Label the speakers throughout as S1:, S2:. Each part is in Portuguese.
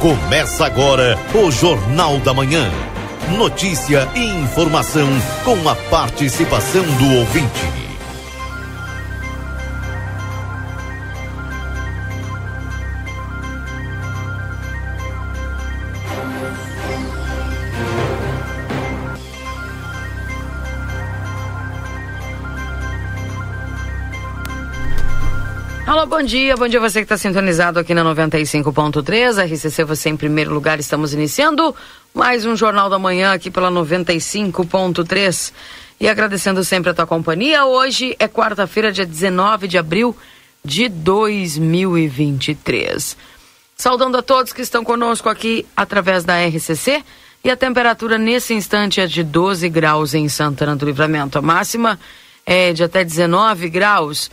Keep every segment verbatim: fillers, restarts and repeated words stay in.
S1: Começa agora o Jornal da Manhã. Notícia e informação com a participação do ouvinte.
S2: Alô, bom dia, bom dia você que está sintonizado aqui na noventa e cinco ponto três, R C C, você em primeiro lugar. Estamos iniciando mais um Jornal da Manhã aqui pela noventa e cinco ponto três e agradecendo sempre a tua companhia. Hoje é quarta-feira, dia dezenove de abril de dois mil e vinte e três. Saudando a todos que estão conosco aqui através da R C C, e a temperatura nesse instante é de doze graus em Santana do Livramento. A máxima é de até dezenove graus.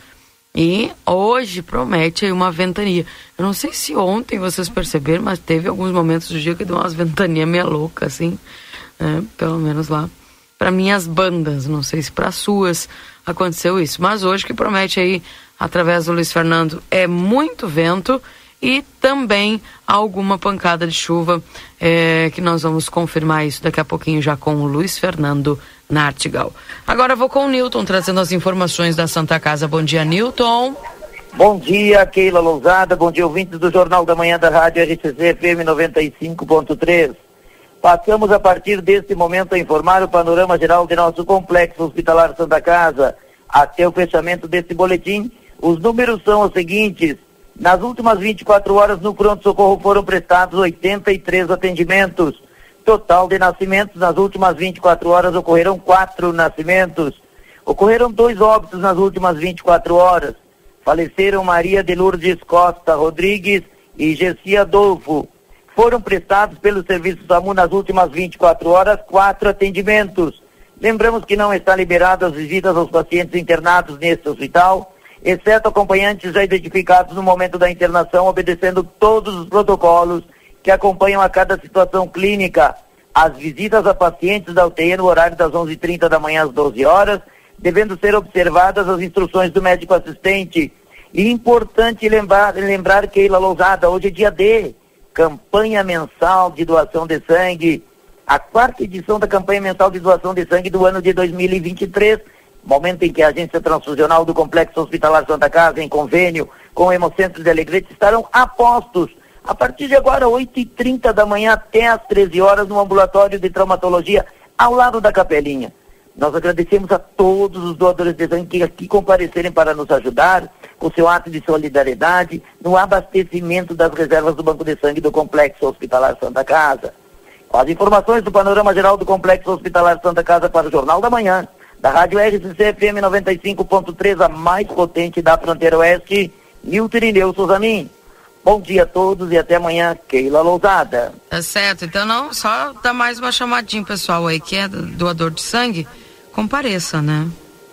S2: E hoje promete aí uma ventania. Eu não sei se ontem vocês perceberam, mas teve alguns momentos do dia que deu umas ventanias meia louca, assim, né? Pelo menos lá para minhas bandas, não sei se para suas aconteceu isso, mas hoje que promete aí, através do Luiz Fernando, é muito vento e também alguma pancada de chuva, é, que nós vamos confirmar isso daqui a pouquinho já com o Luiz Fernando Nartigal. Agora vou com o Newton trazendo as informações da Santa Casa. Bom dia, Newton.
S3: Bom dia, Keila Lousada. Bom dia, ouvintes do Jornal da Manhã da Rádio R C C F M noventa e cinco ponto três. Passamos a partir deste momento a informar o panorama geral de nosso complexo hospitalar Santa Casa. Até o fechamento deste boletim, os números são os seguintes. Nas últimas vinte e quatro horas, no pronto-socorro foram prestados oitenta e três atendimentos. Total de nascimentos, nas últimas vinte e quatro horas ocorreram quatro nascimentos. Ocorreram dois óbitos nas últimas vinte e quatro horas. Faleceram Maria de Lourdes Costa Rodrigues e Gessi Adolfo. Foram prestados pelo Serviço SAMU nas últimas vinte e quatro horas quatro atendimentos. Lembramos que não está liberado as visitas aos pacientes internados neste hospital, exceto acompanhantes já identificados no momento da internação, obedecendo todos os protocolos que acompanham a cada situação clínica. As visitas a pacientes da U T I no horário das onze e trinta da manhã às doze horas, devendo ser observadas as instruções do médico assistente. E importante lembrar, lembrar Keila Lousada, hoje é dia D, campanha mensal de doação de sangue, a quarta edição da campanha mensal de doação de sangue do ano de dois mil e vinte e três, momento em que a Agência Transfusional do Complexo Hospitalar Santa Casa, em convênio com o Hemocentro de Alegrete, estarão a postos a partir de agora, oito e trinta da manhã até às treze horas, no ambulatório de traumatologia, ao lado da Capelinha. Nós agradecemos a todos os doadores de sangue que aqui comparecerem para nos ajudar com seu ato de solidariedade no abastecimento das reservas do Banco de Sangue do Complexo Hospitalar Santa Casa. Com as informações do panorama geral do Complexo Hospitalar Santa Casa para o Jornal da Manhã, da Rádio R C C F M noventa e cinco ponto três, a mais potente da fronteira oeste, Nilton Irineu Souzanin. Bom dia a todos e até amanhã, Keila Lousada.
S2: Tá certo, então não, só dá mais uma chamadinha, pessoal aí que é doador de sangue, compareça, né?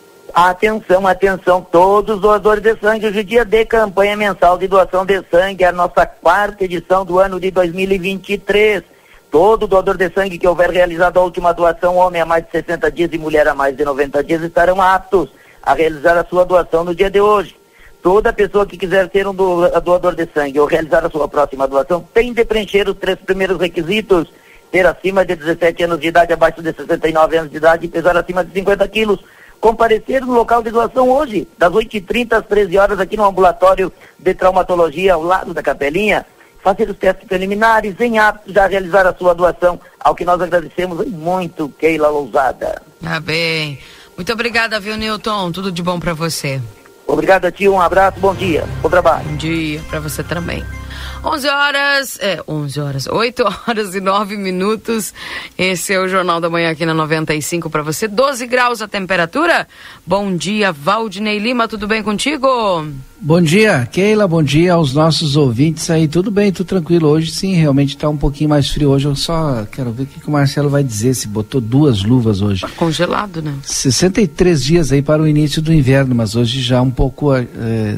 S3: Atenção, atenção, todos os doadores de sangue, hoje é dia de campanha mensal de doação de sangue, a nossa quarta edição do ano de dois mil e vinte e três. Todo doador de sangue que houver realizado a última doação, homem a mais de sessenta dias e mulher a mais de noventa dias, estarão aptos a realizar a sua doação no dia de hoje. Toda pessoa que quiser ser um doador de sangue ou realizar a sua próxima doação tem de preencher os três primeiros requisitos: ter acima de dezessete anos de idade, abaixo de sessenta e nove anos de idade e pesar acima de cinquenta quilos. Comparecer no local de doação hoje, das oito e trinta às treze horas, aqui no ambulatório de traumatologia, ao lado da Capelinha, fazer os testes preliminares, em aptos já realizar a sua doação, ao que nós agradecemos muito, Keila Lousada.
S2: Ah, bem. Muito obrigada, viu, Newton? Tudo de bom para você.
S3: Obrigado a ti, um abraço, bom dia, bom trabalho.
S2: Bom dia para você também. onze horas, é, onze horas, oito horas e nove minutos. Esse é o Jornal da Manhã aqui na noventa e cinco para você. doze graus a temperatura. Bom dia, Valdinei Lima, tudo bem contigo?
S4: Bom dia, Keila, bom dia aos nossos ouvintes aí. Tudo bem, tudo tranquilo. Hoje sim, realmente está um pouquinho mais frio. Hoje eu só quero ver o que, que o Marcelo vai dizer, se botou duas luvas hoje.
S2: Tá congelado, né?
S4: sessenta e três dias aí para o início do inverno, mas hoje já um pouco é,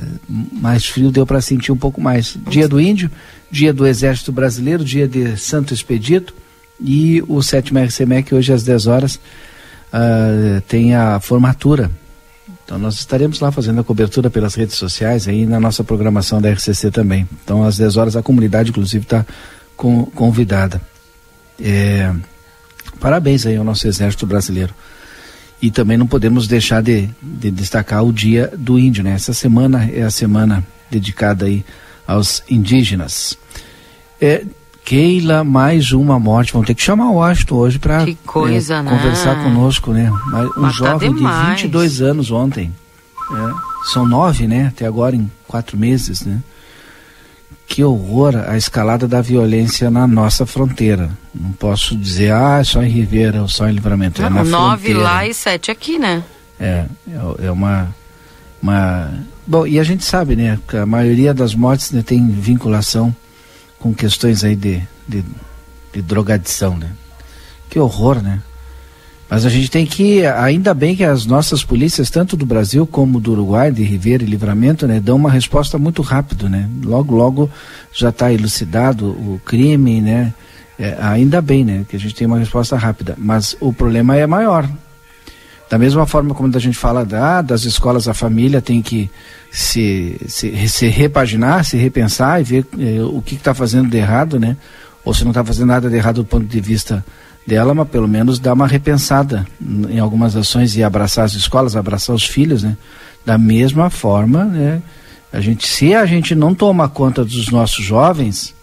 S4: mais frio, deu para sentir um pouco mais. Dia do Índio, dia do Exército Brasileiro, dia de Santo Expedito e o sétimo R C M E C hoje às dez horas uh, tem a formatura. Então nós estaremos lá fazendo a cobertura pelas redes sociais aí na nossa programação da R C C também. Então às dez horas a comunidade inclusive está com, convidada. É, parabéns aí ao nosso Exército Brasileiro. E também não podemos deixar de, de destacar o Dia do Índio, né? Essa semana é a semana dedicada aí aos indígenas. É, Keila, mais uma morte. Vamos ter que chamar o Washington hoje para é, conversar né? conosco, né? Um Mas jovem tá de vinte e dois anos ontem. É, são nove, né? Até agora em quatro meses, né? Que horror a escalada da violência na nossa fronteira. Não posso dizer, ah, é só em Ribeira ou só em Livramento. Não, é na
S2: nove
S4: fronteira.
S2: Lá e sete aqui, né?
S4: É, é, é uma, uma... Bom, e a gente sabe, né, que a maioria das mortes, né, tem vinculação com questões aí de, de, de drogadição, né? Que horror, né? Mas a gente tem que, ainda bem que as nossas polícias, tanto do Brasil como do Uruguai, de Ribeira e Livramento, né, dão uma resposta muito rápido, né? Logo, logo já está elucidado o crime, né? É, ainda bem, né, que a gente tem uma resposta rápida. Mas o problema é maior. Da mesma forma como a gente fala da, das escolas, a família tem que se, se, se repaginar, se repensar e ver eh, o que está fazendo de errado, né? Ou se não está fazendo nada de errado do ponto de vista dela, mas pelo menos dar uma repensada em algumas ações e abraçar as escolas, abraçar os filhos, né? Da mesma forma, né? A gente, se a gente não toma conta dos nossos jovens,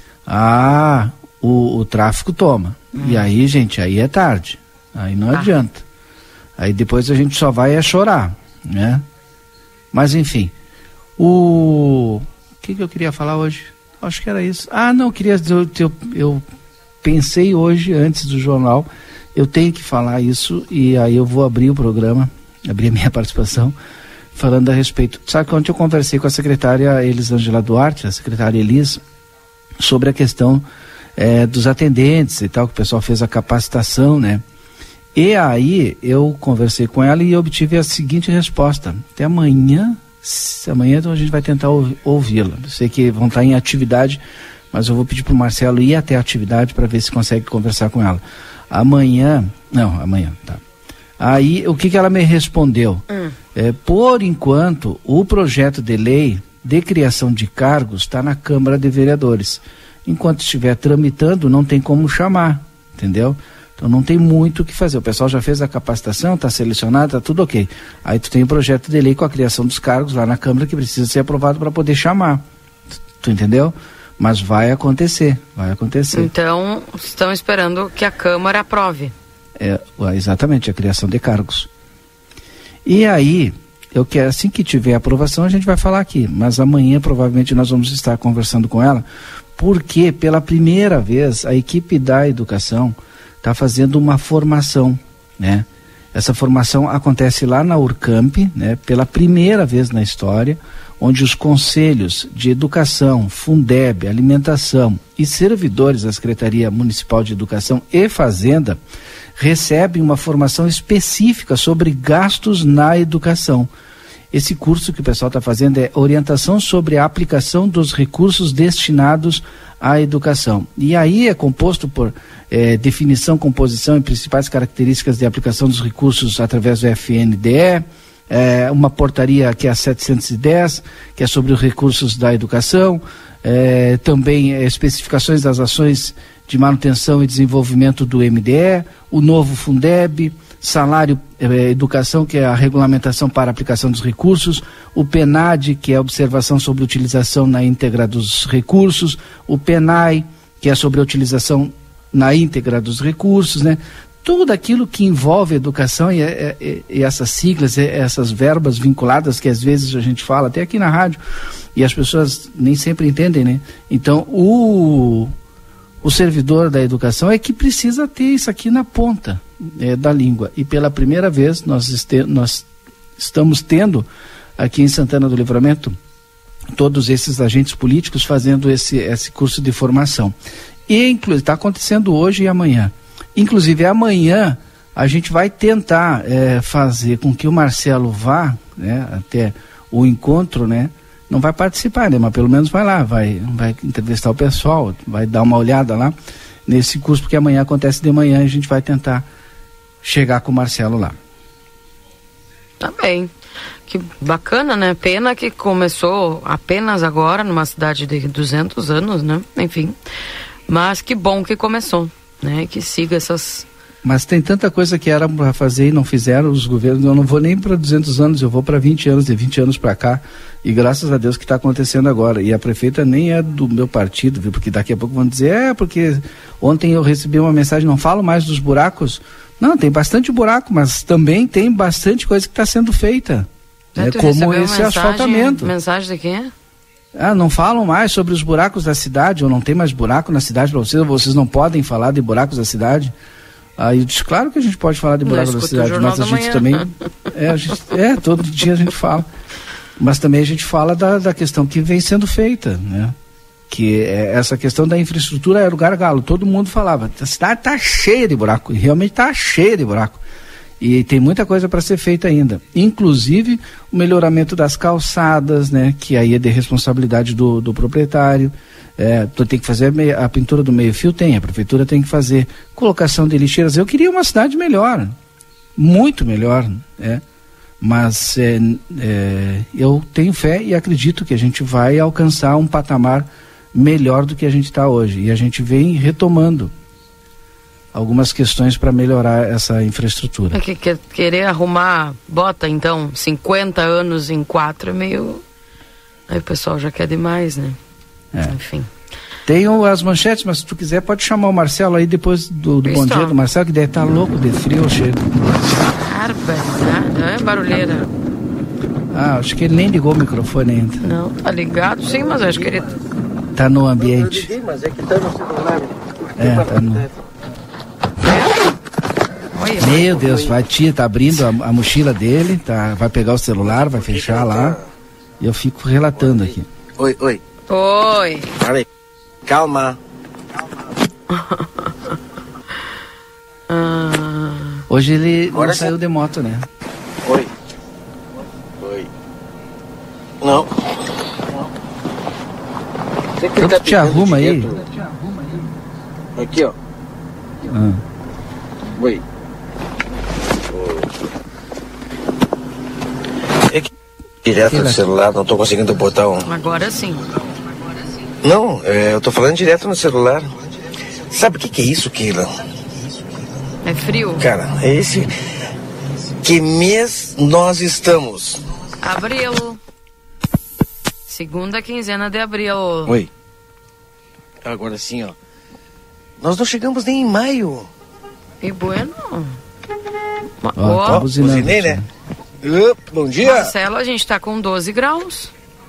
S4: ah, o, o tráfico toma. Hum. E aí, gente, aí é tarde. Aí não ah. adianta. Aí depois a gente só vai é chorar, né? Mas enfim, o... o que que eu queria falar hoje? Acho que era isso. Ah, não, eu queria dizer, eu, eu, eu pensei hoje, antes do jornal, eu tenho que falar isso e aí eu vou abrir o programa, abrir a minha participação, falando a respeito. Sabe que ontem eu conversei com a secretária Elisângela Duarte, a secretária Elis, sobre a questão é, dos atendentes e tal, que o pessoal fez a capacitação, né? E aí eu conversei com ela e obtive a seguinte resposta: até amanhã, amanhã então a gente vai tentar ouvi-la. Eu sei que vão estar em atividade, mas eu vou pedir para o Marcelo ir até a atividade para ver se consegue conversar com ela. Amanhã, não, amanhã, tá. Aí o que que ela me respondeu? Hum. É, por enquanto, o projeto de lei de criação de cargos está na Câmara de Vereadores. Enquanto estiver tramitando, não tem como chamar, entendeu? Então não tem muito o que fazer. O pessoal já fez a capacitação, está selecionado, está tudo ok. Aí tu tem o projeto de lei com a criação dos cargos lá na Câmara que precisa ser aprovado para poder chamar. Tu, tu entendeu? Mas vai acontecer, vai acontecer.
S2: Então, estão esperando que a Câmara aprove.
S4: É, exatamente, a criação de cargos. E aí, eu quero, assim que tiver aprovação, a gente vai falar aqui. Mas amanhã, provavelmente, nós vamos estar conversando com ela, porque pela primeira vez a equipe da educação está fazendo uma formação, né? Essa formação acontece lá na Urcamp, né? Pela primeira vez na história, onde os conselhos de educação, Fundeb, alimentação e servidores da Secretaria Municipal de Educação e Fazenda recebem uma formação específica sobre gastos na educação. Esse curso que o pessoal está fazendo é orientação sobre a aplicação dos recursos destinados à educação. E aí é composto por é, definição, composição e principais características de aplicação dos recursos através do F N D E, é, uma portaria que é a setecentos e dez, que é sobre os recursos da educação, é, também é, especificações das ações de manutenção e desenvolvimento do M D E, o novo Fundeb, salário, eh, educação, que é a regulamentação para a aplicação dos recursos, o PENAD, que é a observação sobre a utilização na íntegra dos recursos, o PENAI, que é sobre a utilização na íntegra dos recursos, né? Tudo aquilo que envolve educação e, e, e essas siglas, e essas verbas vinculadas que às vezes a gente fala, até aqui na rádio, e as pessoas nem sempre entendem, né? Então, o... O servidor da educação é que precisa ter isso aqui na ponta é, da língua. E pela primeira vez nós, este, nós estamos tendo aqui em Santana do Livramento todos esses agentes políticos fazendo esse, esse curso de formação. E está acontecendo hoje e amanhã. Inclusive amanhã a gente vai tentar é, fazer com que o Marcelo vá, né, até o encontro, né? Não vai participar, né? Mas pelo menos vai lá, vai, vai entrevistar o pessoal, vai dar uma olhada lá nesse curso, porque amanhã acontece de manhã e a gente vai tentar chegar com o Marcelo lá.
S2: Tá bem. Que bacana, né? Pena que começou apenas agora, numa cidade de duzentos anos, né? Enfim. Mas que bom que começou, né? Que siga essas...
S4: Mas tem tanta coisa que era para fazer e não fizeram os governos. Eu não vou nem para duzentos anos, eu vou para vinte anos, de vinte anos para cá. E graças a Deus que está acontecendo agora. E a prefeita nem é do meu partido, viu? Porque daqui a pouco vão dizer, é, porque ontem eu recebi uma mensagem, não falo mais dos buracos. Não, tem bastante buraco, mas também tem bastante coisa que está sendo feita. É, como esse mensagem, asfaltamento.
S2: Mensagem de quem?
S4: Ah, não falam mais sobre os buracos da cidade, ou não tem mais buraco na cidade para vocês, ou vocês não podem falar de buracos da cidade. Aí eu disse, claro que a gente pode falar de buracos da cidade, mas a gente também... É, a gente, é, todo dia a gente fala. Mas também a gente fala da, da questão que vem sendo feita, né? Que é, essa questão da infraestrutura era o gargalo. Todo mundo falava, a cidade está cheia de buraco, e realmente está cheia de buraco. E tem muita coisa para ser feita ainda. Inclusive o melhoramento das calçadas, né? Que aí é de responsabilidade do, do proprietário. É, tu tem que fazer a, meia, a pintura do meio-fio, tem, a prefeitura tem que fazer. Colocação de lixeiras. Eu queria uma cidade melhor, muito melhor, é. Mas é, é, eu tenho fé e acredito que a gente vai alcançar um patamar melhor do que a gente está hoje. E a gente vem retomando algumas questões para melhorar essa infraestrutura.
S2: É que, que, querer arrumar, bota então cinquenta anos em quatro é meio... Aí o pessoal já quer demais, né? É. Enfim.
S4: Tem as manchetes, mas se tu quiser pode chamar o Marcelo aí depois do, do bom dia do Marcelo, que deve estar louco de frio, chega.
S2: Barbaridade, é barulheira.
S4: Ah, acho que ele nem ligou o microfone ainda.
S2: Não, tá ligado sim, mas acho que ele...
S4: Tá no ambiente.
S5: Eu liguei, mas é que tá no celular.
S4: É, tá no... Meu Deus, vai tia, tá abrindo a, a mochila dele, tá, vai pegar o celular, vai fechar lá. E eu fico relatando aqui.
S5: Oi, oi.
S2: Oi.
S5: Peraí. Calma.
S2: ah.
S4: Hoje ele
S5: Agora
S4: não
S5: sim.
S4: saiu de moto, né?
S5: Oi. Oi. Não. Você que
S4: Então
S5: tá
S4: tu te arruma aí.
S5: Aqui, ó.
S4: Ah.
S5: Oi. É que direto no celular, não tô conseguindo botar um.
S2: Agora sim.
S5: Não, é, eu tô falando direto no celular. Sabe o que, que é isso, Keila?
S2: É frio?
S5: Cara, é esse. Que mês nós estamos?
S2: Abril. Segunda quinzena de abril.
S5: Oi. Agora sim, ó. Nós não chegamos nem em maio.
S2: E bueno.
S4: Ó, oh, tá buzinando,
S5: buzinei, né? Uh, bom dia.
S2: Marcelo, a gente tá com doze graus.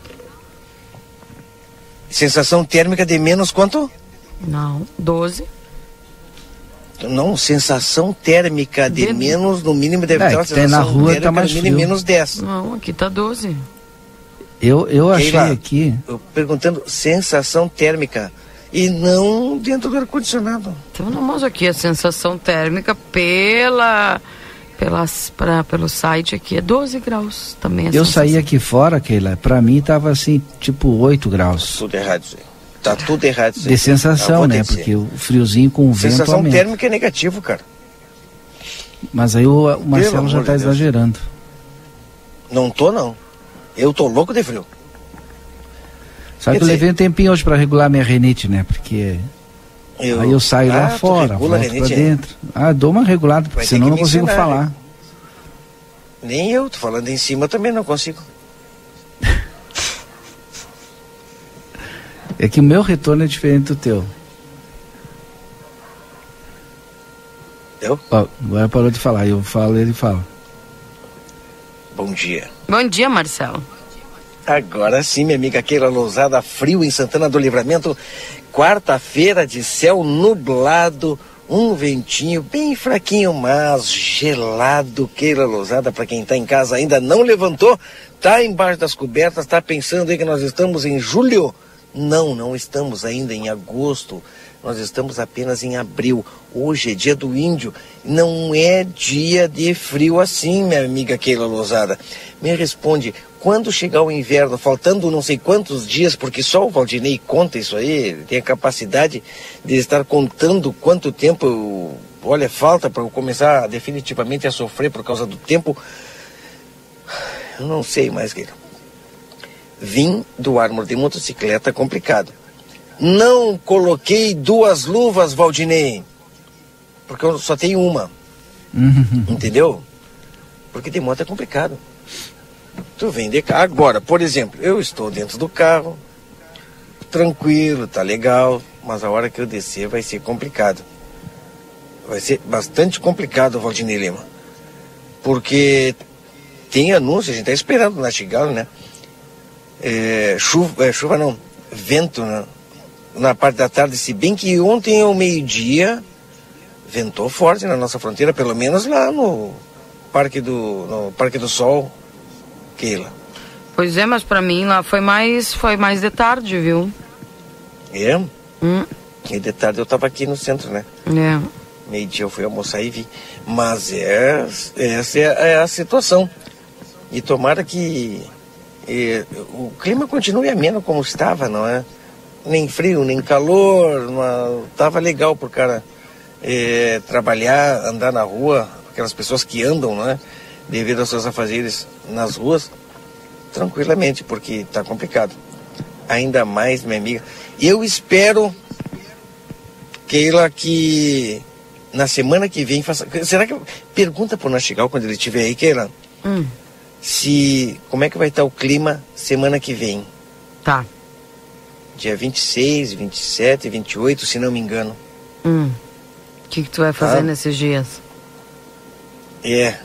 S5: Sensação térmica de menos quanto?
S2: Não, doze.
S5: Não, sensação térmica de, de... menos, no mínimo deve
S4: é,
S5: ter uma sensação
S4: na rua
S5: térmica
S4: tá mais
S5: no mínimo menos dez.
S2: Não, aqui tá doze.
S4: Eu, eu achei
S5: lá,
S4: aqui...
S5: Eu perguntando sensação térmica e não dentro do ar-condicionado.
S2: Então, não, mas aqui a sensação térmica pela... Pelas, pra, pelo site aqui é doze graus também.
S4: Eu saí aqui fora, Keila, pra mim tava assim, tipo oito graus.
S5: Tudo errado isso aí. Tá tudo errado isso aí.
S4: De sensação, né? Porque o friozinho com o vento
S5: sensação
S4: aumenta.
S5: térmica é negativo, cara.
S4: Mas aí o, o Marcelo já tá de exagerando.
S5: Não tô, não. Eu tô louco de frio.
S4: Sabe que eu levei um tempinho hoje pra regular minha rinite, né? Porque... Eu... Aí eu saio ah, lá fora, volto rinite, pra dentro. É? Ah, dou uma regulada, porque senão eu não consigo ensinar, falar. Né?
S5: Nem eu, tô falando em cima também não consigo.
S4: É que o meu retorno é diferente do teu.
S5: Eu?
S4: Ó, agora parou de falar, eu falo, ele fala.
S5: Bom dia.
S2: Bom dia, Marcelo.
S5: Agora sim, minha amiga Keila Lousada, frio em Santana do Livramento. Quarta-feira de céu nublado, um ventinho bem fraquinho, mas gelado. Keila Lousada, para quem está em casa ainda não levantou, tá embaixo das cobertas, tá pensando aí que nós estamos em julho? Não, não estamos ainda em agosto. Nós estamos apenas em abril. Hoje é dia do índio. Não é dia de frio assim, minha amiga Keila Lousada. Me responde, quando chegar o inverno, faltando não sei quantos dias, porque só o Valdinei conta isso aí, ele tem a capacidade de estar contando quanto tempo, eu, olha, falta para eu começar definitivamente a sofrer por causa do tempo. Eu não sei mais, Keila. Vim do Armor de motocicleta complicado. não coloquei duas luvas, Valdinei, porque eu só tenho uma. Uhum. Entendeu? Porque de moto é complicado. Tu vem de carro. Agora, por exemplo, eu estou dentro do carro, tranquilo, tá legal, mas a hora que eu descer vai ser complicado. Vai ser bastante complicado, Valdinei Lima. Porque tem anúncio, a gente tá esperando na Chigalo, né? É, chuva, é, chuva não, vento, né? Na parte da tarde, se bem que ontem ao meio-dia ventou forte na nossa fronteira, pelo menos lá no Parque do, no Parque do Sol, Keila.
S2: Pois é, mas pra mim lá foi mais, foi mais de tarde, viu?
S5: É?
S2: Hum.
S5: E de tarde eu tava aqui no centro, né?
S2: É.
S5: Meio-dia eu fui almoçar e vi. Mas é, essa é, é a situação. E tomara que é, o clima continue ameno como estava, não é? Nem frio, nem calor, uma, tava legal pro cara é, trabalhar, andar na rua, aquelas pessoas que andam, né, devido aos seus afazeres nas ruas, tranquilamente, porque tá complicado. Ainda mais, minha amiga. Eu espero, Keila, que na semana que vem faça... Será que... Pergunta pro Nastigal quando ele estiver aí, Keila.
S2: Hum.
S5: Se... Como é que vai estar o clima semana que vem?
S2: Tá.
S5: Dia vinte e seis, vinte e sete, vinte e oito, se não me engano.
S2: Hum. O que que tu vai fazer
S5: tá?
S2: nesses dias?
S5: É.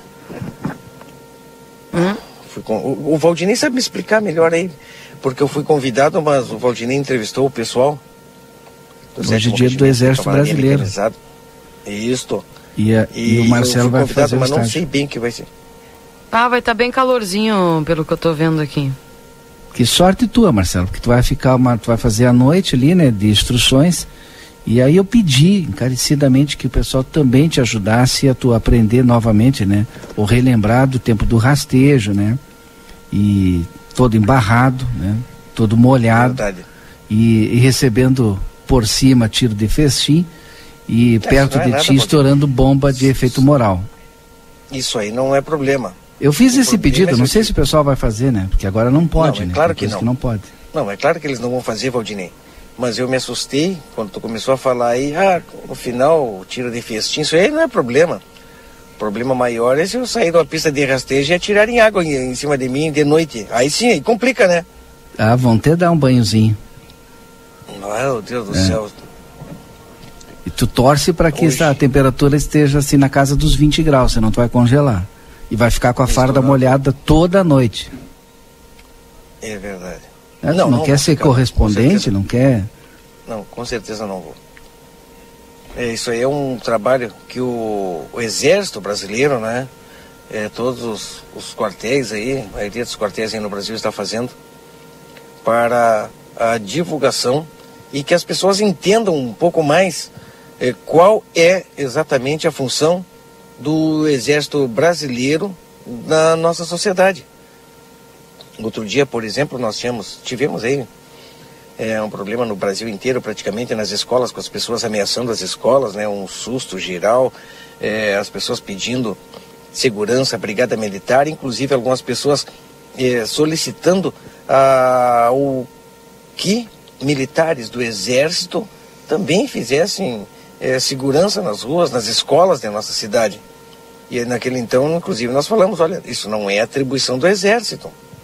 S2: Hum?
S5: Fui com... o, o Valdinei sabe me explicar melhor aí. Porque eu fui convidado, mas o Valdinei entrevistou o pessoal.
S4: Hoje é dia do Exército Brasileiro.
S5: Isso.
S4: E, a, e, e o Marcelo vai fazer o
S5: mas
S4: estágio.
S5: Não sei bem o que vai ser.
S2: Ah, vai estar tá bem calorzinho, pelo que eu tô vendo aqui.
S4: Que sorte tua, Marcelo, porque tu vai ficar uma, tu vai fazer a noite ali, né, de instruções. E aí eu pedi encarecidamente que o pessoal também te ajudasse a tu aprender novamente, né, ou relembrar do tempo do rastejo, né, e todo embarrado, né, todo molhado.
S5: Verdade.
S4: E, e recebendo por cima tiro de festim e é, perto é de nada, ti estourando bomba de efeito moral.
S5: Isso aí não é problema.
S4: Eu fiz esse pedido, não sei se o pessoal vai fazer, né? Porque agora não pode,
S5: não, é
S4: né?
S5: Claro que não.
S4: que não pode.
S5: Não, é claro que eles não vão fazer, Valdinei. Mas eu me assustei quando tu começou a falar aí, ah, no final, tiro de festim, isso aí não é problema. O problema maior é se eu sair de uma pista de rastejo e atirarem água em, em cima de mim de noite. Aí sim, aí complica, né?
S4: Ah, vão ter dar um banhozinho.
S5: Meu Deus do
S4: é.
S5: céu.
S4: E tu torce para que essa, a temperatura esteja assim na casa dos vinte graus, senão tu vai congelar. E vai ficar com a farda molhada toda a noite.
S5: É verdade.
S4: É, não, não, não quer ser ficar, correspondente, não quer?
S5: Não, com certeza não vou. É, isso aí é um trabalho que o, o Exército Brasileiro, né? É, todos os, os quartéis aí, a maioria dos quartéis aí no Brasil está fazendo para a divulgação e que as pessoas entendam um pouco mais é, qual é exatamente a função do Exército Brasileiro na nossa sociedade. Outro dia, por exemplo, nós tínhamos, tivemos aí é, um problema no Brasil inteiro, praticamente nas escolas, com as pessoas ameaçando as escolas, né, um susto geral, é, as pessoas pedindo segurança, brigada militar, inclusive algumas pessoas é, solicitando a, o que militares do Exército também fizessem é, segurança nas ruas, nas escolas da nossa cidade. E naquele então, inclusive, nós falamos, olha, isso não é atribuição do Exército.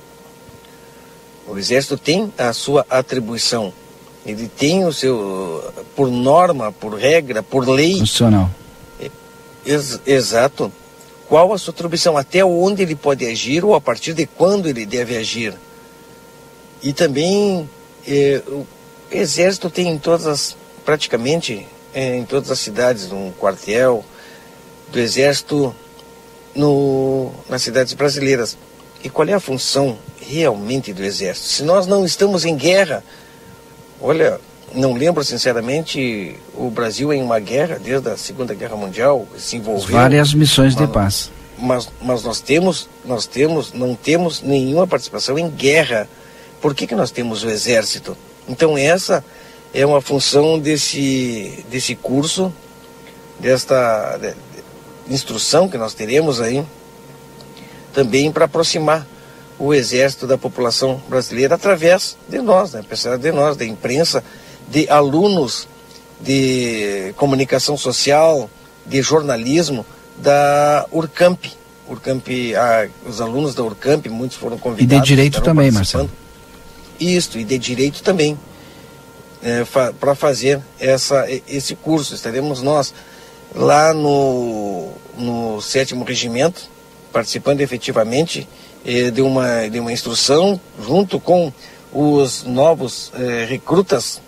S5: O Exército tem a sua atribuição. Ele tem o seu, por norma, por regra, por lei.
S4: Funcional.
S5: Ex exato. Qual a sua atribuição? Até onde ele pode agir ou a partir de quando ele deve agir. E também eh, o Exército tem em todas as, praticamente eh, em todas as cidades, um quartel do Exército no, nas cidades brasileiras. E qual é a função realmente do Exército? Se nós não estamos em guerra, olha, não lembro sinceramente o Brasil em uma guerra desde a Segunda Guerra Mundial, se envolveu.
S4: Várias missões
S5: mas,
S4: de paz.
S5: Mas, mas nós temos, nós temos, não temos nenhuma participação em guerra. Por que que nós temos o Exército? Então essa é uma função desse, desse curso, desta de, de instrução que nós teremos aí, também para aproximar o Exército da população brasileira através de nós, né? Apesar de nós, da imprensa, de alunos de comunicação social, de jornalismo da Urcamp. Urcamp, ah, os alunos da Urcamp, muitos foram convidados.
S4: E de direito também, Marcelo.
S5: Isso, e de direito também, é, fa para fazer essa, esse curso. Estaremos nós lá no, no sétimo regimento, participando efetivamente eh, de, uma, de uma instrução, junto com os novos eh, recrutas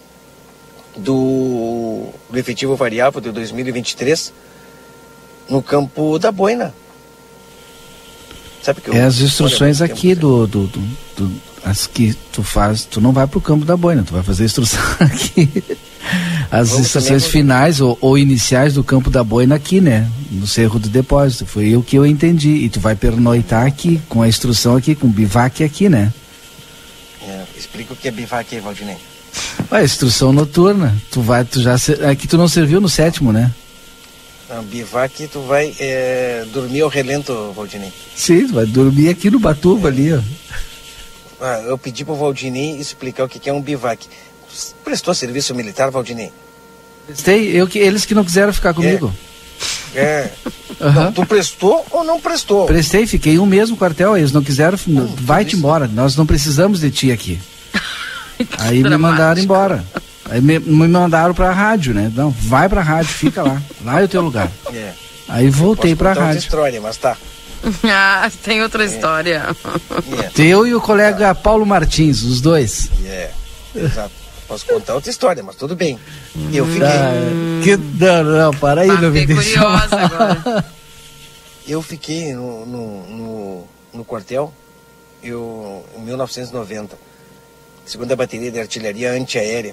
S5: do, do efetivo variável de dois mil e vinte e três, no campo da Boina. Sabe que eu,
S4: é as instruções
S5: olha,
S4: aqui do, do, do, do, as que tu faz, tu não vai pro campo da Boina, tu vai fazer a instrução aqui. As Vamos instruções mesmo. finais ou, ou iniciais do campo da Boina aqui, né? No Cerro do Depósito. Foi o que eu entendi. E tu vai pernoitar aqui, com a instrução aqui, com o bivac aqui, né?
S5: É, explica o que é bivac aí, Valdinei.
S4: Ué, instrução noturna. Tu vai, tu já. Aqui tu não serviu no sétimo, né?
S5: Não, bivac tu vai é, dormir ao relento, Valdinei.
S4: Sim, tu vai dormir aqui no Batuba, é. ali, ó.
S5: Ah, eu pedi pro Valdinei explicar o que, que é um bivac. Prestou serviço militar, Valdinei?
S4: Prestei, eu que, eles que não quiseram ficar comigo.
S5: É. é.
S4: Uhum.
S5: Não, tu prestou ou não prestou?
S4: Prestei, fiquei um mês no quartel, eles não quiseram, hum, vai-te embora, nós não precisamos de ti aqui. Aí me mandaram embora. Aí me, me mandaram pra rádio, né? Não, vai pra rádio, fica lá. Lá é o teu lugar. É. Aí voltei pra rádio.
S5: Outra história, mas tá.
S2: Ah, tem outra é. história.
S5: Yeah.
S4: Teu e o colega Paulo Martins, os dois.
S5: É, yeah. Exato. Posso contar outra história, mas tudo bem. E eu fiquei...
S4: Ah, que... Não, não, para aí, ah, não me deixa.
S2: Agora.
S5: Eu fiquei no, no, no, no quartel, eu, em mil novecentos e noventa, segunda bateria de artilharia antiaérea.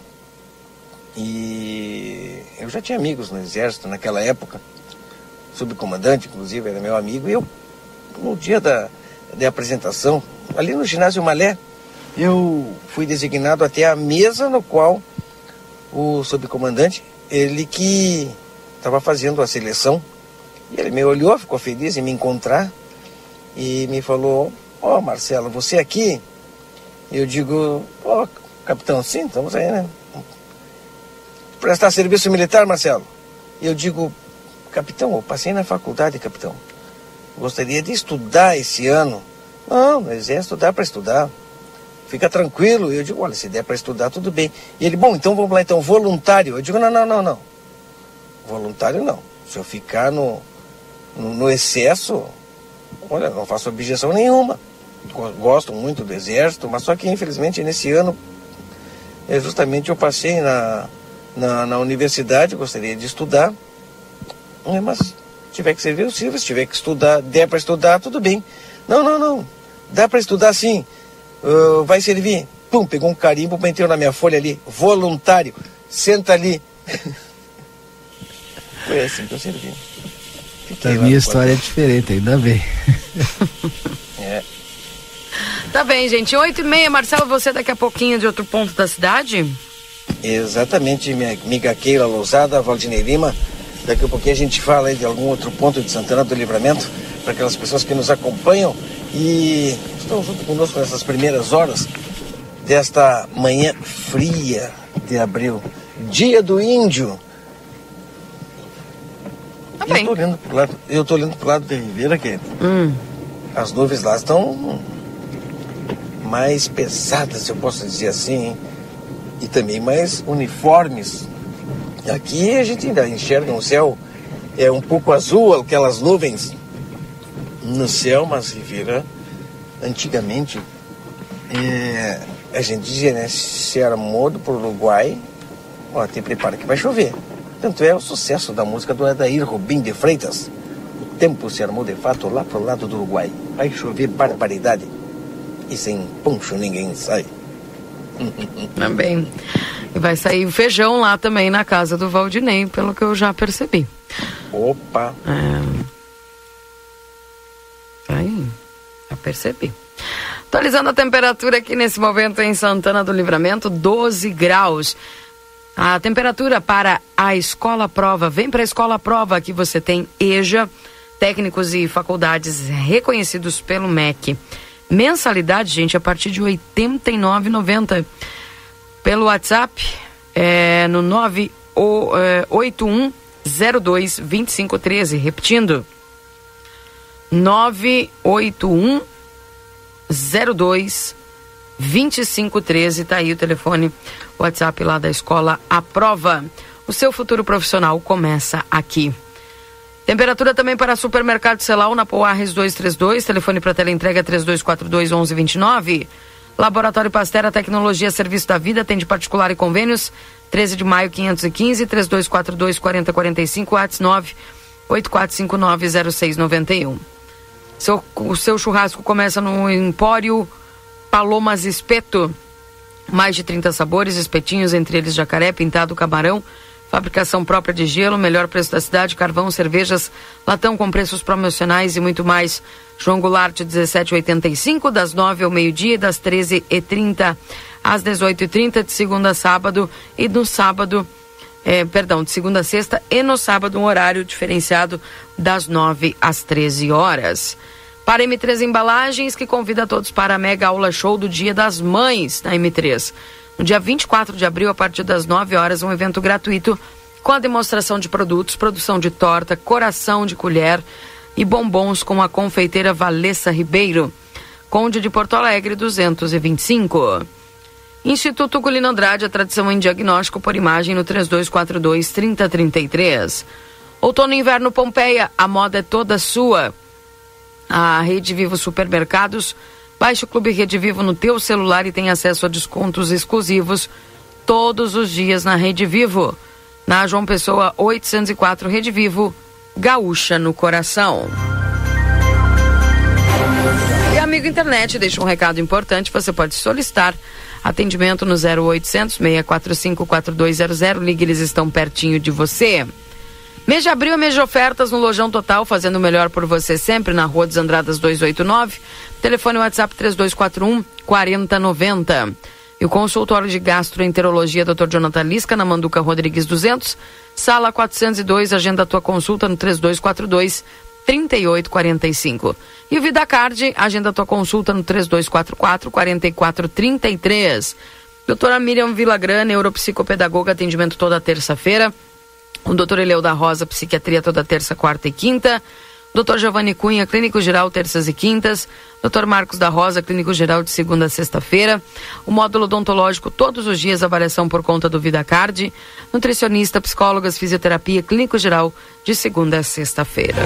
S5: E eu já tinha amigos no exército naquela época, subcomandante, inclusive, era meu amigo, e eu, no dia da, da apresentação, ali no ginásio Malé, eu fui designado até a mesa no qual o subcomandante, ele que estava fazendo a seleção, e ele me olhou, ficou feliz em me encontrar e me falou: ó, oh, Marcelo, você aqui? Eu digo: ó, oh, capitão, sim, estamos aí, né? Prestar serviço militar, Marcelo? Eu digo: capitão, eu passei na faculdade, capitão, gostaria de estudar esse ano. Não, no exército dá para estudar. Fica tranquilo. Eu digo: olha, se der para estudar, tudo bem. E ele: bom, então vamos lá, então, voluntário. Eu digo: não, não, não, não. Voluntário não. Se eu ficar no, no, no excesso, olha, não faço objeção nenhuma. Gosto muito do exército, mas só que, infelizmente, nesse ano, é justamente eu passei na, na, na universidade, gostaria de estudar, mas se tiver que servir, eu sirvo. Se tiver que estudar, der para estudar, tudo bem. Não, não, não. Dá para estudar sim. Uh, vai servir. Pum, pegou um carimbo, meteu na minha folha ali, voluntário, senta ali. Foi assim que eu servi.
S4: Fiquei a minha história é diferente, ainda bem.
S5: É.
S2: Tá bem, gente, oito e meia, Marcelo, você daqui a pouquinho de outro ponto da cidade?
S5: Exatamente, minha amiga Keila Lousada, Valdinei Lima. Daqui a pouquinho a gente fala aí de algum outro ponto de Santana do Livramento, para aquelas pessoas que nos acompanham e estão junto conosco nessas primeiras horas desta manhã fria de abril, dia do índio.
S2: Tá
S5: eu, tô olhando pro lado, eu tô olhando pro lado da Ribeira, que
S2: hum.
S5: as nuvens lá estão mais pesadas, se eu posso dizer assim, hein? E também mais uniformes. Aqui a gente ainda enxerga um céu é um pouco azul, aquelas nuvens no céu, mas Ribeira, antigamente, é, a gente dizia, né, se armou pro Uruguai, ó, te prepara que vai chover. Tanto é o sucesso da música do Adair Rubim de Freitas. O tempo se armou de fato lá pro lado do Uruguai. Vai chover barbaridade. E sem poncho ninguém sai.
S2: Também. E vai sair o feijão lá também na casa do Valdinei, pelo que eu já percebi.
S5: Opa!
S2: É... Aí, já percebi. Atualizando a temperatura aqui nesse momento em Santana do Livramento, doze graus. A temperatura para a Escola Prova, vem para a Escola Prova, que você tem E J A, técnicos e faculdades reconhecidos pelo M E C. Mensalidade, gente, a partir de oitenta e nove reais e noventa centavos. Pelo WhatsApp, é, no nove oito um zero dois dois cinco um três, repetindo, nove oito um zero dois dois cinco um três, tá aí o telefone, WhatsApp lá da Escola Aprova. O seu futuro profissional começa aqui. Temperatura também para Supermercado Celal, na Poarres duzentos e trinta e dois, telefone para teleentrega três dois quatro dois, um um dois nove. Laboratório Pastera, tecnologia, serviço da vida, atende particular e convênios, treze de maio quinhentos e quinze, três dois quatro dois, quatro zero quatro cinco, WhatsApp nove oito quatro cinco nove zero seis nove um. Seu, o seu churrasco começa no Empório Palomas Espeto, mais de trinta sabores, espetinhos, entre eles jacaré, pintado, camarão, fabricação própria de gelo, melhor preço da cidade, carvão, cervejas, latão com preços promocionais e muito mais. João Goulart, dezessete oitenta e cinco, das nove ao meio-dia e das treze e trinta às dezoito e trinta, de segunda a sábado, e no sábado, eh, perdão, de segunda a sexta, e no sábado um horário diferenciado das nove às treze horas. Para M três Embalagens, que convida todos para a mega aula show do Dia das Mães na M três. No dia vinte e quatro de abril, a partir das nove horas, um evento gratuito com a demonstração de produtos, produção de torta, coração de colher e bombons com a confeiteira Valessa Ribeiro. Conde de Porto Alegre, duzentos e vinte e cinco. Instituto Gulino Andrade, a tradição em diagnóstico por imagem no três dois quatro dois, três zero três três. Outono e inverno Pompeia, a moda é toda sua. A Rede Vivo Supermercados, baixe o Clube Rede Vivo no teu celular e tem acesso a descontos exclusivos todos os dias na Rede Vivo. Na João Pessoa oitocentos e quatro, Rede Vivo, gaúcha no coração. E amigo internet, deixa um recado importante, você pode solicitar atendimento no zero oitocentos, seis quatro cinco, quatro dois zero zero, ligue, eles estão pertinho de você. Mês de abril é mês de ofertas no Lojão Total, fazendo o melhor por você sempre, na Rua dos Andradas duzentos e oitenta e nove, telefone WhatsApp três dois quatro um, quatro zero nove zero. E o consultório de gastroenterologia doutor Jonathan Lisca, na Manduca Rodrigues duzentos, sala quatrocentos e dois, agenda a tua consulta no três dois quatro dois, três oito quatro cinco. E o VidaCard, agenda a tua consulta no três dois quatro quatro, quatro quatro três três. Doutora Miriam Villagrã, neuropsicopedagoga, atendimento toda terça-feira. O doutor Eleu da Rosa, psiquiatria toda terça, quarta e quinta. doutor Giovanni Cunha, clínico geral, terças e quintas. doutor Marcos da Rosa, clínico geral, de segunda a sexta-feira. O módulo odontológico, todos os dias, avaliação por conta do VidaCard. Nutricionista, psicólogas, fisioterapia, clínico geral, de segunda a sexta-feira.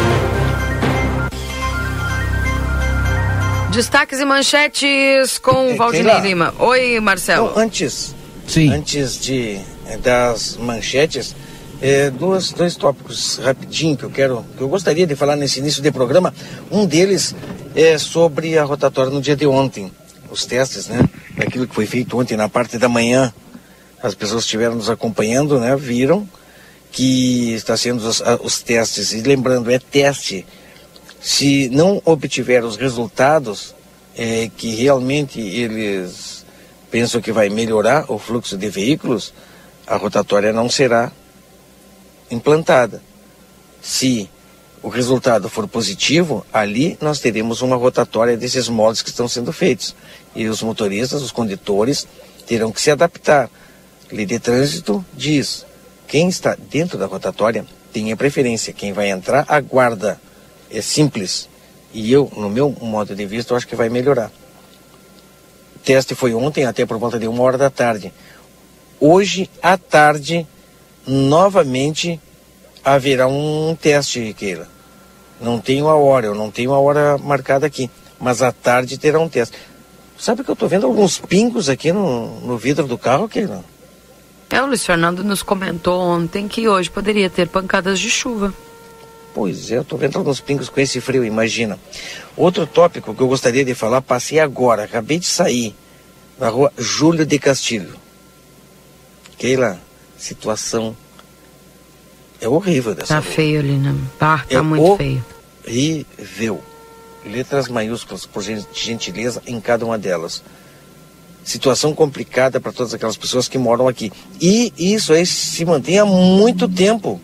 S2: Destaques e manchetes com o Valdinei Lima. Oi, Marcelo.
S5: Então, antes,
S4: Sim.
S5: antes de, das manchetes, É, dois, dois tópicos rapidinho que eu quero, que eu gostaria de falar nesse início de programa. Um deles é sobre a rotatória no dia de ontem, os testes, né? Daquilo que foi feito ontem na parte da manhã, as pessoas que estiveram nos acompanhando, né? Viram que está sendo os, os testes, e lembrando, é teste. Se não obtiver os resultados é, que realmente eles pensam que vai melhorar o fluxo de veículos, a rotatória não será implantada. Se o resultado for positivo, ali nós teremos uma rotatória desses moldes que estão sendo feitos. E os motoristas, os condutores, terão que se adaptar. Lei de trânsito diz, quem está dentro da rotatória tem a preferência, quem vai entrar aguarda. É simples. E eu, no meu modo de vista, eu acho que vai melhorar. O teste foi ontem, até por volta de uma hora da tarde. Hoje, à tarde, novamente haverá um teste, Keila. Não tenho a hora, eu não tenho a hora marcada aqui, mas à tarde terá um teste. Sabe que eu estou vendo alguns pingos aqui no, no vidro do carro, Keila?
S2: É, o Luiz Fernando nos comentou ontem que hoje poderia ter pancadas de chuva.
S5: Pois é, eu estou vendo alguns pingos com esse frio, imagina. Outro tópico que eu gostaria de falar, passei agora, acabei de sair, na rua Júlio de Castilho. Keila, situação é horrível dessa
S2: Tá
S5: rua.
S2: feio ali, né? Tá, tá
S5: é
S2: muito feio.
S5: Horrível. Letras maiúsculas, por gentileza, em cada uma delas. Situação complicada para todas aquelas pessoas que moram aqui. E isso aí se mantém há muito tempo.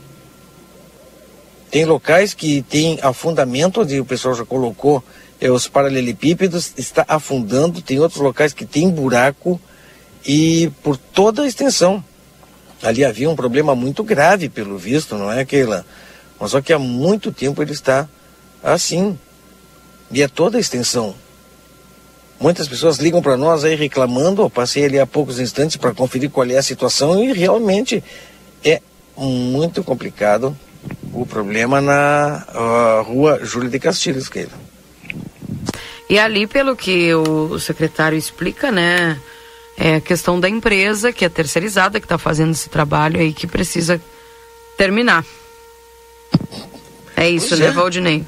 S5: Tem locais que tem afundamento, onde o pessoal já colocou é, os paralelepípedos, está afundando. Tem outros locais que tem buraco. E por toda a extensão, Ali havia um problema muito grave, pelo visto, não é, Keila? Mas só que há muito tempo ele está assim. E é toda a extensão. Muitas pessoas ligam para nós aí reclamando. Eu passei ali há poucos instantes para conferir qual é a situação e realmente é muito complicado o problema na uh, rua Júlio de Castilhos, Keila.
S2: E ali, pelo que o secretário explica, né, é a questão da empresa, que é terceirizada, que está fazendo esse trabalho aí, que precisa terminar. É isso, pois né, é. Valdinei?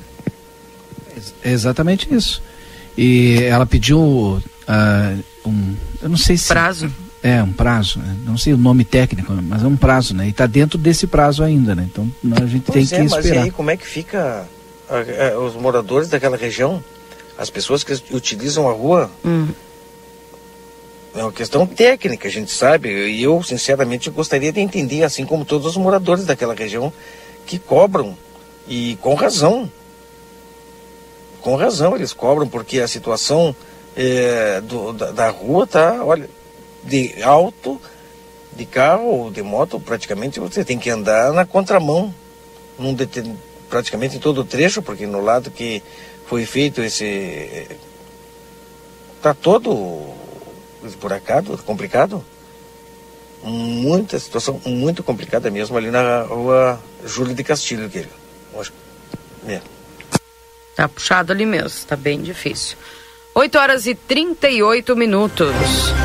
S4: É exatamente isso. E ela pediu uh, um, eu não sei se...
S2: Prazo?
S4: É, um prazo, né? Não sei o nome técnico, mas é um prazo, né? E está dentro desse prazo ainda, né? Então a gente pois tem é, que esperar.
S5: Mas e aí, como é que fica a, a, os moradores daquela região? As pessoas que utilizam a rua?
S2: Hum.
S5: É uma questão técnica, a gente sabe. E eu, sinceramente, gostaria de entender, assim como todos os moradores daquela região, que cobram, e com razão. Com razão eles cobram, porque a situação é, do, da, da rua tá, olha, de alto, de carro ou de moto, praticamente você tem que andar na contramão, num deten, praticamente em todo o trecho, porque no lado que foi feito esse... Tá todo esburacado, complicado. Muita situação muito complicada mesmo ali na rua Júlio de Castilho, que é.
S2: Tá puxado ali mesmo, tá bem difícil. oito horas e trinta e oito minutos.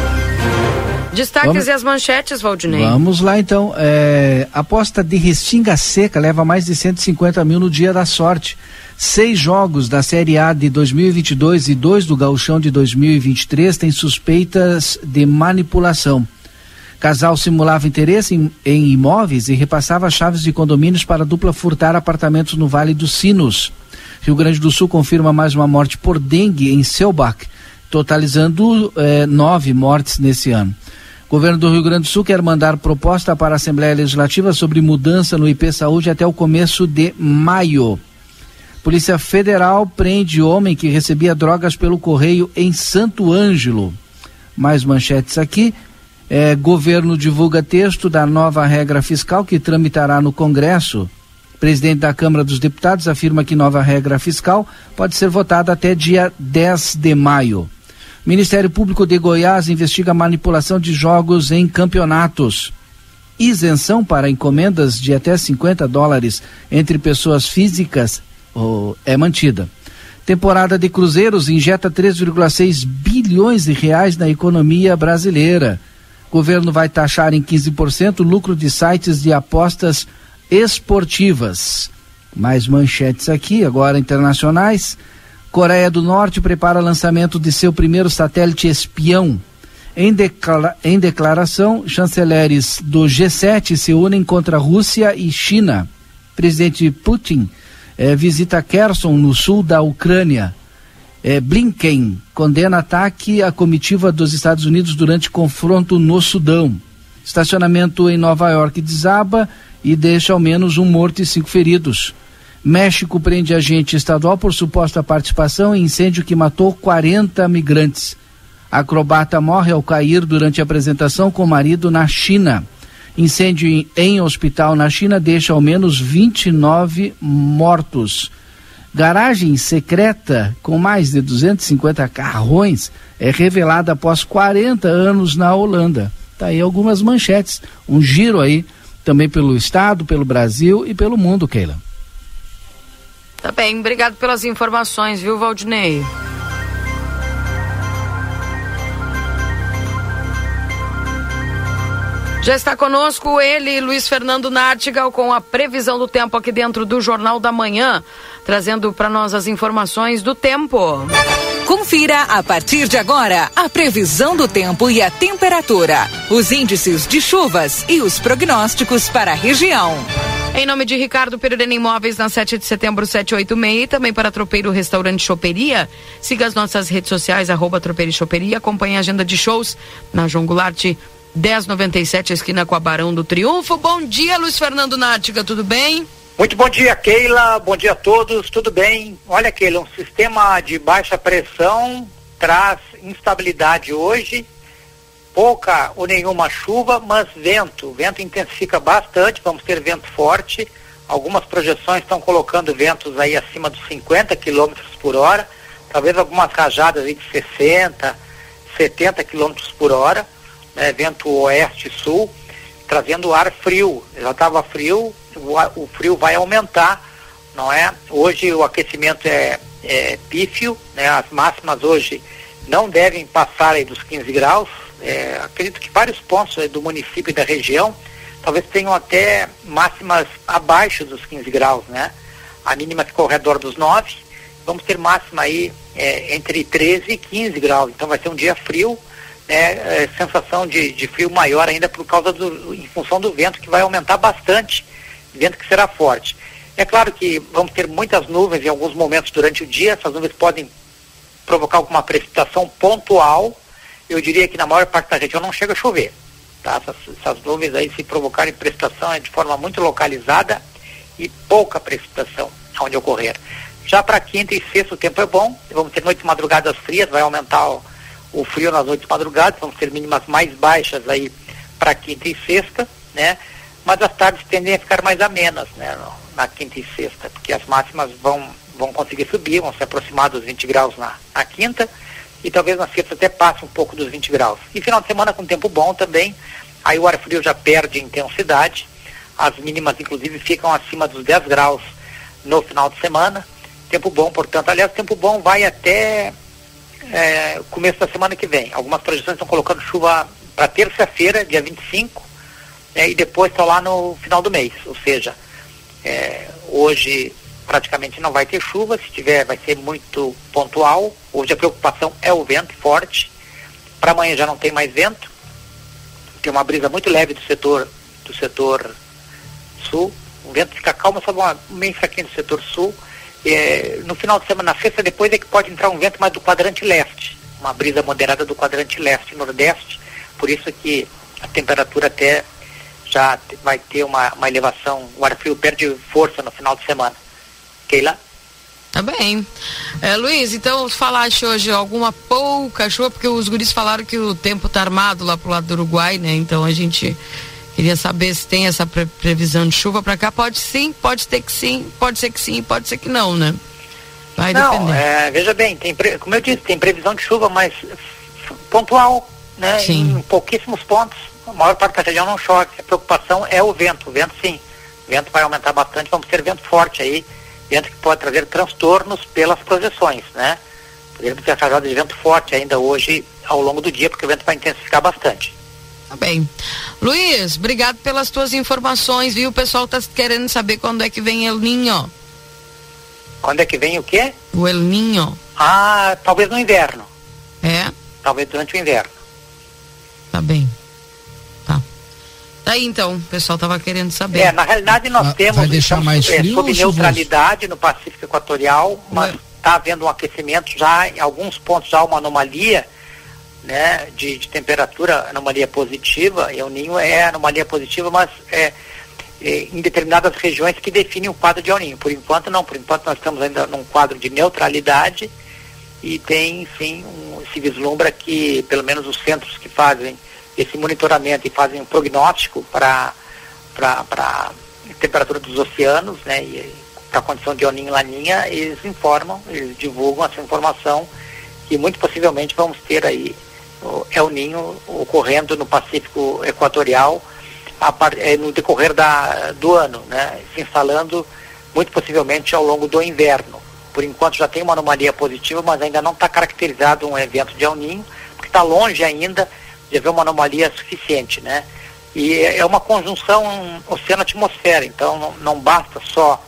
S2: Destaques vamos, e as manchetes, Valdinei.
S4: Vamos lá então. É, aposta de Restinga Seca leva mais de cento e cinquenta mil no Dia da Sorte. Seis jogos da Série A de dois mil e vinte e dois e dois do Gauchão de dois mil e vinte e três têm suspeitas de manipulação. Casal simulava interesse em, em imóveis e repassava chaves de condomínios para a dupla furtar apartamentos no Vale dos Sinos. Rio Grande do Sul confirma mais uma morte por dengue em Selbach, totalizando eh, nove mortes nesse ano. O governo do Rio Grande do Sul quer mandar proposta para a Assembleia Legislativa sobre mudança no I P Saúde até o começo de maio. Polícia Federal prende homem que recebia drogas pelo correio em Santo Ângelo. Mais manchetes aqui. É, governo divulga texto da nova regra fiscal que tramitará no Congresso. Presidente da Câmara dos Deputados afirma que nova regra fiscal pode ser votada até dia dez de maio. Ministério Público de Goiás investiga manipulação de jogos em campeonatos. Isenção para encomendas de até cinquenta dólares entre pessoas físicas oh, é mantida. Temporada de cruzeiros injeta três vírgula seis bilhões de reais na economia brasileira. Governo vai taxar em quinze por cento o lucro de sites de apostas esportivas. Mais manchetes aqui, agora internacionais. Coreia do Norte prepara lançamento de seu primeiro satélite espião. Em, declara- em declaração, chanceleres do G sete se unem contra Rússia e China. Presidente Putin eh, visita Kherson, no sul da Ucrânia. Eh, Blinken condena ataque à comitiva dos Estados Unidos durante confronto no Sudão. Estacionamento em Nova York desaba e deixa ao menos um morto e cinco feridos. México prende agente estadual por suposta participação em incêndio que matou quarenta migrantes. Acrobata morre ao cair durante a apresentação com o marido na China. Incêndio em, em hospital na China deixa ao menos vinte e nove mortos. Garagem secreta com mais de duzentos e cinquenta carrões é revelada após quarenta anos na Holanda. Tá aí algumas manchetes, um giro aí também pelo estado, pelo Brasil e pelo mundo, Keila.
S2: Tá bem, obrigado pelas informações, viu, Valdinei? Já está conosco ele, Luiz Fernando Nartigal, com a previsão do tempo aqui dentro do Jornal da Manhã, trazendo para nós as informações do tempo.
S6: Confira a partir de agora a previsão do tempo e a temperatura, os índices de chuvas e os prognósticos para a região.
S2: Em nome de Ricardo Pereira Imóveis, na sete de setembro, setecentos e oitenta e seis, e também para Tropeiro Restaurante Choperia. Siga as nossas redes sociais, arroba Tropeiro e Choperia. Acompanhe a agenda de shows na João Goulart, dez noventa e sete, esquina com a Barão do Triunfo. Bom dia, Luiz Fernando Nartigal, tudo bem?
S7: Muito bom dia, Keila, bom dia a todos, tudo bem? Olha, Keila, um sistema de baixa pressão traz instabilidade hoje pouca ou nenhuma chuva, mas vento. O vento intensifica bastante, vamos ter vento forte. Algumas projeções estão colocando ventos aí acima dos cinquenta quilômetros por hora, talvez algumas rajadas aí de sessenta, setenta quilômetros por hora, né? Vento oeste e sul, trazendo ar frio. Já estava frio, o, o frio vai aumentar, não é? Hoje o aquecimento é, é pífio, né? As máximas hoje não devem passar aí dos quinze graus. É, acredito que vários pontos aí do município e da região talvez tenham até máximas abaixo dos quinze graus, né? A mínima ficou ao redor dos nove, vamos ter máxima aí é, entre treze e quinze graus, então vai ser um dia frio, né? É, sensação de, de frio maior ainda por causa do, em função do vento, que vai aumentar bastante, vento que será forte. É claro que vamos ter muitas nuvens em alguns momentos durante o dia, essas nuvens podem provocar alguma precipitação pontual. Eu diria que na maior parte da região não chega a chover, tá? Essas, essas nuvens aí, se provocarem precipitação, é de forma muito localizada e pouca precipitação onde ocorrer. Já para quinta e sexta o tempo é bom, vamos ter noites e madrugadas frias, vai aumentar o, o frio nas noites e madrugadas, vamos ter mínimas mais baixas aí para quinta e sexta, né? Mas as tardes tendem a ficar mais amenas, né? No, na quinta e sexta, porque as máximas vão, vão conseguir subir, vão se aproximar dos vinte graus na, na quinta, e talvez na sexta até passe um pouco dos vinte graus. E final de semana com tempo bom também, aí o ar frio já perde intensidade, as mínimas inclusive ficam acima dos dez graus no final de semana, tempo bom, portanto, aliás, tempo bom vai até é, começo da semana que vem. Algumas projeções estão colocando chuva para terça-feira, dia vinte e cinco, né, e depois está lá no final do mês, ou seja, é, hoje praticamente não vai ter chuva, se tiver vai ser muito pontual. Hoje a preocupação é o vento forte, para amanhã já não tem mais vento, tem uma brisa muito leve do setor do setor sul, o vento fica calmo, só uma, bem fraquinho do setor sul. É, no final de semana, na sexta depois é que pode entrar um vento mais do quadrante leste, uma brisa moderada do quadrante leste e nordeste, por isso que a temperatura até já vai ter uma, uma elevação, o ar frio perde força no final de semana. Keila?
S2: Tá bem. É, Luiz, então falaste hoje alguma pouca chuva, porque os guris falaram que o tempo tá armado lá pro lado do Uruguai, né? Então a gente queria saber se tem essa pre- previsão de chuva para cá. Pode sim, pode ter que sim, pode ser que sim, pode ser que não, né? Vai
S7: não,
S2: depender.
S7: É, veja bem, tem pre- como eu disse, tem previsão de chuva, mas f- pontual, né?
S2: Sim.
S7: Em pouquíssimos pontos. A maior parte da região não chove. A preocupação é o vento. O vento sim. O vento vai aumentar bastante, vamos ter vento forte aí, vento que pode trazer transtornos pelas projeções, né? Podemos ter rajada de vento forte ainda hoje ao longo do dia, porque o vento vai intensificar bastante.
S2: Tá bem. Luiz, obrigado pelas tuas informações, viu? O pessoal tá querendo saber quando é que vem El Niño.
S7: Quando é que vem o quê?
S2: O El Niño.
S7: Ah, talvez no inverno.
S2: É?
S7: Talvez durante o inverno.
S2: Tá bem. Tá. Tá aí então, o pessoal tava querendo saber.
S7: É, na realidade nós
S4: Ah,
S7: temos
S4: vai deixar
S7: estamos,
S4: mais
S7: é,
S4: frio
S7: sob
S4: ou chuvoso?
S7: neutralidade no Pacífico Equatorial, mas está havendo um aquecimento já, em alguns pontos já uma anomalia, né, de, de temperatura, anomalia positiva. E o Ninho é anomalia positiva, mas é, é em determinadas regiões que definem o quadro de El Niño. Por enquanto não, por enquanto nós estamos ainda num quadro de neutralidade e tem, enfim, um, se vislumbra que pelo menos os centros que fazem esse monitoramento e fazem um prognóstico para para temperatura dos oceanos, né, e para a condição de El Niño e Laninha, eles informam, eles divulgam essa informação que muito possivelmente vamos ter aí o El Niño ocorrendo no Pacífico Equatorial a par, é, no decorrer da, do ano, né, se instalando muito possivelmente ao longo do inverno. Por enquanto já tem uma anomalia positiva, mas ainda não está caracterizado um evento de El Niño, porque está longe ainda de haver uma anomalia suficiente, né? E é uma conjunção oceano-atmosfera, então não, não basta só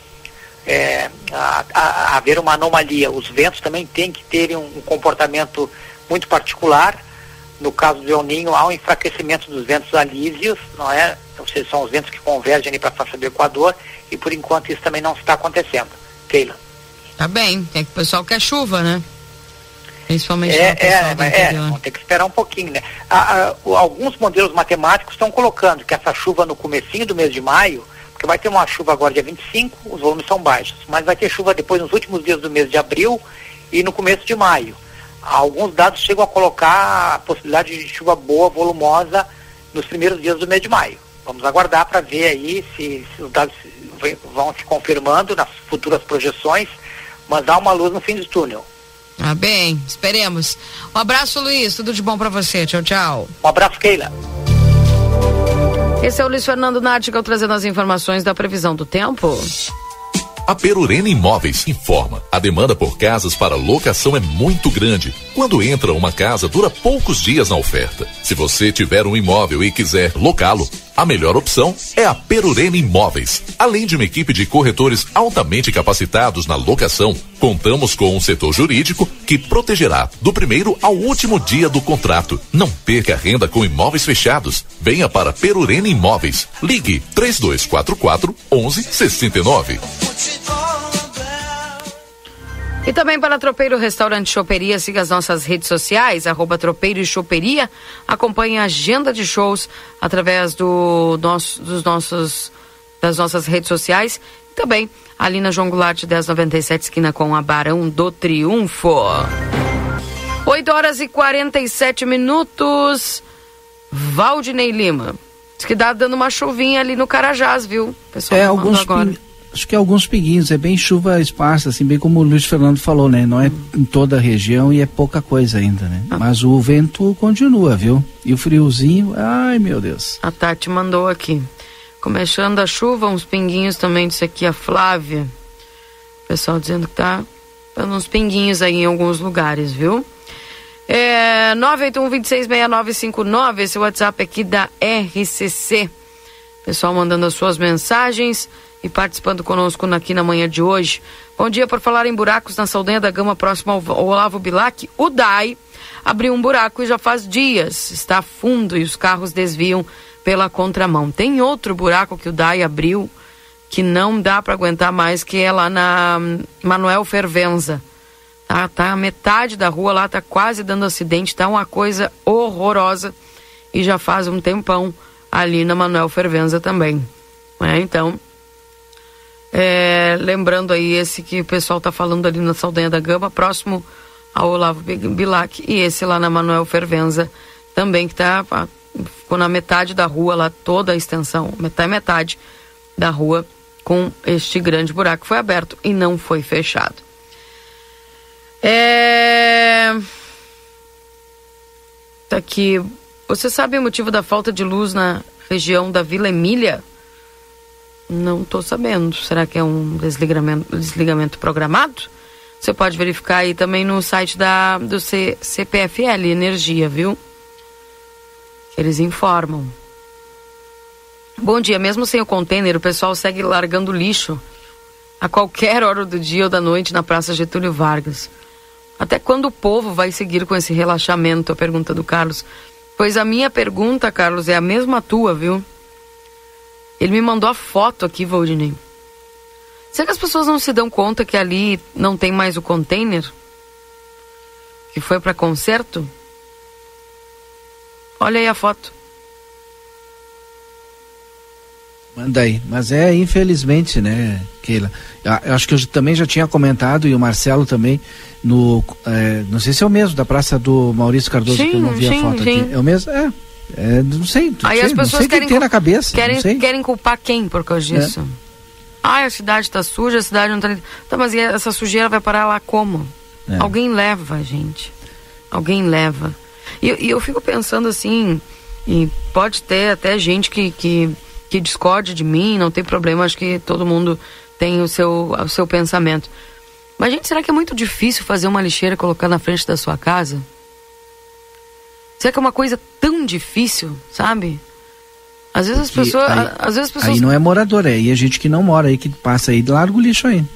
S7: é, a, a, a haver uma anomalia, os ventos também têm que ter um, um comportamento muito particular. No caso do El Niño, há um enfraquecimento dos ventos alísios, não é? Ou seja, são os ventos que convergem para a faixa do Equador, e por enquanto isso também não está acontecendo. Keila?
S2: Tá bem, é que o pessoal quer chuva, né? Principalmente
S7: é,
S2: no pessoal
S7: é,
S2: do
S7: é,
S2: interior.
S7: vamos ter que esperar um pouquinho, né? A, a, o, alguns modelos matemáticos estão colocando que essa chuva no comecinho do mês de maio, porque vai ter uma chuva agora dia vinte e cinco, os volumes são baixos, mas vai ter chuva depois nos últimos dias do mês de abril e no começo de maio. Alguns dados chegam a colocar a possibilidade de chuva boa, volumosa, nos primeiros dias do mês de maio. Vamos aguardar para ver aí se, se os dados vão se confirmando nas futuras projeções, mas há uma luz no fim do túnel.
S2: Ah, bem, esperemos. Um abraço, Luiz, tudo de bom para você, tchau, tchau.
S7: Um abraço, Keila.
S2: Esse é o Luiz Fernando Nartigal trazendo as informações da previsão do tempo.
S8: A Perurena Imóveis informa: a demanda por casas para locação é muito grande. Quando entra uma casa, dura poucos dias na oferta. Se você tiver um imóvel e quiser locá-lo, a melhor opção é a Perurena Imóveis. Além de uma equipe de corretores altamente capacitados na locação, contamos com um setor jurídico que protegerá do primeiro ao último dia do contrato. Não perca a renda com imóveis fechados. Venha para Perurena Imóveis. Ligue três dois quatro quatro, onze sessenta e nove.
S2: E também para Tropeiro Restaurante Choperia, siga as nossas redes sociais, arroba Tropeiro e Choperia. Acompanhe a agenda de shows através do nosso, dos nossos, das nossas redes sociais. E também ali na João Goulart dez noventa e sete, esquina com a Barão do Triunfo. oito horas e quarenta e sete minutos. Valdinei Lima. Diz que dá dando uma chuvinha ali no Carajás, viu? Pessoal,
S4: é, alguns agora. Acho que alguns pinguinhos, é bem chuva esparsa, assim, bem como o Luiz Fernando falou, né? Não é hum. em toda a região e é pouca coisa ainda, né? Ah. Mas o vento continua, viu? E o friozinho, ai meu Deus.
S2: A Tati mandou aqui. Começando a chuva, uns pinguinhos também, disse aqui a Flávia. O pessoal dizendo que tá dando uns pinguinhos aí em alguns lugares, viu? É, nove oito um, dois seis, seis nove cinco nove, esse WhatsApp aqui da R C C. Pessoal mandando as suas mensagens e participando conosco aqui na manhã de hoje. Bom dia. Por falar em buracos na Saldanha da Gama, próximo ao Olavo Bilac, o D A I abriu um buraco e já faz dias. Está fundo e os carros desviam pela contramão. Tem outro buraco que o D A I abriu que não dá para aguentar mais, que é lá na Manuel Fervenza. Tá, tá a metade da rua lá, tá quase dando acidente, tá uma coisa horrorosa e já faz um tempão ali na Manuel Fervenza também. É, então... É, lembrando aí esse que o pessoal tá falando ali na Saldanha da Gama, próximo ao Olavo Bilac, e esse lá na Manuel Fervenza também, que tá, ficou na metade da rua lá, toda a extensão, metade metade da rua, com este grande buraco. Foi aberto e não foi fechado. É... Tá aqui. Você sabe o motivo da falta de luz na região da Vila Emília? Não estou sabendo. Será que é um desligamento, desligamento programado? Você pode verificar aí também no site da, do C, C P F L Energia, viu? Eles informam. Bom dia. Mesmo sem o container, o pessoal segue largando lixo a qualquer hora do dia ou da noite na Praça Getúlio Vargas. Até quando o povo vai seguir com esse relaxamento? A pergunta do Carlos. Pois a minha pergunta, Carlos, é a mesma tua, viu? Ele me mandou a foto aqui, Valdinei. Será que as pessoas não se dão conta que ali não tem mais o container? Que foi para conserto? Olha aí a foto.
S4: Manda aí. Mas é, infelizmente, né, Keila? Eu acho que eu também já tinha comentado, e o Marcelo também, no, é, não sei se é o mesmo, da Praça do Maurício Cardoso, sim, que eu não vi sim, a foto sim. aqui. É o mesmo? É. É, não sei,
S2: aí
S4: sei,
S2: as pessoas
S4: não sei
S2: querem
S4: que tem na cabeça.
S2: Querem, querem culpar quem por causa disso? É. Ah, a cidade está suja, a cidade não está... Tá, mas e essa sujeira vai parar lá como? É. Alguém leva, gente. Alguém leva. E, e eu fico pensando assim, e pode ter até gente que, que, que discorde de mim, não tem problema, acho que todo mundo tem o seu, o seu pensamento. Mas, gente, será que é muito difícil fazer uma lixeira e colocar na frente da sua casa? Será que é uma coisa tão difícil, sabe? Às vezes as pessoas...
S4: Aí,
S2: às vezes as pessoas...
S4: aí não é morador, é aí a gente que não mora aí, que passa aí, larga o lixo aí.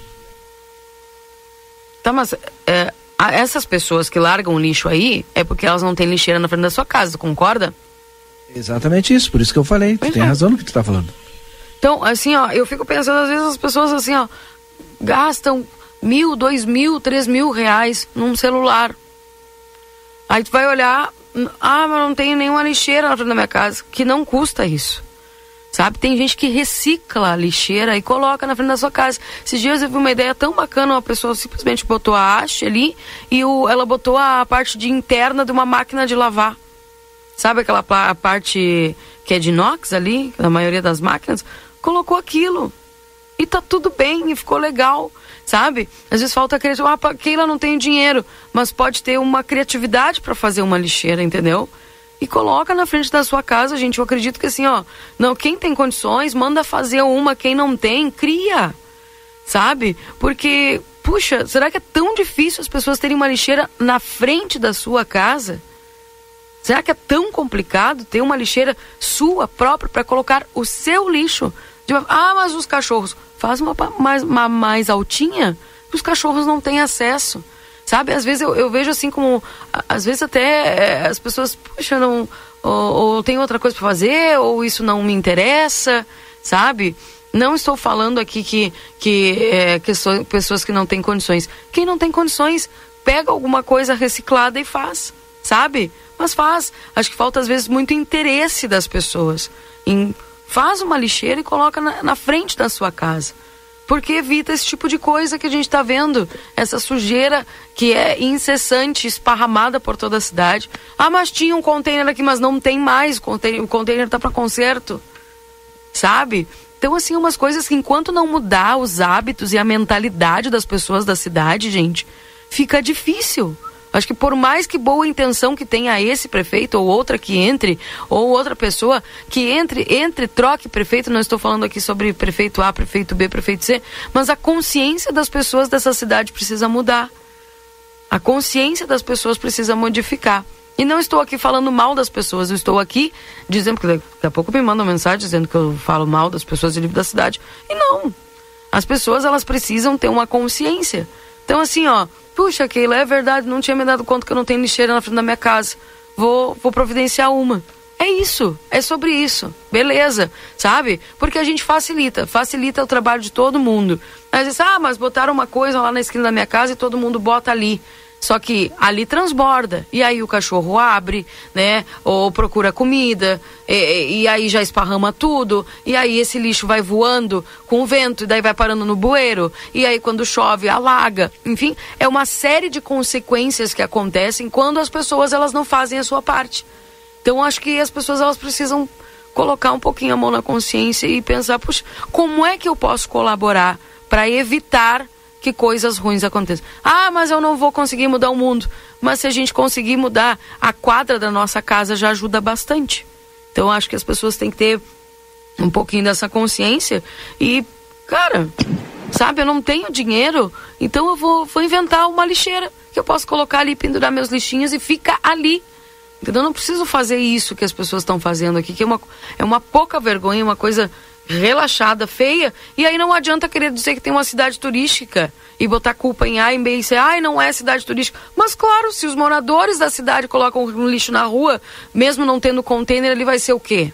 S2: Tá, mas é, essas pessoas que largam o lixo aí, é porque elas não têm lixeira na frente da sua casa, concorda?
S4: Exatamente isso, por isso que eu falei. Pois tu tem é. razão no que tu tá falando.
S2: Então, assim, ó, eu fico pensando, às vezes as pessoas, assim, ó, gastam mil, dois mil, três mil reais num celular. Aí tu vai olhar... Ah, mas não tenho nenhuma lixeira na frente da minha casa. Que não custa isso. Sabe? Tem gente que recicla a lixeira e coloca na frente da sua casa. Esses dias eu vi uma ideia tão bacana, uma pessoa simplesmente botou a haste ali e o, ela botou a parte de interna de uma máquina de lavar. Sabe aquela a parte que é de inox ali, na maioria das máquinas? Colocou aquilo. E tá tudo bem, e ficou legal, sabe? Às vezes falta criatividade. Ah, Keila não tem dinheiro, mas pode ter uma criatividade para fazer uma lixeira, entendeu? E coloca na frente da sua casa, gente. Eu acredito que assim, ó, não, quem tem condições, manda fazer uma. Quem não tem, cria, sabe? Porque, puxa, será que é tão difícil as pessoas terem uma lixeira na frente da sua casa? Será que é tão complicado ter uma lixeira sua própria para colocar o seu lixo? Ah, mas os cachorros, faz uma mais, uma mais altinha, que os cachorros não têm acesso. Sabe, às vezes eu, eu vejo assim como, às vezes até é, as pessoas, puxa, não, ou, ou tem outra coisa para fazer, ou isso não me interessa, sabe? Não estou falando aqui que, que, é, que são pessoas que não têm condições. Quem não tem condições, pega alguma coisa reciclada e faz, sabe? Mas faz. Acho que falta às vezes muito interesse das pessoas em faz uma lixeira e coloca na, na frente da sua casa. Porque evita esse tipo de coisa que a gente está vendo. Essa sujeira que é incessante, esparramada por toda a cidade. Ah, mas tinha um container aqui, mas não tem mais. O container, o container está para conserto. Sabe? Então, assim, umas coisas que enquanto não mudar os hábitos e a mentalidade das pessoas da cidade, gente, fica difícil. Acho que por mais que boa intenção que tenha esse prefeito ou outra que entre, ou outra pessoa que entre, entre, troque prefeito, não estou falando aqui sobre prefeito A, prefeito B, prefeito C, mas a consciência das pessoas dessa cidade precisa mudar. A consciência das pessoas precisa modificar. E não estou aqui falando mal das pessoas, eu estou aqui dizendo, que daqui a pouco me mandam mensagem dizendo que eu falo mal das pessoas de livre da cidade. E não. As pessoas, elas precisam ter uma consciência. Então, assim, ó, puxa, Keila, é verdade, não tinha me dado conta que eu não tenho lixeira na frente da minha casa. Vou, vou providenciar uma. É isso, é sobre isso. Beleza, sabe? Porque a gente facilita, facilita o trabalho de todo mundo. Às vezes, ah, mas botaram uma coisa lá na esquina da minha casa e todo mundo bota ali. Só que ali transborda, e aí o cachorro abre, né, ou procura comida, e, e aí já esparrama tudo, e aí esse lixo vai voando com o vento, e daí vai parando no bueiro, e aí quando chove alaga, enfim, é uma série de consequências que acontecem quando as pessoas, elas não fazem a sua parte. Então acho que as pessoas, elas precisam colocar um pouquinho a mão na consciência e pensar, puxa, como é que eu posso colaborar para evitar que coisas ruins aconteçam? Ah, mas eu não vou conseguir mudar o mundo. Mas se a gente conseguir mudar a quadra da nossa casa, já ajuda bastante. Então acho que as pessoas têm que ter um pouquinho dessa consciência e, cara, sabe, eu não tenho dinheiro, então eu vou, vou inventar uma lixeira que eu posso colocar ali, pendurar meus lixinhos e fica ali. Então eu não preciso fazer isso que as pessoas estão fazendo aqui, que é uma, é uma pouca vergonha, uma coisa relaxada, feia, e aí não adianta querer dizer que tem uma cidade turística e botar culpa em A e B e C. Ai, não é cidade turística. Mas claro, se os moradores da cidade colocam um lixo na rua, mesmo não tendo container, ele vai ser o quê?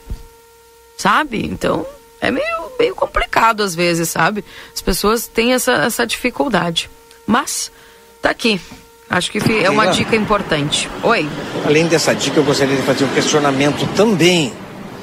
S2: Sabe? Então, é meio, meio complicado às vezes, sabe? As pessoas têm essa, essa dificuldade. Mas, tá aqui. Acho que é uma dica importante. Oi.
S5: Além dessa dica, eu gostaria de fazer um questionamento também.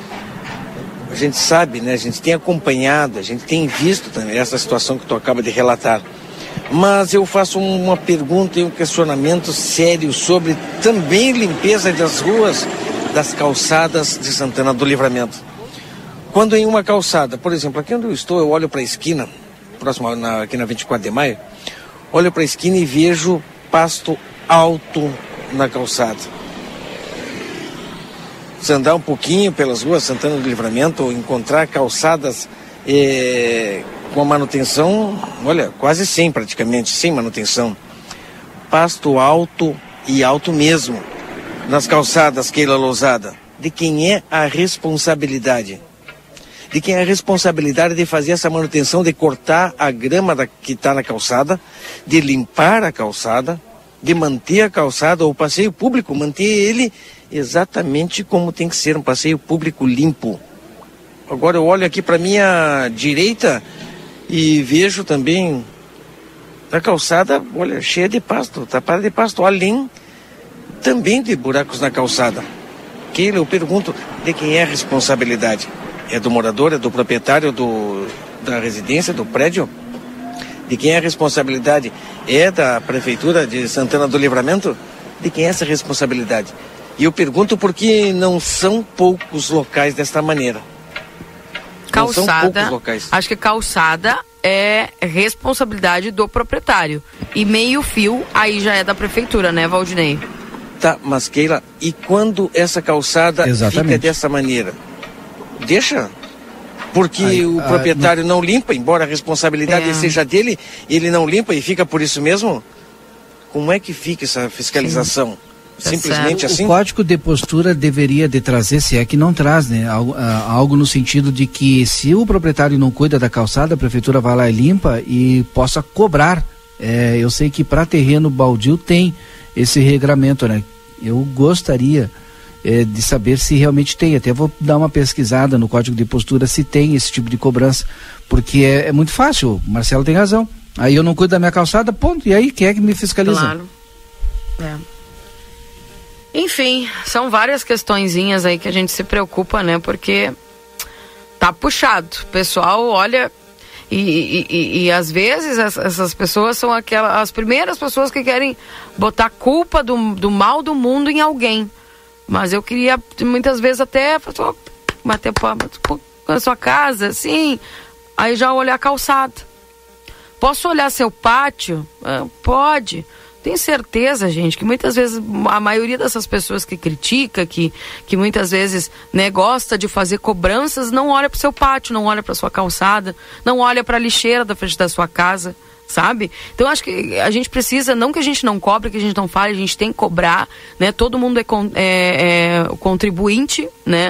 S5: A gente sabe, né? A gente tem acompanhado, a gente tem visto também essa situação que tu acaba de relatar. Mas eu faço uma pergunta e um questionamento sério sobre também limpeza das ruas, das calçadas de Santana do Livramento. Quando em uma calçada, por exemplo, aqui onde eu estou, eu olho para a esquina, próximo na, aqui na vinte e quatro de maio, olho para a esquina e vejo pasto alto na calçada. Se andar um pouquinho pelas ruas Santana do Livramento, ou encontrar calçadas eh, com a manutenção, olha, quase sem praticamente, sem manutenção. Pasto alto e alto mesmo nas calçadas, Keila Lousada. De quem é a responsabilidade? De quem é a responsabilidade de fazer essa manutenção, de cortar a grama da, que está na calçada, de limpar a calçada, de manter a calçada, ou o passeio público, manter ele exatamente como tem que ser, um passeio público limpo. Agora eu olho aqui para minha direita e vejo também a calçada, olha, cheia de pasto, tapada de pasto, além também de buracos na calçada. Keila, eu pergunto, de quem é a responsabilidade? É do morador, é do proprietário do, da residência, do prédio? De quem é a responsabilidade? É da Prefeitura de Santana do Livramento? De quem é essa responsabilidade? E eu pergunto por que não são poucos locais desta maneira.
S2: Calçada,
S5: não são poucos locais.
S2: Acho que calçada é responsabilidade do proprietário. E meio fio, aí já é da Prefeitura, né, Valdinei?
S5: Tá, mas Keila, e quando essa calçada
S4: Exatamente.
S5: fica dessa maneira? Deixa... Porque
S4: Aí,
S5: o
S4: ah,
S5: proprietário não... não limpa, embora a responsabilidade
S2: É.
S5: seja dele, ele não limpa e fica por isso mesmo? Como é que fica essa fiscalização?
S2: Tá
S5: Simplesmente
S2: certo.
S5: assim?
S4: O Código de Postura deveria de trazer, se é que não traz, né? Algo, ah, algo no sentido de que se o proprietário não cuida da calçada, a prefeitura vai lá e limpa e possa cobrar. É, eu sei que para terreno baldio tem esse regramento, né? Eu gostaria é, de saber se realmente tem. Até vou dar uma pesquisada no Código de Postura se tem esse tipo de cobrança, porque é, é muito fácil. O Marcelo tem razão. Aí eu não cuido da minha calçada, ponto. E aí, quem é que me fiscaliza?
S2: Claro. É. Enfim, são várias questõezinhas aí que a gente se preocupa, né? Porque tá puxado. O pessoal olha e, e, e, e às vezes as, essas pessoas são aquelas, as primeiras pessoas que querem botar culpa do, do mal do mundo em alguém. Mas eu queria, muitas vezes, até bater palma na sua casa, assim, aí já olhar a calçada. Posso olhar seu pátio? Ah, pode. Tenho certeza, gente, que muitas vezes a maioria dessas pessoas que critica, que, que muitas vezes, né, gosta de fazer cobranças, não olha para o seu pátio, não olha para sua calçada, não olha para a lixeira da frente da sua casa, sabe? Então acho que a gente precisa, não que a gente não cobre, que a gente não fale, a gente tem que cobrar, né? Todo mundo é, con, é, é contribuinte, né?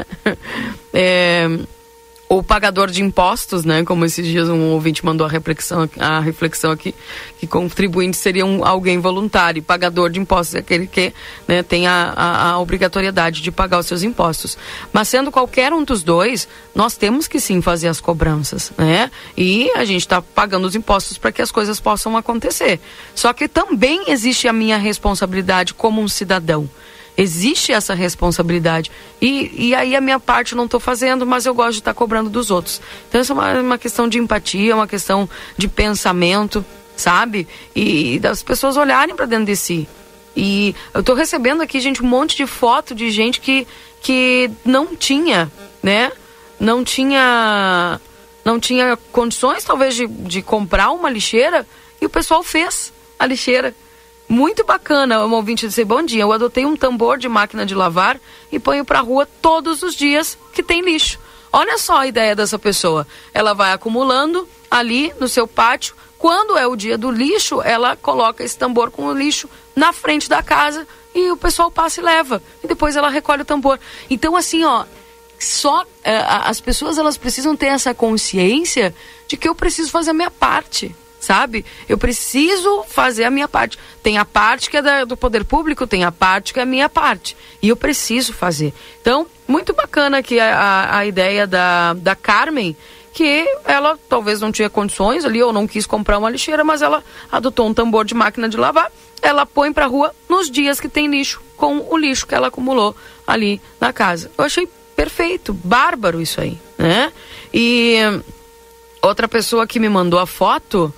S2: É... ou pagador de impostos, né? Como esses dias um ouvinte mandou a reflexão, a reflexão aqui, que contribuinte seria um, alguém voluntário, pagador de impostos é aquele que, né, tem a, a, a obrigatoriedade de pagar os seus impostos. Mas sendo qualquer um dos dois, nós temos que sim fazer as cobranças, né? E a gente está pagando os impostos para que as coisas possam acontecer. Só que também existe a minha responsabilidade como um cidadão. Existe essa responsabilidade. E, e aí a minha parte eu não estou fazendo, mas eu gosto de estar tá cobrando dos outros. Então isso é uma, uma questão de empatia, uma questão de pensamento, sabe? E, e das pessoas olharem para dentro de si. E eu estou recebendo aqui, gente, um monte de foto de gente que, que não tinha, né? Não tinha, não tinha condições, talvez, de, de comprar uma lixeira, e o pessoal fez a lixeira. Muito bacana. Um ouvinte disse: bom dia, eu adotei um tambor de máquina de lavar e ponho pra rua todos os dias que tem lixo. Olha só a ideia dessa pessoa. Ela vai acumulando ali no seu pátio. Quando é o dia do lixo, ela coloca esse tambor com o lixo na frente da casa e o pessoal passa e leva. E depois ela recolhe o tambor. Então, assim, ó, só é, as pessoas, elas precisam ter essa consciência de que eu preciso fazer a minha parte. Sabe? Eu preciso fazer a minha parte. Tem a parte que é da, do poder público, tem a parte que é a minha parte. E eu preciso fazer. Então, muito bacana aqui a, a, a ideia da, da Carmen, que ela talvez não tinha condições ali, ou não quis comprar uma lixeira, mas ela adotou um tambor de máquina de lavar. Ela põe pra rua nos dias que tem lixo, com o lixo que ela acumulou ali na casa. Eu achei perfeito, bárbaro isso aí, né? E outra pessoa que me mandou a foto...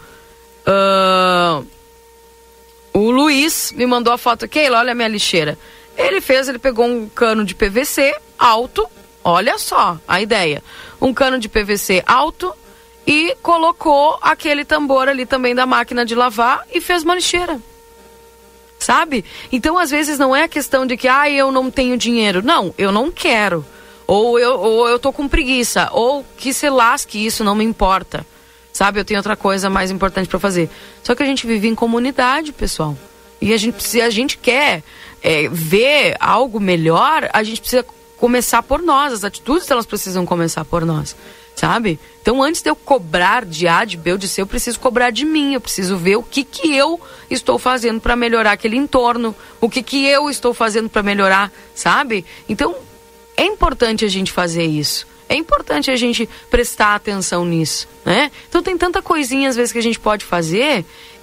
S2: Uh, o Luiz me mandou a foto. Keila, olha a minha lixeira. Ele fez, ele pegou um cano de P V C alto. Olha só a ideia. Um cano de P V C alto e colocou aquele tambor ali também da máquina de lavar e fez uma lixeira. Sabe? Então às vezes não é a questão de que ah, eu não tenho dinheiro. Não, eu não quero. Ou eu, ou eu tô com preguiça. Ou que se lasque, isso não me importa. Sabe, eu tenho outra coisa mais importante para fazer. Só que a gente vive em comunidade, pessoal. E a gente, se a gente quer é, ver algo melhor, a gente precisa começar por nós. As atitudes, elas precisam começar por nós, sabe? Então, antes de eu cobrar de A, de B ou de C, eu preciso cobrar de mim. Eu preciso ver o que, que eu estou fazendo para melhorar aquele entorno. O que, que eu estou fazendo para melhorar, sabe? Então, é importante a gente fazer isso. É importante a gente prestar atenção nisso, né? Então tem tanta coisinha às vezes que a gente pode fazer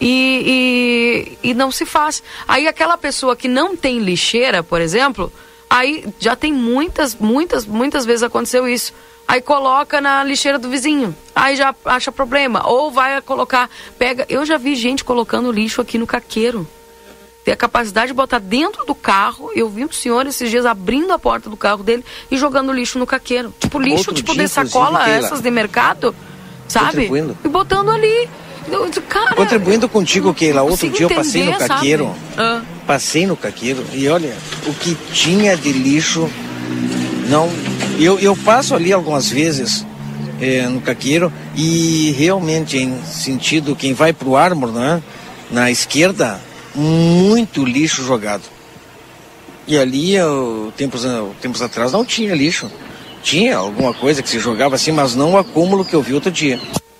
S2: e, e, e não se faz. Aí aquela pessoa que não tem lixeira, por exemplo, aí já tem muitas, muitas, muitas vezes aconteceu isso. aí coloca na lixeira do vizinho, aí já acha problema, ou vai colocar, pega, eu já vi gente colocando lixo aqui no caqueiro, tem a capacidade de botar dentro do carro. Eu vi um senhor esses dias abrindo a porta do carro dele e jogando lixo no caqueiro, tipo lixo,
S5: Outro
S2: tipo
S5: dia,
S2: de sacola, essas de mercado, sabe, e botando ali. Eu, cara,
S5: contribuindo contigo, Keila, outro dia eu passei
S2: entender,
S5: no caqueiro,
S2: ah.
S5: passei no caqueiro e olha, o que tinha de lixo, não, eu, eu passo ali algumas vezes é, no caqueiro e realmente em sentido, quem vai pro Armor, né, na esquerda, muito lixo jogado. E ali, eu, tempos, tempos atrás, não tinha lixo, tinha alguma coisa que se jogava assim, mas não o acúmulo que eu vi outro dia.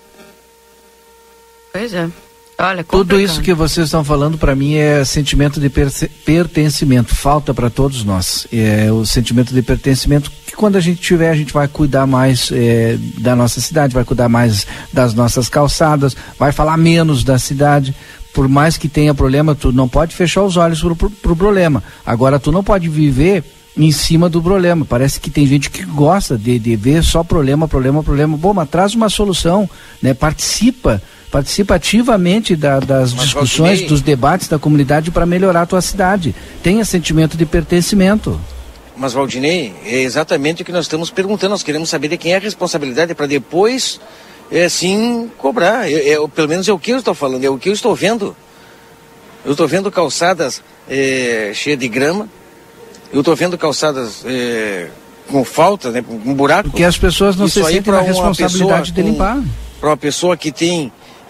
S2: Pois é. Olha,
S4: tudo isso que vocês estão falando para mim é sentimento de pertencimento, falta para todos nós, é o sentimento de pertencimento que quando a gente tiver, a gente vai cuidar mais é, da nossa cidade, vai cuidar mais das nossas calçadas, vai falar menos da cidade. Por mais que tenha problema, tu não pode fechar os olhos pro, pro, pro problema, agora tu não pode viver em cima do problema. Parece que tem gente que gosta de, de ver só problema, problema, problema. Bom, mas traz uma solução, né? Participa Participa ativamente da, das mas discussões, dos debates da comunidade para melhorar a tua cidade. Tenha sentimento de pertencimento.
S5: Mas, Valdinei, é exatamente o que nós estamos perguntando. Nós queremos saber de quem é a responsabilidade para depois, é, sim, cobrar. É, é, pelo menos é o que eu estou falando, é o que eu estou vendo. Eu estou vendo calçadas é, cheias de grama. Eu estou vendo calçadas é, com falta, né, com buraco.
S4: Porque as pessoas não Isso se sentem na responsabilidade de limpar.
S5: Para uma pessoa que tem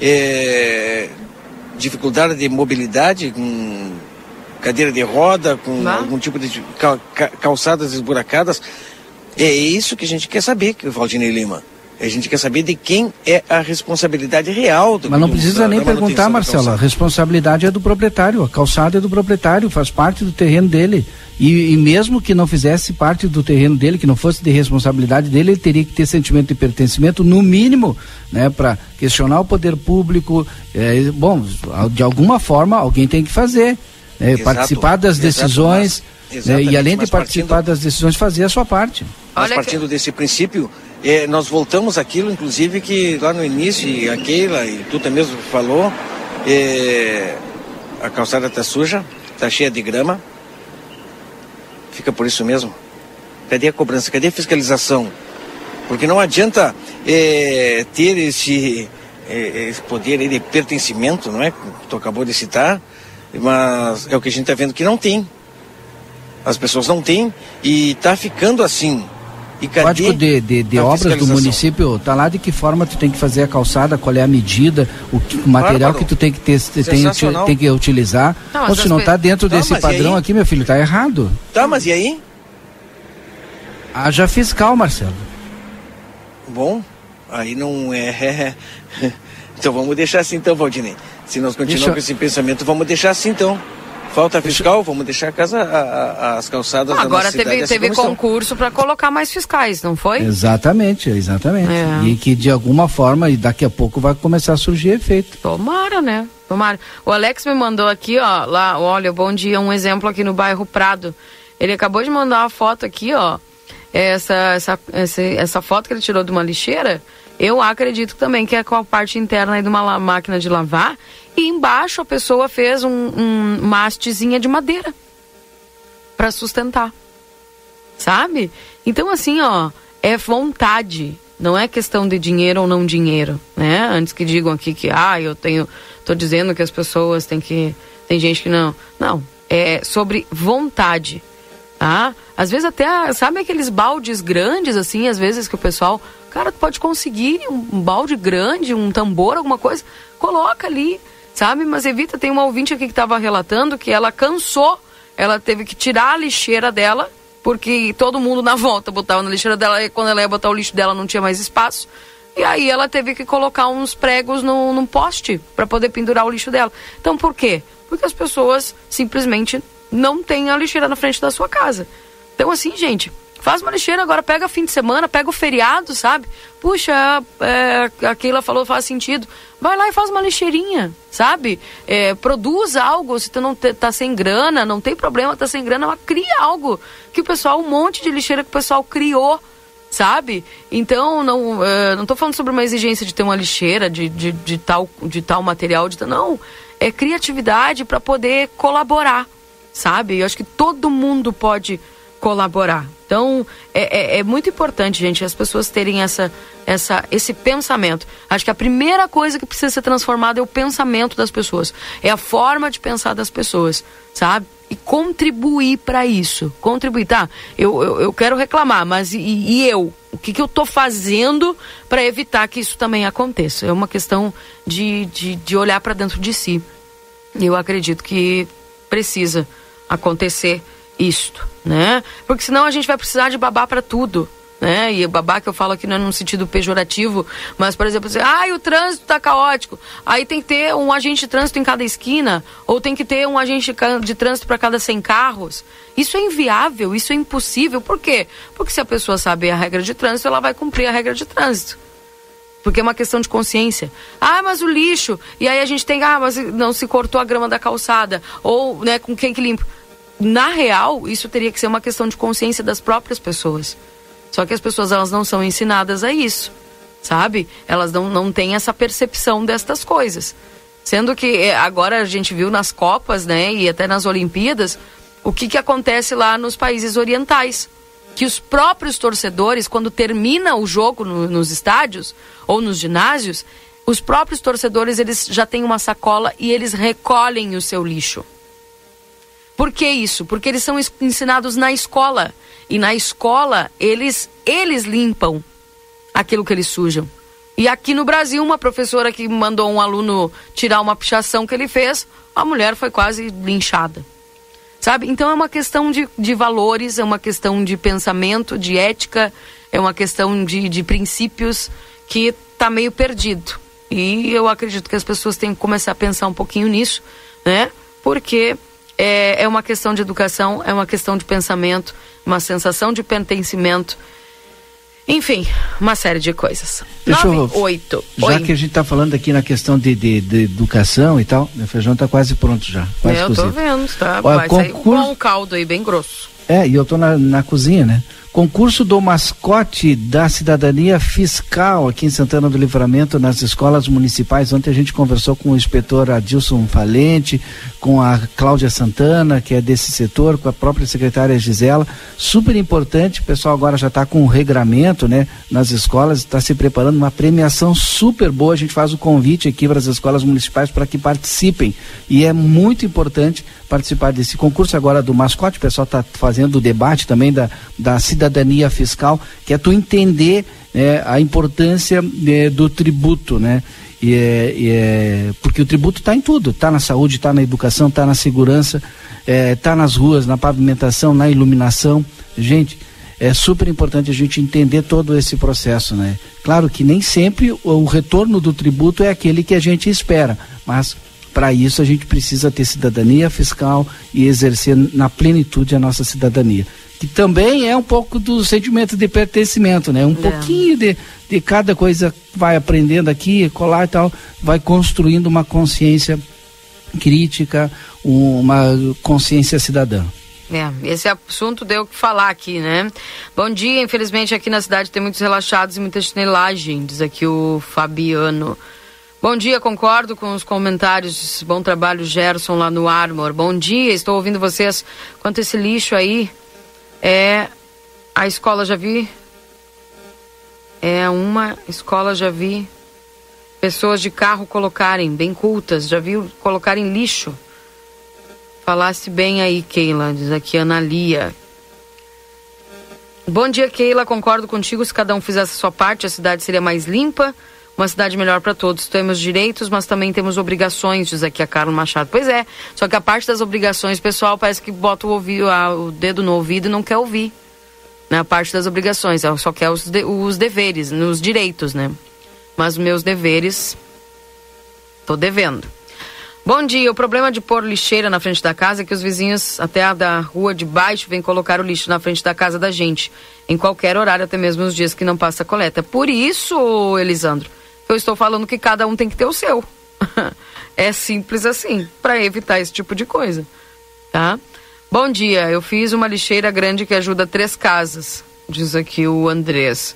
S5: É, dificuldade de mobilidade, com cadeira de roda, com Não. algum tipo de cal, calçadas esburacadas, é isso que a gente quer saber, que o Valdinei Lima. A gente quer saber de quem é a responsabilidade real do
S4: Mas não precisa da, nem da perguntar, Marcelo, a responsabilidade é do proprietário, a calçada é do proprietário, faz parte do terreno dele. E, e mesmo que não fizesse parte do terreno dele, que não fosse de responsabilidade dele, ele teria que ter sentimento de pertencimento, no mínimo, né, para questionar o poder público. É, bom, de alguma forma alguém tem que fazer, né, exato, participar das decisões, exato, mas, né, e além de participar partindo, das decisões, fazer a sua parte.
S5: Mas partindo que... desse princípio, é, nós voltamos àquilo, inclusive, que lá no início, e a Keila, e tu também mesmo falou, é, a calçada está suja, está cheia de grama. Fica por isso mesmo. Cadê a cobrança? Cadê a fiscalização? Porque não adianta é, ter esse, é, esse poder aí de pertencimento, não é? Que tu acabou de citar, mas é o que a gente está vendo que não tem. As pessoas não têm e está ficando assim. E cadê
S4: Código de, de, de obras do município, tá lá de que forma tu tem que fazer a calçada, qual é a medida, o, que, o material Bárbaro. que tu tem que ter, tem, tem que utilizar. Não, Ou se não tá dentro tá, desse padrão aqui, meu filho, tá errado.
S5: Tá, mas e aí?
S4: Haja fiscal, Marcelo.
S5: Bom, aí não é... Então vamos deixar assim então, Valdinei. Se nós continuarmos Deixa... com esse pensamento, vamos deixar assim então. Falta fiscal, vamos deixar a casa, a, a, as calçadas ah, da nossa cidade.
S2: Agora teve, teve concurso para colocar mais fiscais, não foi?
S4: Exatamente, exatamente. É. E que de alguma forma, e daqui a pouco vai começar a surgir efeito.
S2: Tomara, né? Tomara. O Alex me mandou aqui, ó, lá, olha, bom dia, um exemplo aqui no bairro Prado. Ele acabou de mandar uma foto aqui, ó, essa, essa, essa, essa foto que ele tirou de uma lixeira, eu acredito também que é com a parte interna aí de uma máquina de lavar. E embaixo a pessoa fez um, um, uma hastezinha de madeira para sustentar, sabe? Então assim, ó, é vontade, não é questão de dinheiro ou não dinheiro, né? Antes que digam aqui que, ah, eu tenho, tô dizendo que as pessoas têm que, tem gente que não, não, é sobre vontade, tá? Às vezes até, sabe aqueles baldes grandes assim, às vezes que o pessoal, cara, tu pode conseguir um, um balde grande, um tambor, alguma coisa, coloca ali, sabe? Mas evita, tem uma ouvinte aqui que estava relatando que ela cansou, ela teve que tirar a lixeira dela, porque todo mundo na volta botava na lixeira dela, e quando ela ia botar o lixo dela não tinha mais espaço, e aí ela teve que colocar uns pregos no, num poste para poder pendurar o lixo dela. Então por quê? Porque as pessoas simplesmente não têm a lixeira na frente da sua casa. Então assim, gente, faz uma lixeira agora, pega fim de semana, pega o feriado, sabe? Puxa, é, a Keila falou, faz sentido. Vai lá e faz uma lixeirinha, sabe? É, produz algo, se tu não te, tá sem grana, não tem problema, tá sem grana, mas cria algo. Que o pessoal, um monte de lixeira que o pessoal criou, sabe? Então, não uh, não tô falando sobre uma exigência de ter uma lixeira, de, de, de, tal, de tal material, de, não, é criatividade para poder colaborar, sabe? Eu acho que todo mundo pode colaborar. Então, é, é, é muito importante, gente, as pessoas terem essa, essa, esse pensamento. Acho que a primeira coisa que precisa ser transformada é o pensamento das pessoas. É a forma de pensar das pessoas, sabe? E contribuir para isso. Contribuir, tá? Eu, eu, eu quero reclamar, mas e, e eu? O que, que eu tô fazendo para evitar que isso também aconteça? É uma questão de, de, de olhar para dentro de si. E eu acredito que precisa acontecer isto, né? Porque senão a gente vai precisar de babá para tudo, né? E babá que eu falo aqui não é num sentido pejorativo, mas, por exemplo, assim, ah, o trânsito tá caótico, aí tem que ter um agente de trânsito em cada esquina, ou tem que ter um agente de trânsito para cada cem carros. Isso é inviável, isso é impossível. Por quê? Porque se a pessoa sabe a regra de trânsito, ela vai cumprir a regra de trânsito. Porque é uma questão de consciência. Ah, mas o lixo, e aí a gente tem, ah, mas não se cortou a grama da calçada, ou, né, com quem que limpa? Na real, isso teria que ser uma questão de consciência das próprias pessoas. Só que as pessoas, elas não são ensinadas a isso, sabe? Elas não, não têm essa percepção destas coisas. Sendo que agora a gente viu nas Copas, né, e até nas Olimpíadas, o que que acontece lá nos países orientais. Que os próprios torcedores, quando termina o jogo no, nos estádios ou nos ginásios, os próprios torcedores, eles já têm uma sacola e eles recolhem o seu lixo. Por que isso? Porque eles são ensinados na escola. E na escola, eles, eles limpam aquilo que eles sujam. E aqui no Brasil, uma professora que mandou um aluno tirar uma pichação que ele fez, a mulher foi quase linchada. Sabe? Então é uma questão de, de valores, é uma questão de pensamento, de ética, é uma questão de, de princípios que está meio perdido. E eu acredito que as pessoas têm que começar a pensar um pouquinho nisso, né? Porque... É, é uma questão de educação, é uma questão de pensamento, uma sensação de pertencimento, enfim, uma série de coisas.
S4: Deixa
S2: nove, eu, oito.
S4: Já Oi. Que a gente está falando aqui na questão de, de, de educação e tal, meu feijão está quase pronto já. Quase
S2: eu
S4: cozido.
S2: tô vendo, tá?
S4: Olha,
S2: vai
S4: concurso...
S2: sair com um caldo aí bem grosso.
S4: É, e eu tô na, na cozinha, né? Concurso do mascote da cidadania fiscal aqui em Santana do Livramento, nas escolas municipais. Ontem a gente conversou com o inspetor Adilson Valente, com a Cláudia Santana, que é desse setor, com a própria secretária Gisela. Super importante, o pessoal agora já está com o regramento, né, nas escolas, está se preparando uma premiação super boa. A gente faz o convite aqui para as escolas municipais para que participem. E é muito importante participar desse concurso agora do mascote. O pessoal está fazendo o debate também da, da cidadania fiscal, que é tu entender, né, a importância, né, do tributo, né? E é, e é, porque o tributo está em tudo, está na saúde, está na educação, está na segurança, está é, nas ruas, na pavimentação, na iluminação. Gente, é super importante a gente entender todo esse processo, né? Claro que nem sempre o, o retorno do tributo é aquele que a gente espera, mas para isso a gente precisa ter cidadania fiscal e exercer na plenitude a nossa cidadania, que também é um pouco do sentimento de pertencimento, né? Um é. pouquinho de, de cada coisa vai aprendendo aqui, colar e tal, vai construindo uma consciência crítica, uma consciência cidadã.
S2: É, esse assunto deu o que falar aqui, né? Bom dia, infelizmente aqui na cidade tem muitos relaxados e muita chinelagem, diz aqui o Fabiano. Bom dia, concordo com os comentários. Bom trabalho, Gerson, lá no Armor. Bom dia, estou ouvindo vocês. Quanto a esse lixo aí, é a escola, já vi. É uma escola, já vi. Pessoas de carro colocarem, bem cultas, já viu colocarem lixo. Falasse bem aí, Keila, diz aqui Ana Lia. Bom dia, Keila, concordo contigo. Se cada um fizesse a sua parte, a cidade seria mais limpa. Uma cidade melhor para todos. Temos direitos, mas também temos obrigações, diz aqui a Carla Machado. Pois é, só que a parte das obrigações, pessoal, parece que bota o, ouvido, a, o dedo no ouvido e não quer ouvir. Né? A parte das obrigações, ela só quer os, de, os deveres, os direitos, né? Mas meus deveres, tô devendo. Bom dia, o problema de pôr lixeira na frente da casa é que os vizinhos até a da rua de baixo vêm colocar o lixo na frente da casa da gente, em qualquer horário, até mesmo nos dias que não passa a coleta. Por isso, Elisandro, eu estou falando que cada um tem que ter o seu. É simples assim, para evitar esse tipo de coisa, tá? Bom dia, eu fiz uma lixeira grande que ajuda três casas. diz aqui o Andrés.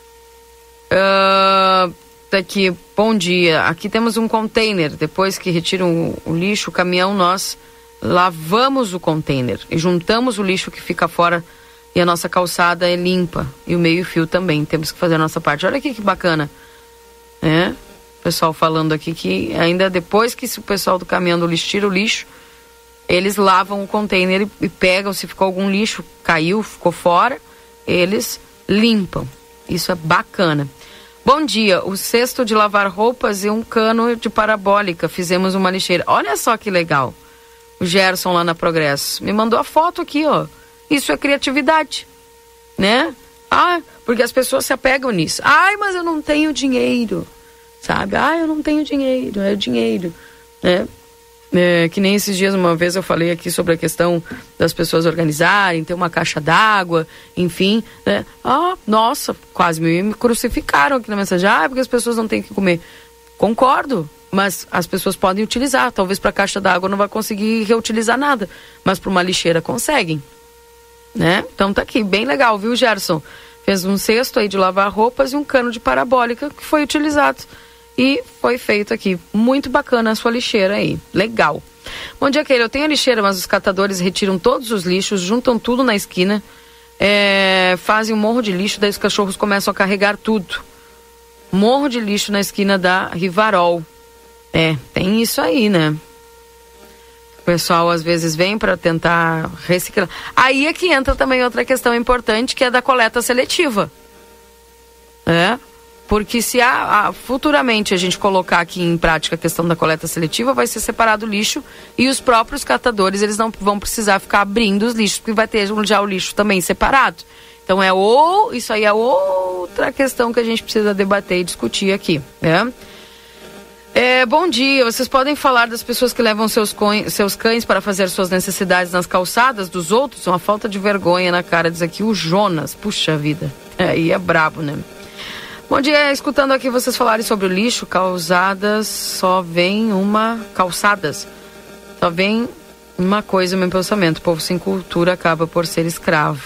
S2: Uh, daqui, bom dia. Aqui temos um container. Depois que retiram o, o lixo, o caminhão, nós lavamos o container e juntamos o lixo que fica fora e a nossa calçada é limpa. E o meio-fio também. Temos que fazer a nossa parte. Olha aqui que bacana. É? O pessoal falando aqui que ainda depois que o pessoal do caminhão do lixo tira o lixo, eles lavam o container e, e pegam, se ficou algum lixo, caiu, ficou fora, eles limpam. Isso é bacana. Bom dia, o cesto de lavar roupas e um cano de parabólica. Fizemos uma lixeira. Olha só que legal. O Gerson lá na Progresso me mandou a foto aqui, ó. Isso é criatividade, né? Ah, porque as pessoas se apegam nisso. Ai, mas eu não tenho dinheiro, sabe? Ai, eu não tenho dinheiro, é o dinheiro, né? É, que nem esses dias, uma vez eu falei aqui sobre a questão das pessoas organizarem, ter uma caixa d'água, enfim, né? Ah, nossa, quase me, me crucificaram aqui na mensagem. Ah, porque as pessoas não têm o que comer. Concordo, mas as pessoas podem utilizar. Talvez para a caixa d'água não vai conseguir reutilizar nada, mas para uma lixeira conseguem, né? Então tá aqui, bem legal, viu, Gerson? Fez um cesto aí de lavar roupas e um cano de parabólica que foi utilizado. E foi feito aqui. Muito bacana a sua lixeira aí. Legal. Bom dia, Keila. Eu tenho a lixeira, mas os catadores retiram todos os lixos, juntam tudo na esquina, é, fazem um morro de lixo, daí os cachorros começam a carregar tudo. Morro de lixo na esquina da Rivarol. É, tem isso aí, né? O pessoal às vezes vem para tentar reciclar. Aí é que entra também outra questão importante, que é da coleta seletiva. É? Porque se há, há, futuramente a gente colocar aqui em prática a questão da coleta seletiva, vai ser separado o lixo e os próprios catadores, eles não vão precisar ficar abrindo os lixos, porque vai ter já o lixo também separado. Então é ou, isso aí é outra questão que a gente precisa debater e discutir aqui, né? É, bom dia, vocês podem falar das pessoas que levam seus, cões, seus cães para fazer suas necessidades nas calçadas dos outros? Uma falta de vergonha na cara, diz aqui o Jonas. Puxa vida, aí é brabo, né? Bom dia, escutando aqui vocês falarem sobre o lixo, calçadas, só vem uma... Calçadas, só vem uma coisa no meu pensamento, o povo sem cultura acaba por ser escravo.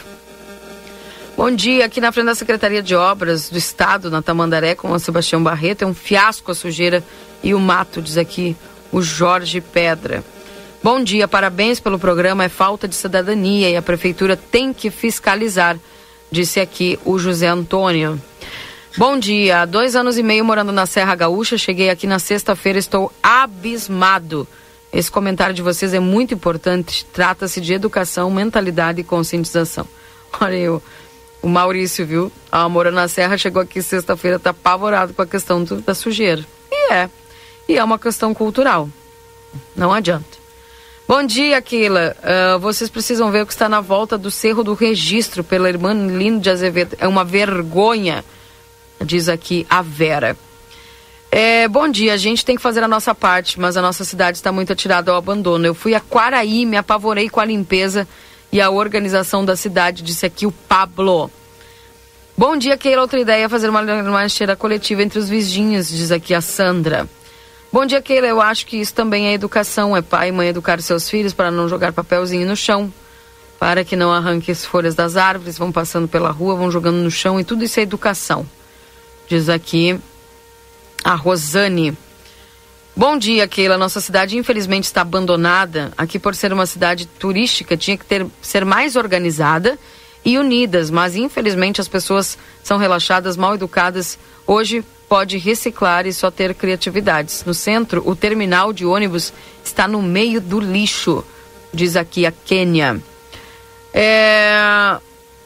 S2: Bom dia, aqui na frente da Secretaria de Obras do Estado, na Tamandaré, com o Sebastião Barreto, é um fiasco a sujeira e o mato, diz aqui o Jorge Pedra. Bom dia, parabéns pelo programa, é falta de cidadania e a Prefeitura tem que fiscalizar, disse aqui o José Antônio. Bom dia, há dois anos e meio morando na Serra Gaúcha, cheguei aqui na sexta-feira, estou abismado. Esse comentário de vocês é muito importante, trata-se de educação, mentalidade e conscientização. Olha eu, o Maurício, viu? Ah, morando na Serra, chegou aqui sexta-feira, tá apavorado com a questão do, da sujeira. E é, e é uma questão cultural, não adianta. Bom dia, Keila. Uh, vocês precisam ver o que está na volta do Cerro do Registro pela irmã Lino de Azevedo. É uma vergonha, diz aqui a Vera. É, bom dia, a gente tem que fazer a nossa parte, mas a nossa cidade está muito atirada ao abandono. Eu fui a Quaraí, me apavorei com a limpeza e a organização da cidade, disse aqui o Pablo. Bom dia, Keila. Outra ideia é fazer uma, uma lixeira coletiva entre os vizinhos, diz aqui a Sandra. Bom dia, Keila. Eu acho que isso também é educação, é pai e mãe educar seus filhos para não jogar papelzinho no chão, para que não arranque as folhas das árvores, vão passando pela rua, vão jogando no chão, e tudo isso é educação. Diz aqui a Rosane. Bom dia, Keila. Nossa cidade infelizmente está abandonada. Aqui, por ser uma cidade turística, tinha que ter, ser mais organizada e unidas, mas infelizmente as pessoas são relaxadas, mal educadas. Hoje pode reciclar e só ter criatividades. No centro, o terminal de ônibus está no meio do lixo, diz aqui a Quênia. É...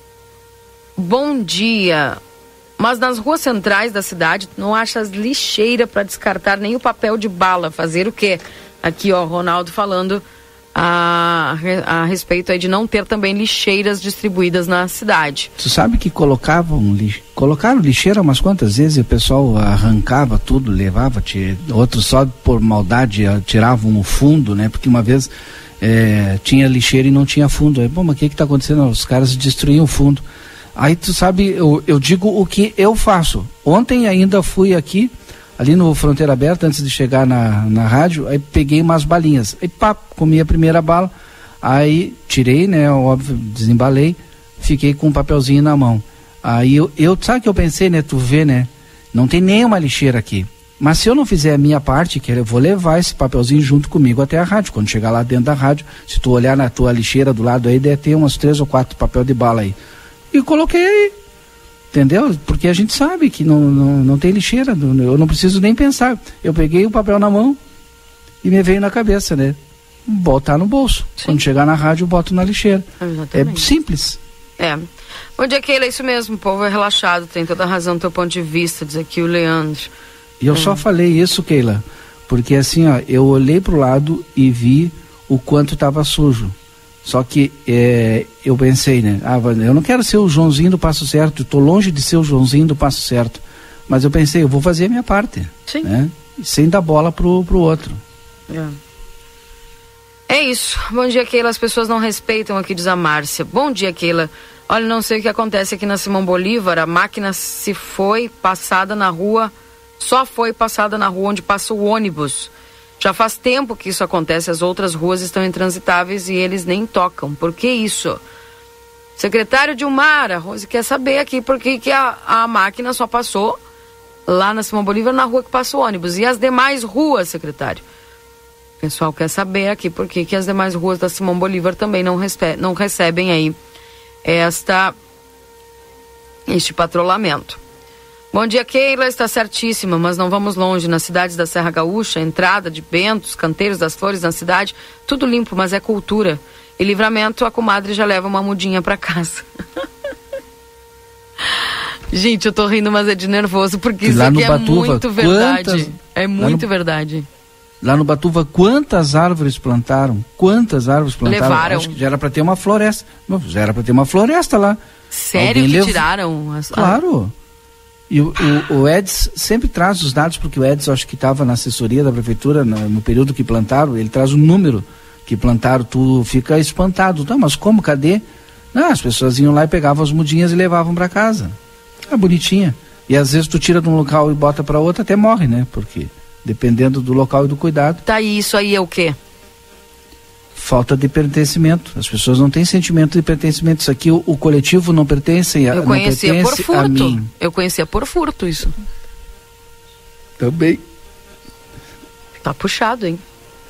S2: Bom dia. Mas nas ruas centrais da cidade não acha as lixeiras para descartar nem o papel de bala. Fazer o quê? Aqui, ó, Ronaldo falando a, a respeito aí de não ter também lixeiras distribuídas na cidade.
S4: Tu sabe que colocavam lix... colocaram lixeira umas quantas vezes e o pessoal arrancava tudo, levava, tira... outros só por maldade tiravam o fundo, né? Porque uma vez é, tinha lixeira e não tinha fundo. Aí, bom, mas o que que tá acontecendo? Os caras destruíam o fundo. Aí tu sabe, eu, eu digo o que eu faço. Ontem ainda fui aqui, ali no Fronteira Aberta, antes de chegar na, na rádio, aí peguei umas balinhas. Aí pá, comi a primeira bala, aí tirei, né, óbvio, desembalei, fiquei com um papelzinho na mão. Aí eu, eu, sabe o que eu pensei, né? Tu vê, né? Não tem nenhuma lixeira aqui. Mas se eu não fizer a minha parte, que eu vou levar esse papelzinho junto comigo até a rádio. Quando chegar lá dentro da rádio, se tu olhar na tua lixeira do lado aí, deve ter umas três ou quatro papel de bala aí. E coloquei aí. Entendeu? Porque a gente sabe que não, não, não tem lixeira. Eu não preciso nem pensar. Eu peguei o papel na mão e me veio na cabeça, né? Botar no bolso. Sim. Quando chegar na rádio, eu boto na lixeira. Exatamente. É simples.
S2: É. Bom dia, Keila, é isso mesmo. O povo é relaxado, tem toda a razão do teu ponto de vista, diz aqui o Leandro.
S4: E eu hum. só falei isso, Keila, porque assim, ó, eu olhei pro lado e vi o quanto estava sujo. Só que é, eu pensei, né? Ah, eu não quero ser o Joãozinho do Passo Certo, estou longe de ser o Joãozinho do Passo Certo. Mas eu pensei, eu vou fazer a minha parte. Sim. Né? Sem dar bola pro, pro outro.
S2: É. É isso. Bom dia, Keila. As pessoas não respeitam aqui, diz a Márcia. Bom dia, Keila. Olha, não sei o que acontece aqui na Simão Bolívar. A máquina se foi passada na rua, só foi passada na rua onde passa o ônibus. Já faz tempo que isso acontece. As outras ruas estão intransitáveis e eles nem tocam. Por que isso? Secretário Dilmar, a Rose quer saber aqui por que, que a, a máquina só passou lá na Simão Bolívar, na rua que passa o ônibus. E as demais ruas, secretário? O pessoal quer saber aqui por que, que as demais ruas da Simão Bolívar também não, respe- não recebem aí esta, este patrulhamento. Bom dia, Keila, está certíssima, mas não vamos longe. Nas cidades da Serra Gaúcha, entrada de Bentos, canteiros das flores na cidade, tudo limpo, mas é cultura. E Livramento, a comadre já leva uma mudinha para casa. Gente, eu tô rindo, mas é de nervoso, porque isso aqui é Batuva, muito verdade. Quantas... É muito no... verdade.
S4: Lá no Batuva, quantas árvores plantaram? Quantas árvores plantaram?
S2: Levaram.
S4: Acho que já era para ter uma floresta. Não, já era para ter uma floresta lá.
S2: Sério que lev... tiraram? As...
S4: Claro. E o, o, o Eds sempre traz os dados, porque o Eds, acho que estava na assessoria da prefeitura no, no período que plantaram, ele traz o número que plantaram, tu fica espantado. Tá, mas como? Cadê? Não, as pessoas iam lá e pegavam as mudinhas e levavam para casa. É bonitinha. E às vezes tu tira de um local e bota para outro, até morre, né? Porque dependendo do local e do cuidado.
S2: Tá, e isso aí é o quê?
S4: Falta de pertencimento. As pessoas não têm sentimento de pertencimento. Isso aqui, o, o coletivo não pertence a,
S2: Eu conhecia
S4: não
S2: por
S4: pertence
S2: furto.
S4: a mim.
S2: Eu conhecia por furto isso.
S4: Também.
S2: Tá puxado, hein?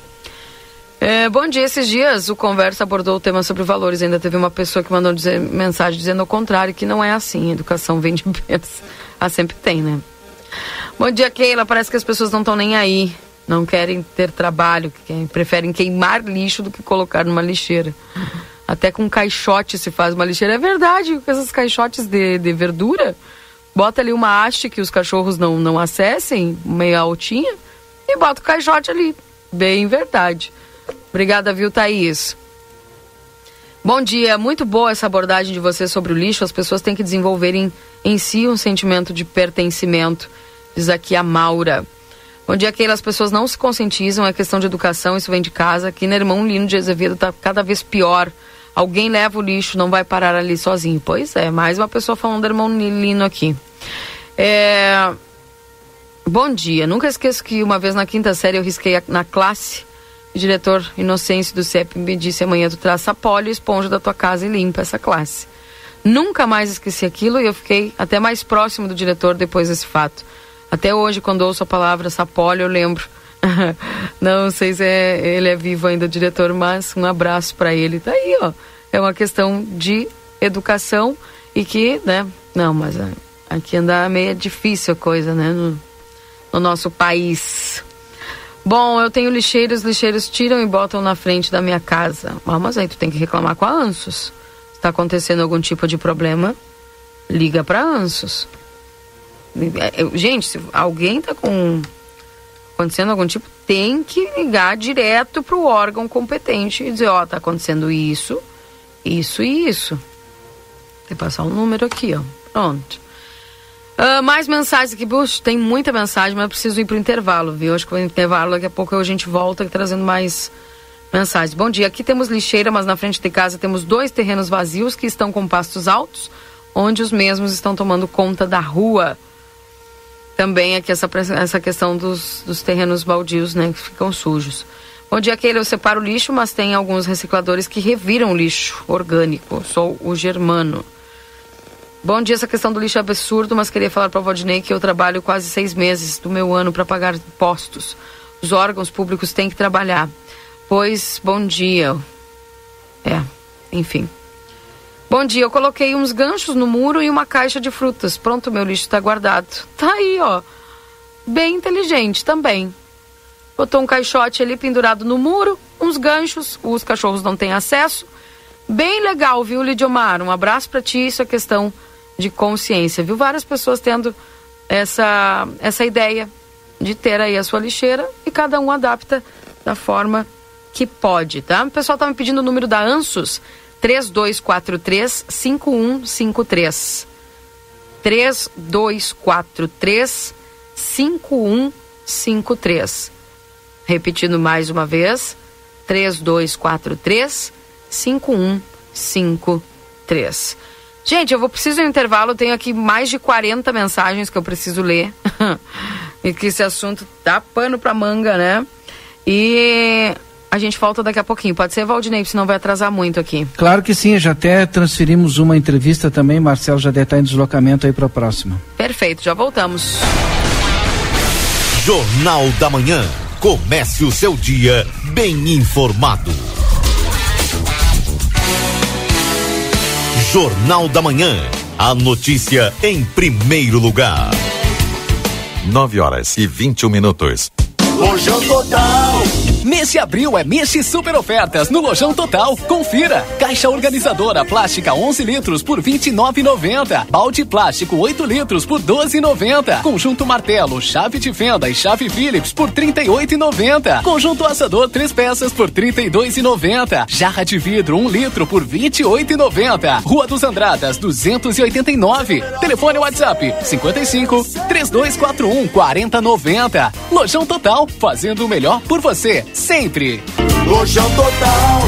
S2: É, bom dia, esses dias o Conversa abordou o tema sobre valores. Ainda teve uma pessoa que mandou dizer, mensagem dizendo o contrário, que não é assim. A educação vem de berço. Ah, sempre tem, né? Bom dia, Keila. Parece que as pessoas não estão nem aí. Não querem ter trabalho, que preferem queimar lixo do que colocar numa lixeira. Até com caixote se faz uma lixeira. É verdade, com esses caixotes de, de verdura, bota ali uma haste que os cachorros não, não acessem, meio altinha, e bota o caixote ali. Bem verdade. Obrigada, viu, Thaís? Bom dia, muito boa essa abordagem de você sobre o lixo. As pessoas têm que desenvolver em, em si um sentimento de pertencimento, diz aqui a Maura. Bom dia, Keila, as pessoas não se conscientizam, é questão de educação, isso vem de casa. Aqui no Irmão Lino de Azevedo está cada vez pior. Alguém leva o lixo, não vai parar ali sozinho. Pois é, mais uma pessoa falando do Irmão Lino aqui. É... Bom dia, nunca esqueço que uma vez na quinta série eu risquei a, na classe. O diretor Inocêncio do C E P me disse: amanhã tu traz sapólio e esponja da tua casa e limpa essa classe. Nunca mais esqueci aquilo e eu fiquei até mais próximo do diretor depois desse fato. Até hoje, quando ouço a palavra sapólio, eu lembro. Não sei se é, ele é vivo ainda, o diretor, mas um abraço para ele. Tá aí, ó. É uma questão de educação e que, né? Não, mas aqui anda meio difícil a coisa, né? No, no nosso país. Bom, eu tenho lixeiros, lixeiros tiram e botam na frente da minha casa. Ah, mas aí tu tem que reclamar com a Ansos. Se tá acontecendo algum tipo de problema, liga pra Ansos. Gente, se alguém tá com acontecendo algum tipo, tem que ligar direto pro órgão competente e dizer: ó, tá acontecendo isso, isso e isso. Tem que passar um número aqui, ó. Pronto. Uh, mais mensagens aqui, puxa, tem muita mensagem, mas eu preciso ir pro intervalo, viu? Acho que o intervalo, daqui a pouco a gente volta trazendo mais mensagens. Bom dia, aqui temos lixeira, mas na frente de casa temos dois terrenos vazios que estão com pastos altos, onde os mesmos estão tomando conta da rua. Também aqui essa, essa questão dos, dos terrenos baldios, né, que ficam sujos. Bom dia, Keila, eu separo o lixo, mas tem alguns recicladores que reviram o lixo orgânico. Sou o Germano. Bom dia, essa questão do lixo é absurdo, mas queria falar para o Valdinei que eu trabalho quase seis meses do meu ano para pagar impostos. Os órgãos públicos têm que trabalhar. Pois, bom dia. É, enfim. Bom dia, eu coloquei uns ganchos no muro e uma caixa de frutas. Pronto, meu lixo está guardado. Tá aí, ó. Bem inteligente também. Botou um caixote ali pendurado no muro, uns ganchos, os cachorros não têm acesso. Bem legal, viu, Lidiomar? Um abraço para ti, isso é questão de consciência, viu? Várias pessoas tendo essa, essa ideia de ter aí a sua lixeira e cada um adapta da forma que pode, tá? O pessoal tá me pedindo o número da Ansus, três dois quatro três, cinco um cinco três. três dois quatro três, cinco um cinco três. Repetindo mais uma vez, três dois quatro três, cinco um cinco três. Gente, eu vou preciso de um intervalo, eu tenho aqui mais de quarenta mensagens que eu preciso ler. E que esse assunto dá pano pra manga, né? E a gente volta daqui a pouquinho. Pode ser, Valdinei, senão vai atrasar muito aqui.
S4: Claro que sim, já até transferimos uma entrevista também, Marcelo já deve estar em deslocamento aí para a próxima.
S2: Perfeito, já voltamos.
S1: Jornal da Manhã. Comece o seu dia bem informado. Jornal da Manhã. A notícia em primeiro lugar.
S8: nove horas e vinte e um minutos.
S9: Lojão Total. Mês de abril é mês de super ofertas no Lojão Total. Confira. Caixa organizadora plástica onze litros por vinte e nove reais e noventa centavos. Balde plástico oito litros por doze reais e noventa centavos. Conjunto martelo, chave de fenda e chave Phillips por trinta e oito reais e noventa centavos. Conjunto assador três peças por trinta e dois reais e noventa centavos. Jarra de vidro um litro por vinte e oito reais e noventa centavos. Rua dos Andradas duzentos e oitenta e nove. Telefone WhatsApp cinquenta e cinco, três dois quatro um, quarenta e noventa. Lojão Total, fazendo o melhor por você, sempre.
S1: Lojão Total.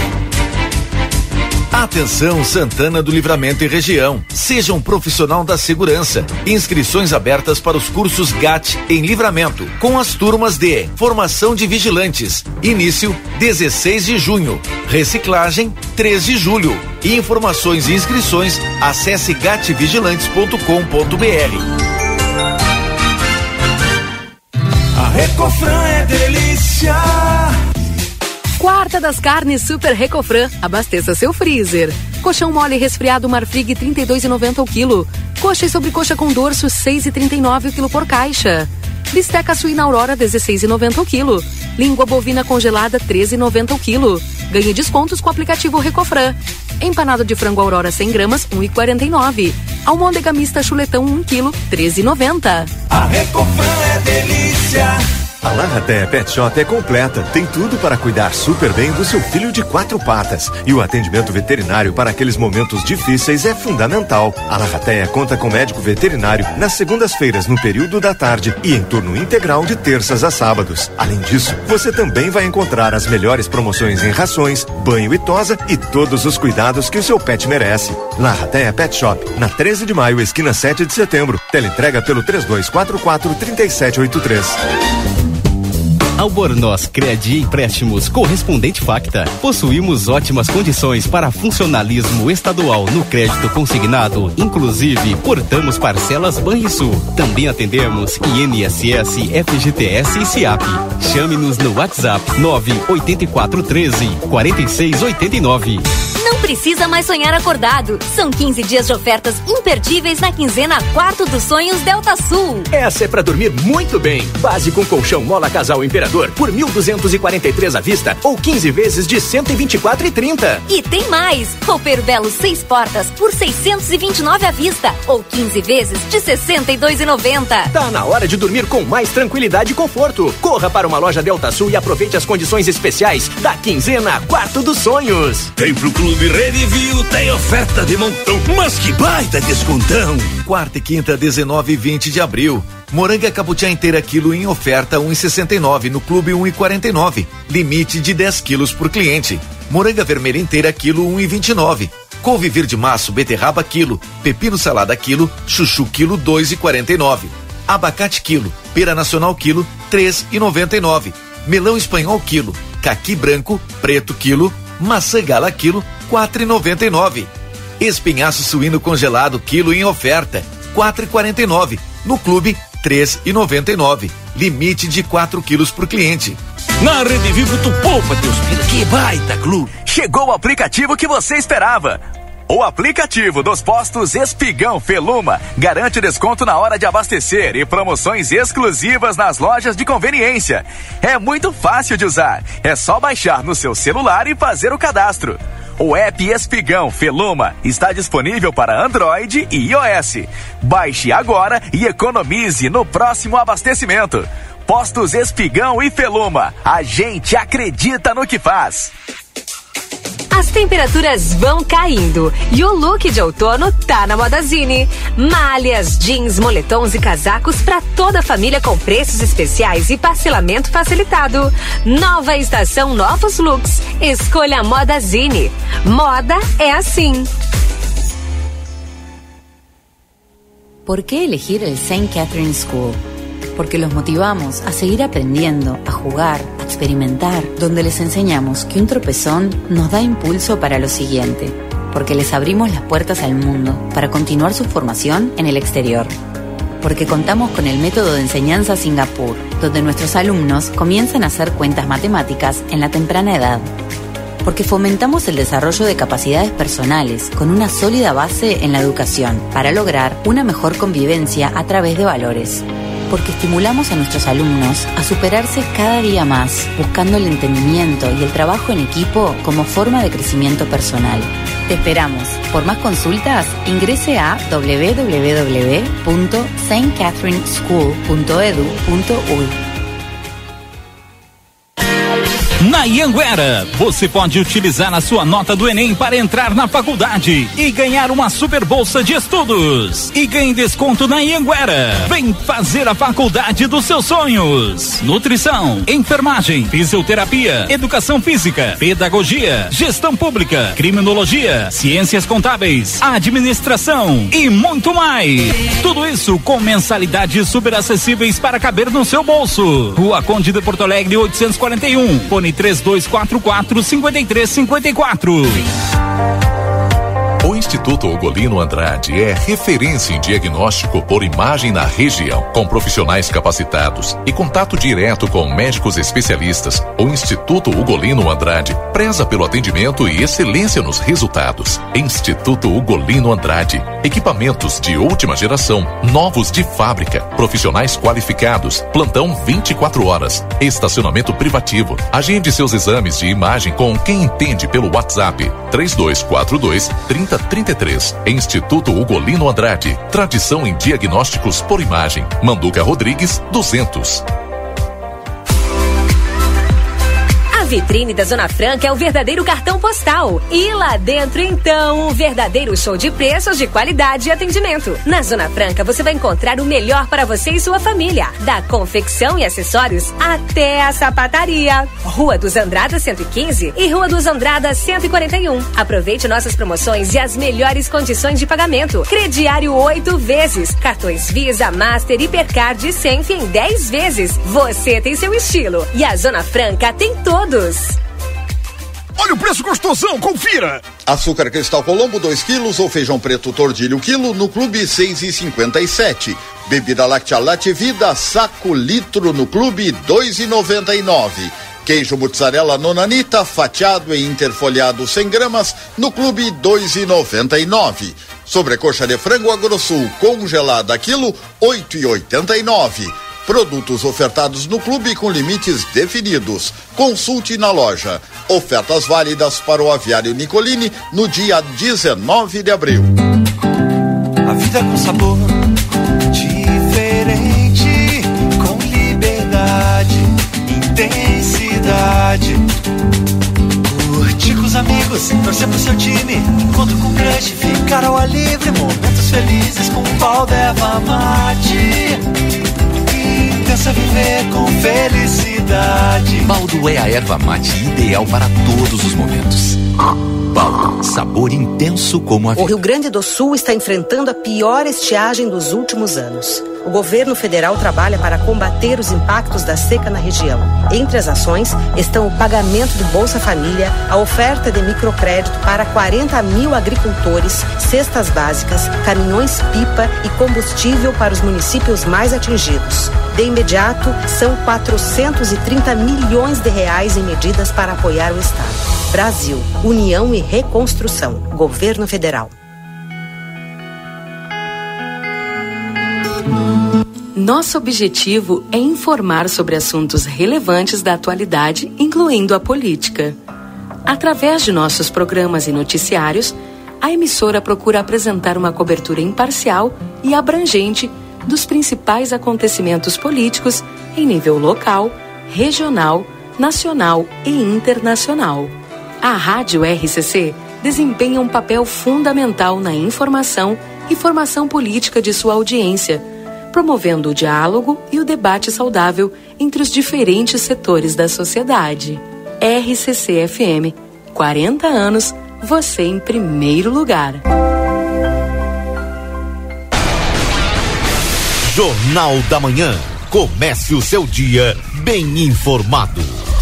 S1: Atenção, Santana do Livramento e região. Seja um profissional da segurança. Inscrições abertas para os cursos G A T em Livramento, com as turmas de Formação de Vigilantes. Início dezesseis de junho. Reciclagem três de julho. Informações e inscrições, acesse gatvigilantes ponto com ponto br.
S10: A Recofran é delícia.
S11: Quarta das carnes Super Recofran. Abasteça seu freezer. Colchão mole resfriado Marfrig trinta e dois reais e noventa centavos o quilo. Coxa e sobrecoxa com dorso seis reais e trinta e nove centavos o quilo por caixa. Bisteca suína Aurora dezesseis reais e noventa centavos o quilo. Língua bovina congelada treze reais e noventa centavos o quilo. Ganhe descontos com o aplicativo Recofran. Empanado de frango Aurora cem gramas um real e quarenta e nove centavos. Almôndega mista chuletão um quilo treze reais e noventa centavos.
S10: A Recofran é delícia.
S12: A Larraté Pet Shop é completa, tem tudo para cuidar super bem do seu filho de quatro patas. E o atendimento veterinário para aqueles momentos difíceis é fundamental. A Larraté conta com médico veterinário nas segundas-feiras no período da tarde e em turno integral de terças a sábados. Além disso, você também vai encontrar as melhores promoções em rações, banho e tosa e todos os cuidados que o seu pet merece. Larraté Pet Shop, na treze de maio, esquina sete de setembro. Teleentrega pelo três dois quatro quatro, três sete oito três.
S13: Albornoz Crédito e Empréstimos Correspondente Facta. Possuímos ótimas condições para funcionalismo estadual no crédito consignado. Inclusive, portamos parcelas Banrisul. Também atendemos I N S S, F G T S e SIAP. Chame-nos no WhatsApp nove oito quatro um três, quatro seis oito nove.
S14: Não precisa mais sonhar acordado. São quinze dias de ofertas imperdíveis na quinzena Quarto dos Sonhos Delta Sul.
S15: Essa é pra dormir muito bem. Base com colchão Mola Casal Imperador por mil duzentos e quarenta e três à vista ou quinze vezes de cento e vinte e quatro reais e trinta centavos.
S14: E tem mais. Roupeiro Belo seis portas por seiscentos e vinte e nove reais à vista ou quinze vezes de sessenta e dois reais e noventa centavos.
S15: Tá na hora de dormir com mais tranquilidade e conforto. Corra para uma loja Delta Sul e aproveite as condições especiais da quinzena Quarto dos Sonhos.
S10: Tem pro Clube Redivio, tem oferta de montão, mas que baita descontão.
S1: Quarta e quinta, dezenove e vinte de abril. Moranga cabotiá inteira quilo em oferta um real e sessenta e nove, no Clube um real e quarenta e nove. Limite de dez quilos por cliente. Moranga vermelha inteira quilo um real e vinte e nove. Couve verde maço, beterraba quilo, pepino salada quilo, chuchu quilo dois reais e quarenta e nove. Abacate quilo, pera nacional quilo três reais e noventa e nove. Melão espanhol quilo, caqui branco, preto quilo, maçã gala quilo quatro reais e noventa e nove. Espinhaço suíno congelado, quilo em oferta, quatro e quarenta e nove. No clube, três e noventa e nove. Limite de quatro quilos por cliente.
S10: Na Rede Vivo tu poupa teus pila, que baita clube.
S16: Chegou o aplicativo que você esperava. O aplicativo dos postos Espigão Feluma garante desconto na hora de abastecer e promoções exclusivas nas lojas de conveniência. É muito fácil de usar. É só baixar no seu celular e fazer o cadastro. O app Espigão Feluma está disponível para Android e iOS. Baixe agora e economize no próximo abastecimento. Postos Espigão e Feluma. A gente acredita no que faz.
S17: As temperaturas vão caindo e o look de outono tá na Modazine. Malhas, jeans, moletons e casacos para toda a família com preços especiais e parcelamento facilitado. Nova estação, novos looks. Escolha a Modazine. Moda é assim.
S18: ¿Por qué elegir el Saint Catherine School? Porque los motivamos a seguir aprendiendo, a jugar, a experimentar, donde les enseñamos que un tropezón nos da impulso para lo siguiente, porque les abrimos las puertas al mundo para continuar su formación en el exterior. Porque contamos con el método de enseñanza Singapur, donde nuestros alumnos comienzan a hacer cuentas matemáticas en la temprana edad. Porque fomentamos el desarrollo de capacidades personales con una sólida base en la educación para lograr una mejor convivencia a través de valores. Porque estimulamos a nuestros alumnos a superarse cada día más, buscando el entendimiento y el trabajo en equipo como forma de crecimiento personal. Te esperamos. Por más consultas, ingrese a w w w punto saint catherine school punto e d u punto u i.
S19: Na Anhanguera, você pode utilizar a sua nota do Enem para entrar na faculdade e ganhar uma super bolsa de estudos. E ganhe desconto na Anhanguera. Vem fazer a faculdade dos seus sonhos. Nutrição, enfermagem, fisioterapia, educação física, pedagogia, gestão pública, criminologia, ciências contábeis, administração e muito mais. Tudo isso com mensalidades super acessíveis para caber no seu bolso. Rua Conde de Porto Alegre oitocentos e quarenta e um, fone três dois quatro quatro, cinco três cinco quatro.
S8: O Instituto Ugolino Andrade é referência em diagnóstico por imagem na região, com profissionais capacitados e contato direto com médicos especialistas. O Instituto Ugolino Andrade preza pelo atendimento e excelência nos resultados. Instituto Ugolino Andrade, equipamentos de última geração, novos de fábrica, profissionais qualificados, plantão vinte e quatro horas, estacionamento privativo. Agende seus exames de imagem com quem entende pelo WhatsApp três dois quatro dois, trinta trinta e três. Instituto Ugolino Andrade, tradição em diagnósticos por imagem. Manduca Rodrigues, duzentos.
S17: A vitrine da Zona Franca é o verdadeiro cartão postal. E lá dentro, então, um verdadeiro show de preços, de qualidade e atendimento. Na Zona Franca, você vai encontrar o melhor para você e sua família. Da confecção e acessórios até a sapataria. Rua dos Andradas cento e quinze e Rua dos Andradas cento e quarenta e um. Aproveite nossas promoções e as melhores condições de pagamento. Crediário oito vezes. Cartões Visa, Master, Hipercard e Senf em dez vezes. Você tem seu estilo. E a Zona Franca tem todos.
S10: Olha o preço gostosão, confira!
S20: Açúcar cristal Colombo dois quilos ou feijão preto tordilho quilo no clube seis e cinquenta e sete. Bebida láctea Late Vida saco litro no clube dois e noventa e nove. Queijo mozzarella Nonanita fatiado e interfolhado cem gramas no clube dois e noventa e nove. Sobrecoxa de frango Agrosul congelada quilo oito e oitenta e nove. Produtos ofertados no clube com limites definidos. Consulte na loja. Ofertas válidas para o aviário Nicolini no dia dezenove de abril.
S21: A vida com sabor diferente, com liberdade, intensidade. Curtir com os amigos, torcer pro seu time, encontro com crush, ficar ao ar livre, momentos felizes com um pau de erva mate. Pensa viver com felicidade.
S22: Baldo é a erva mate ideal para todos os momentos. Baldo, sabor intenso como a vida.
S23: O Rio Grande do Sul está enfrentando a pior estiagem dos últimos anos.
S3: O governo federal trabalha para combater os impactos da seca na região. Entre as ações estão o pagamento do Bolsa Família, a oferta de microcrédito para quarenta mil agricultores, cestas básicas, caminhões-pipa e combustível para os municípios mais atingidos. De imediato, são quatrocentos e trinta milhões de reais em medidas para apoiar o Estado. Brasil, União e Reconstrução. Governo Federal.
S11: Nosso objetivo é informar sobre assuntos relevantes da atualidade, incluindo a política. Através de nossos programas e noticiários, a emissora procura apresentar uma cobertura imparcial e abrangente dos principais acontecimentos políticos em nível local, regional, nacional e internacional. A Rádio R C C desempenha um papel fundamental na informação e formação política de sua audiência, promovendo o diálogo e o debate saudável entre os diferentes setores da sociedade. R C C F M, quarenta anos, você em primeiro lugar.
S6: Jornal da Manhã. Comece o seu dia bem informado.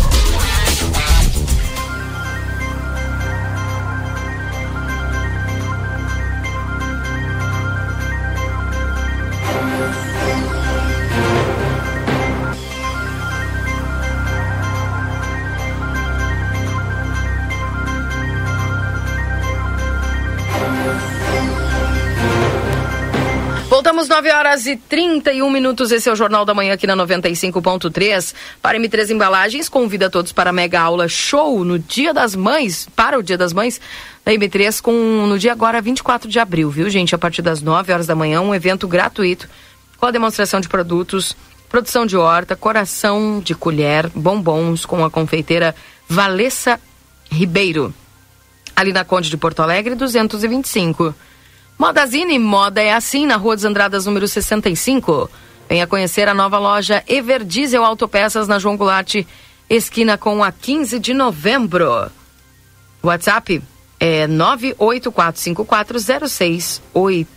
S2: Voltamos nove horas e trinta e um minutos. Esse é o Jornal da Manhã aqui na noventa e cinco ponto três. Para M três Embalagens, convida todos para a mega aula show no Dia das Mães, para o Dia das Mães da M três, com, no dia agora vinte e quatro de abril, viu, gente? A partir das nove horas da manhã, um evento gratuito com a demonstração de produtos, produção de horta, coração de colher, bombons com a confeiteira Valessa Ribeiro, ali na Conde de Porto Alegre, duzentos e vinte e cinco. Modazine, moda é assim, na Rua dos Andradas, número sessenta e cinco. Venha conhecer a nova loja Everdiesel Autopeças na João Goulart, esquina com a quinze de novembro. WhatsApp é nove oito quatro cinco quatro zero seis oito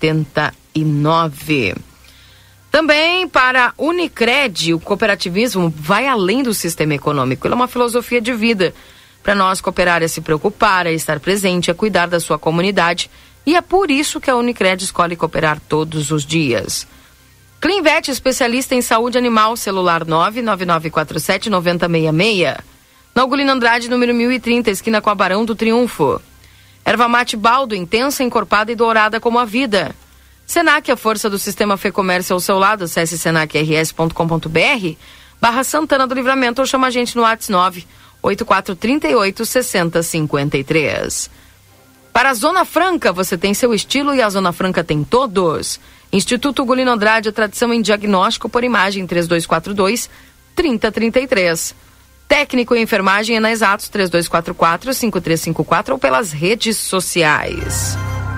S2: nove. Também para Unicred, o cooperativismo vai além do sistema econômico. Ele é uma filosofia de vida. Para nós, cooperar é se preocupar, é estar presente, é cuidar da sua comunidade. E é por isso que a Unicred escolhe cooperar todos os dias. Clinvet, especialista em saúde animal, celular nove nove nove quatro sete nove zero seis seis. Na Ugolino Andrade, número mil e trinta, esquina com a Barão do Triunfo. Erva mate Baldo, intensa, encorpada e dourada como a vida. Senac, a força do sistema Fê Comércio ao seu lado. Acesse senac r s ponto com ponto b r, barra Santana do Livramento, ou chama a gente no WhatsApp nove oito quatro três oito seis zero cinco três. Para a Zona Franca, você tem seu estilo e a Zona Franca tem todos. Instituto Ugolino Andrade, a tradição em diagnóstico por imagem, três dois quatro dois, três zero três três. Técnico em enfermagem é na Exatos, três dois quatro quatro, cinco três cinco quatro, ou pelas redes sociais.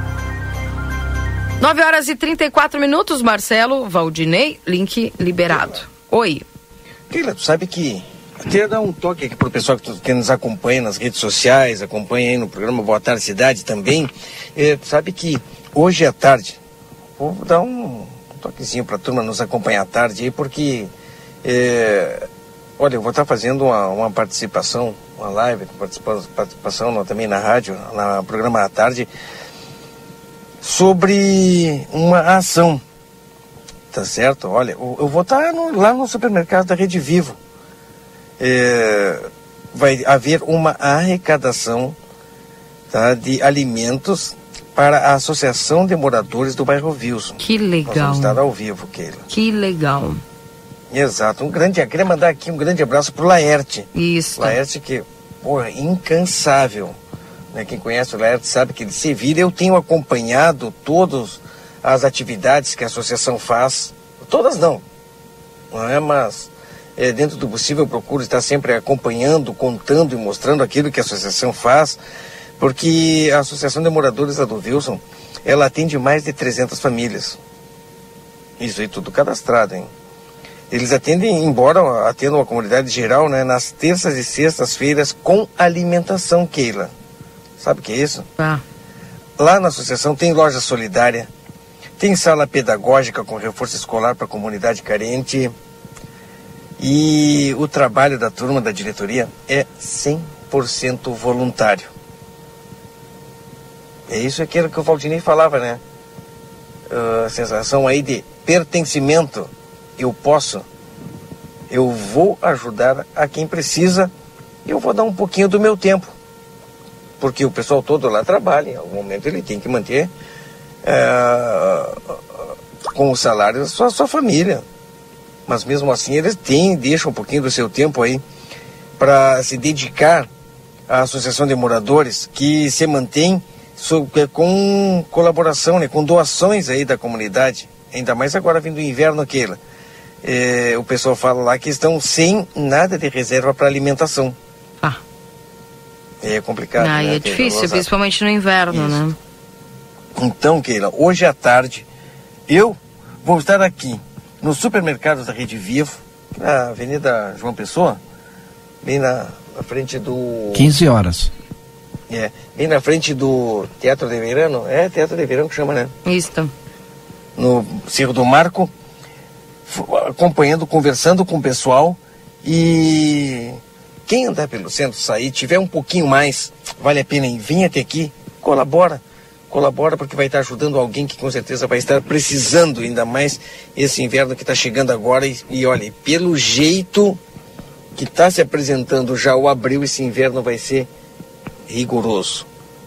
S2: nove horas e trinta e quatro minutos, Marcelo, Valdinei, link liberado. Oi.
S5: Keila, tu sabe que... Queria dar um toque aqui pro pessoal que, que nos acompanha nas redes sociais, acompanha aí no programa Boa Tarde Cidade também. É, sabe que hoje à tarde, vou dar um toquezinho pra turma nos acompanhar à tarde aí, porque, é, olha, eu vou estar fazendo uma, uma participação, uma live, participação, participação também na rádio, no programa à tarde, sobre uma ação, tá certo? Olha, eu, eu vou estar no, lá no supermercado da Rede Vivo. É, vai haver uma arrecadação, tá, de alimentos para a Associação de Moradores do Bairro Wilson.
S2: Que legal.
S5: Nós vamos estar ao vivo, Keila.
S2: Que legal.
S5: Exato. Um grande, eu queria mandar aqui um grande abraço pro Laerte.
S2: Isso.
S5: Laerte que, porra, incansável. Né? Quem conhece o Laerte sabe que ele se vira. Eu tenho acompanhado todas as atividades que a associação faz. Todas não, não é, mas... É, dentro do possível, eu procuro estar sempre acompanhando, contando e mostrando aquilo que a associação faz, porque a Associação de Moradores da do Wilson, ela atende mais de trezentas famílias. Isso aí tudo cadastrado, hein? Eles atendem, embora atendam a comunidade geral, né, nas terças e sextas-feiras com alimentação, Keila. Sabe o que é isso?
S2: Ah.
S5: Lá na associação tem loja solidária, tem sala pedagógica com reforço escolar para a comunidade carente. E o trabalho da turma da diretoria é cem por cento voluntário. É isso aquilo que o Valdinei falava, né? Uh, sensação aí de pertencimento. Eu posso, eu vou ajudar a quem precisa, eu vou dar um pouquinho do meu tempo. Porque o pessoal todo lá trabalha, em algum momento ele tem que manter uh, com o salário da sua, sua família. Mas mesmo assim eles têm, deixam um pouquinho do seu tempo aí para se dedicar à associação de moradores que se mantém so, com colaboração, né, com doações aí da comunidade. Ainda mais agora vindo o inverno, Keila. É, o pessoal fala lá que estão sem nada de reserva para alimentação.
S2: Ah.
S5: É complicado,
S2: ah,
S5: né?
S2: É difícil, Keila, principalmente no inverno, Isso. né?
S5: Então, Keila, hoje à tarde eu vou estar aqui nos supermercados da Rede Vivo, na Avenida João Pessoa, bem na, na frente do...
S4: quinze horas.
S5: É, bem na frente do Teatro de Verano. É, Teatro de Verano que chama, né?
S2: Isso.
S5: No Cerro do Marco, acompanhando, conversando com o pessoal. E quem andar pelo centro, sair, tiver um pouquinho mais, vale a pena ir, vem até aqui, colabora. Colabora porque vai estar ajudando alguém que com certeza vai estar precisando, ainda mais esse inverno que está chegando agora. E, e olha, pelo jeito que está se apresentando já o abril, esse inverno vai ser rigoroso.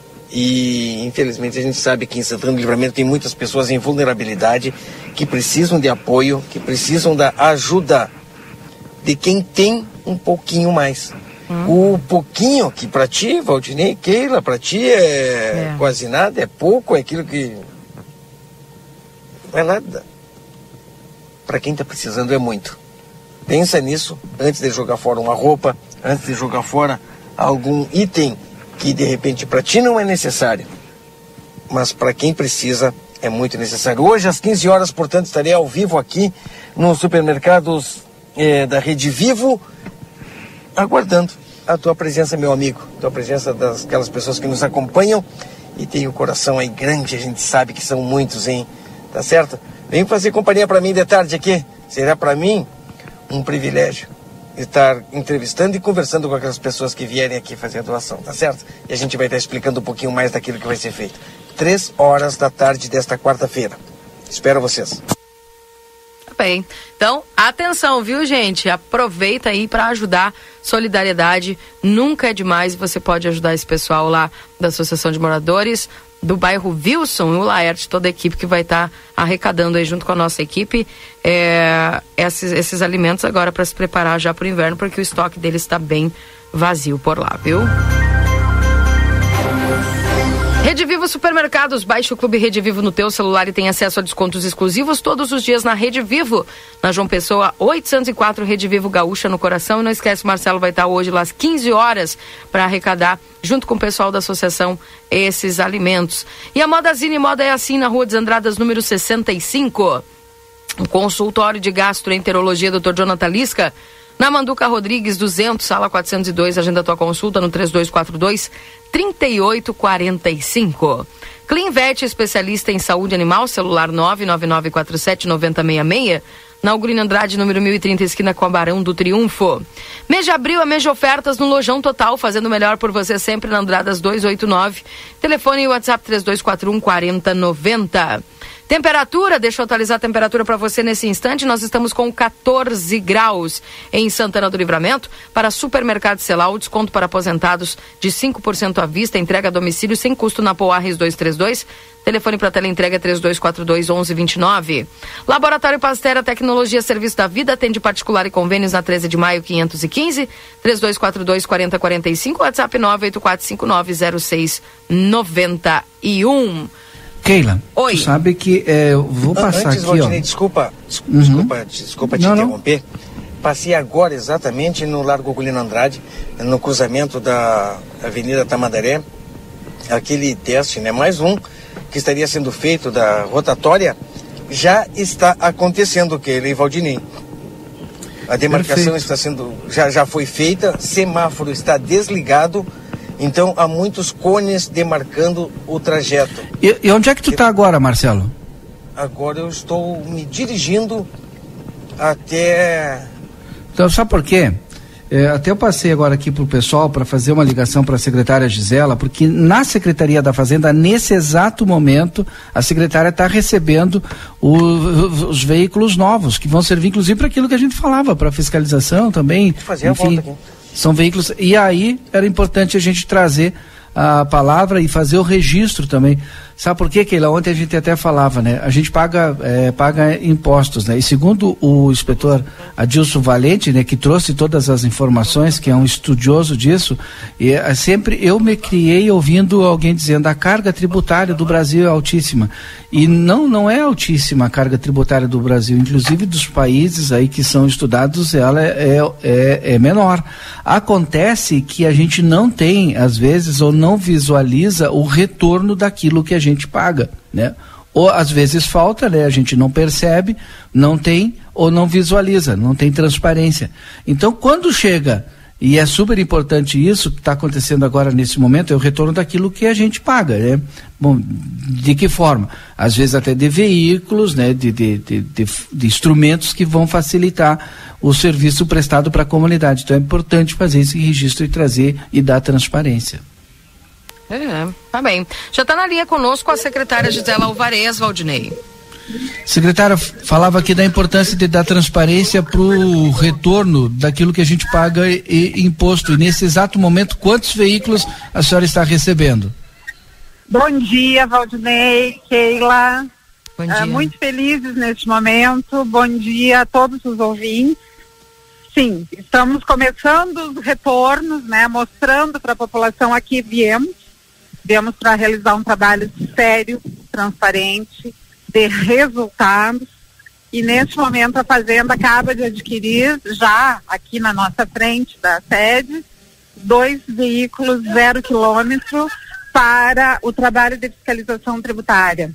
S5: E infelizmente a gente sabe que em Santana do Livramento tem muitas pessoas em vulnerabilidade que precisam de apoio, que precisam da ajuda de quem tem um pouquinho mais. Hum. O pouquinho que para ti, Valdinei, Keila, para ti é, é quase nada, é pouco, é aquilo que não é nada. Para quem está precisando é muito. Pensa nisso antes de jogar fora uma roupa, antes de jogar fora algum item que de repente para ti não é necessário, mas para quem precisa é muito necessário. Hoje às quinze horas, portanto, estarei ao vivo aqui nos supermercados é, da Rede Vivo, aguardando a tua presença, meu amigo, tua presença daquelas pessoas que nos acompanham e tem o coração aí grande, a gente sabe que são muitos, hein? Tá certo? Vem fazer companhia para mim de tarde aqui, será para mim um privilégio estar entrevistando e conversando com aquelas pessoas que vierem aqui fazer a doação, tá certo? E a gente vai estar explicando um pouquinho mais daquilo que vai ser feito. Três horas da tarde desta quarta-feira. Espero vocês.
S2: Bem, então, atenção, viu, gente? Aproveita aí para ajudar. Solidariedade nunca é demais. Você pode ajudar esse pessoal lá da Associação de Moradores do bairro Wilson e o Laerte, toda a equipe que vai estar tá arrecadando aí junto com a nossa equipe é, esses, esses alimentos agora para se preparar já para o inverno, porque o estoque deles está bem vazio por lá, viu? Rede Vivo Supermercados, baixe o Clube Rede Vivo no teu celular e tem acesso a descontos exclusivos todos os dias na Rede Vivo. Na João Pessoa, oitocentos e quatro, Rede Vivo Gaúcha no coração. E não esquece, o Marcelo vai estar hoje lá às quinze horas para arrecadar, junto com o pessoal da associação, esses alimentos. E a Modazine Moda é assim, na Rua dos Andradas, número sessenta e cinco. Um consultório de gastroenterologia, doutor Jonathan Lisca, na Manduca Rodrigues, duzentos, sala quatrocentos e dois, agenda tua consulta no três dois quatro dois, três oito quatro cinco. Cleanvet, especialista em saúde animal, celular nove nove nove quatro sete nove zero seis seis, na Augurino Andrade, número mil e trinta, esquina com a Barão do Triunfo. Mês de abril é mês de ofertas no Lojão Total, fazendo o melhor por você sempre na Andradas duzentos e oitenta e nove. Telefone e WhatsApp três dois quatro um, quatro zero nove zero. Temperatura, deixa eu atualizar a temperatura para você nesse instante. Nós estamos com catorze graus em Santana do Livramento. Para Supermercado Celal, desconto para aposentados de cinco por cento à vista, entrega a domicílio sem custo na Poarres duzentos e trinta e dois. Telefone para teleentrega três dois quatro dois, onze vinte e nove. Laboratório Pastera Tecnologia Serviço da Vida, atende particular e convênios na treze de maio quinhentos e quinze, três dois quatro dois, quatro zero quatro cinco, WhatsApp nove oito quatro cinco nove zero seis nove um.
S4: Keila,
S2: Oi.
S4: Tu sabe que é, eu vou passar
S5: Antes,
S4: aqui,
S5: Valdinei,
S4: ó.
S5: desculpa,
S4: Uhum.
S5: desculpa, desculpa te
S4: Não, não.
S5: interromper. Passei agora exatamente no Largo Gulino Andrade, no cruzamento da Avenida Tamandaré, aquele teste, né? Mais um que estaria sendo feito da rotatória, já está acontecendo, Keila e Valdinei. A demarcação
S4: Perfeito.
S5: está sendo, já, já foi feita, semáforo está desligado. Então, há muitos cones demarcando o trajeto.
S4: E, e onde é que tu tá agora, Marcelo?
S5: agora eu estou me dirigindo até...
S4: Então, sabe por quê? É, até eu passei agora aqui para o pessoal para fazer uma ligação para a secretária Gisela, porque na Secretaria da Fazenda, nesse exato momento, a secretária está recebendo o, os veículos novos, que vão servir inclusive para aquilo que a gente falava, para fiscalização também.
S5: Fazer
S4: enfim,
S5: a volta aqui.
S4: São veículos, e aí era importante a gente trazer a palavra e fazer o registro também. Sabe por quê, Keila? Ontem a gente até falava, né? A gente paga, é, paga impostos, né? E segundo o inspetor Adilson Valente, né? Que trouxe todas as informações, que é um estudioso disso, e é, sempre eu me criei ouvindo alguém dizendo a carga tributária do Brasil é altíssima. E não, não é altíssima a carga tributária do Brasil, inclusive dos países aí que são estudados, ela é, é, é menor. Acontece que a gente não tem, às vezes, ou não visualiza o retorno daquilo que a gente paga, né? Ou às vezes falta, né? A gente não percebe, não tem ou não visualiza, não tem transparência. Então, quando chega, e é super importante isso que está acontecendo agora nesse momento, é o retorno daquilo que a gente paga, né? Bom, de que forma? Às vezes até de veículos, né? De, de, de, de, de instrumentos que vão facilitar o serviço prestado para a comunidade. Então é importante fazer esse registro e trazer e dar transparência.
S2: É, tá bem. Já está na linha conosco a secretária Gisela Alvarez, Valdinei.
S4: Secretária, falava aqui da importância de dar transparência para o retorno daquilo que a gente paga e, e imposto. E nesse exato momento, quantos veículos a senhora está recebendo?
S7: Bom dia, Valdinei, Keila.
S2: Bom dia.
S7: Uh, muito felizes neste momento. Bom dia a todos os ouvintes. Sim, estamos começando os retornos, né? Mostrando para a população a que viemos. Viemos para realizar um trabalho sério, transparente, de resultados, e neste momento a Fazenda acaba de adquirir, já aqui na nossa frente da sede, dois veículos zero quilômetro para o trabalho de fiscalização tributária.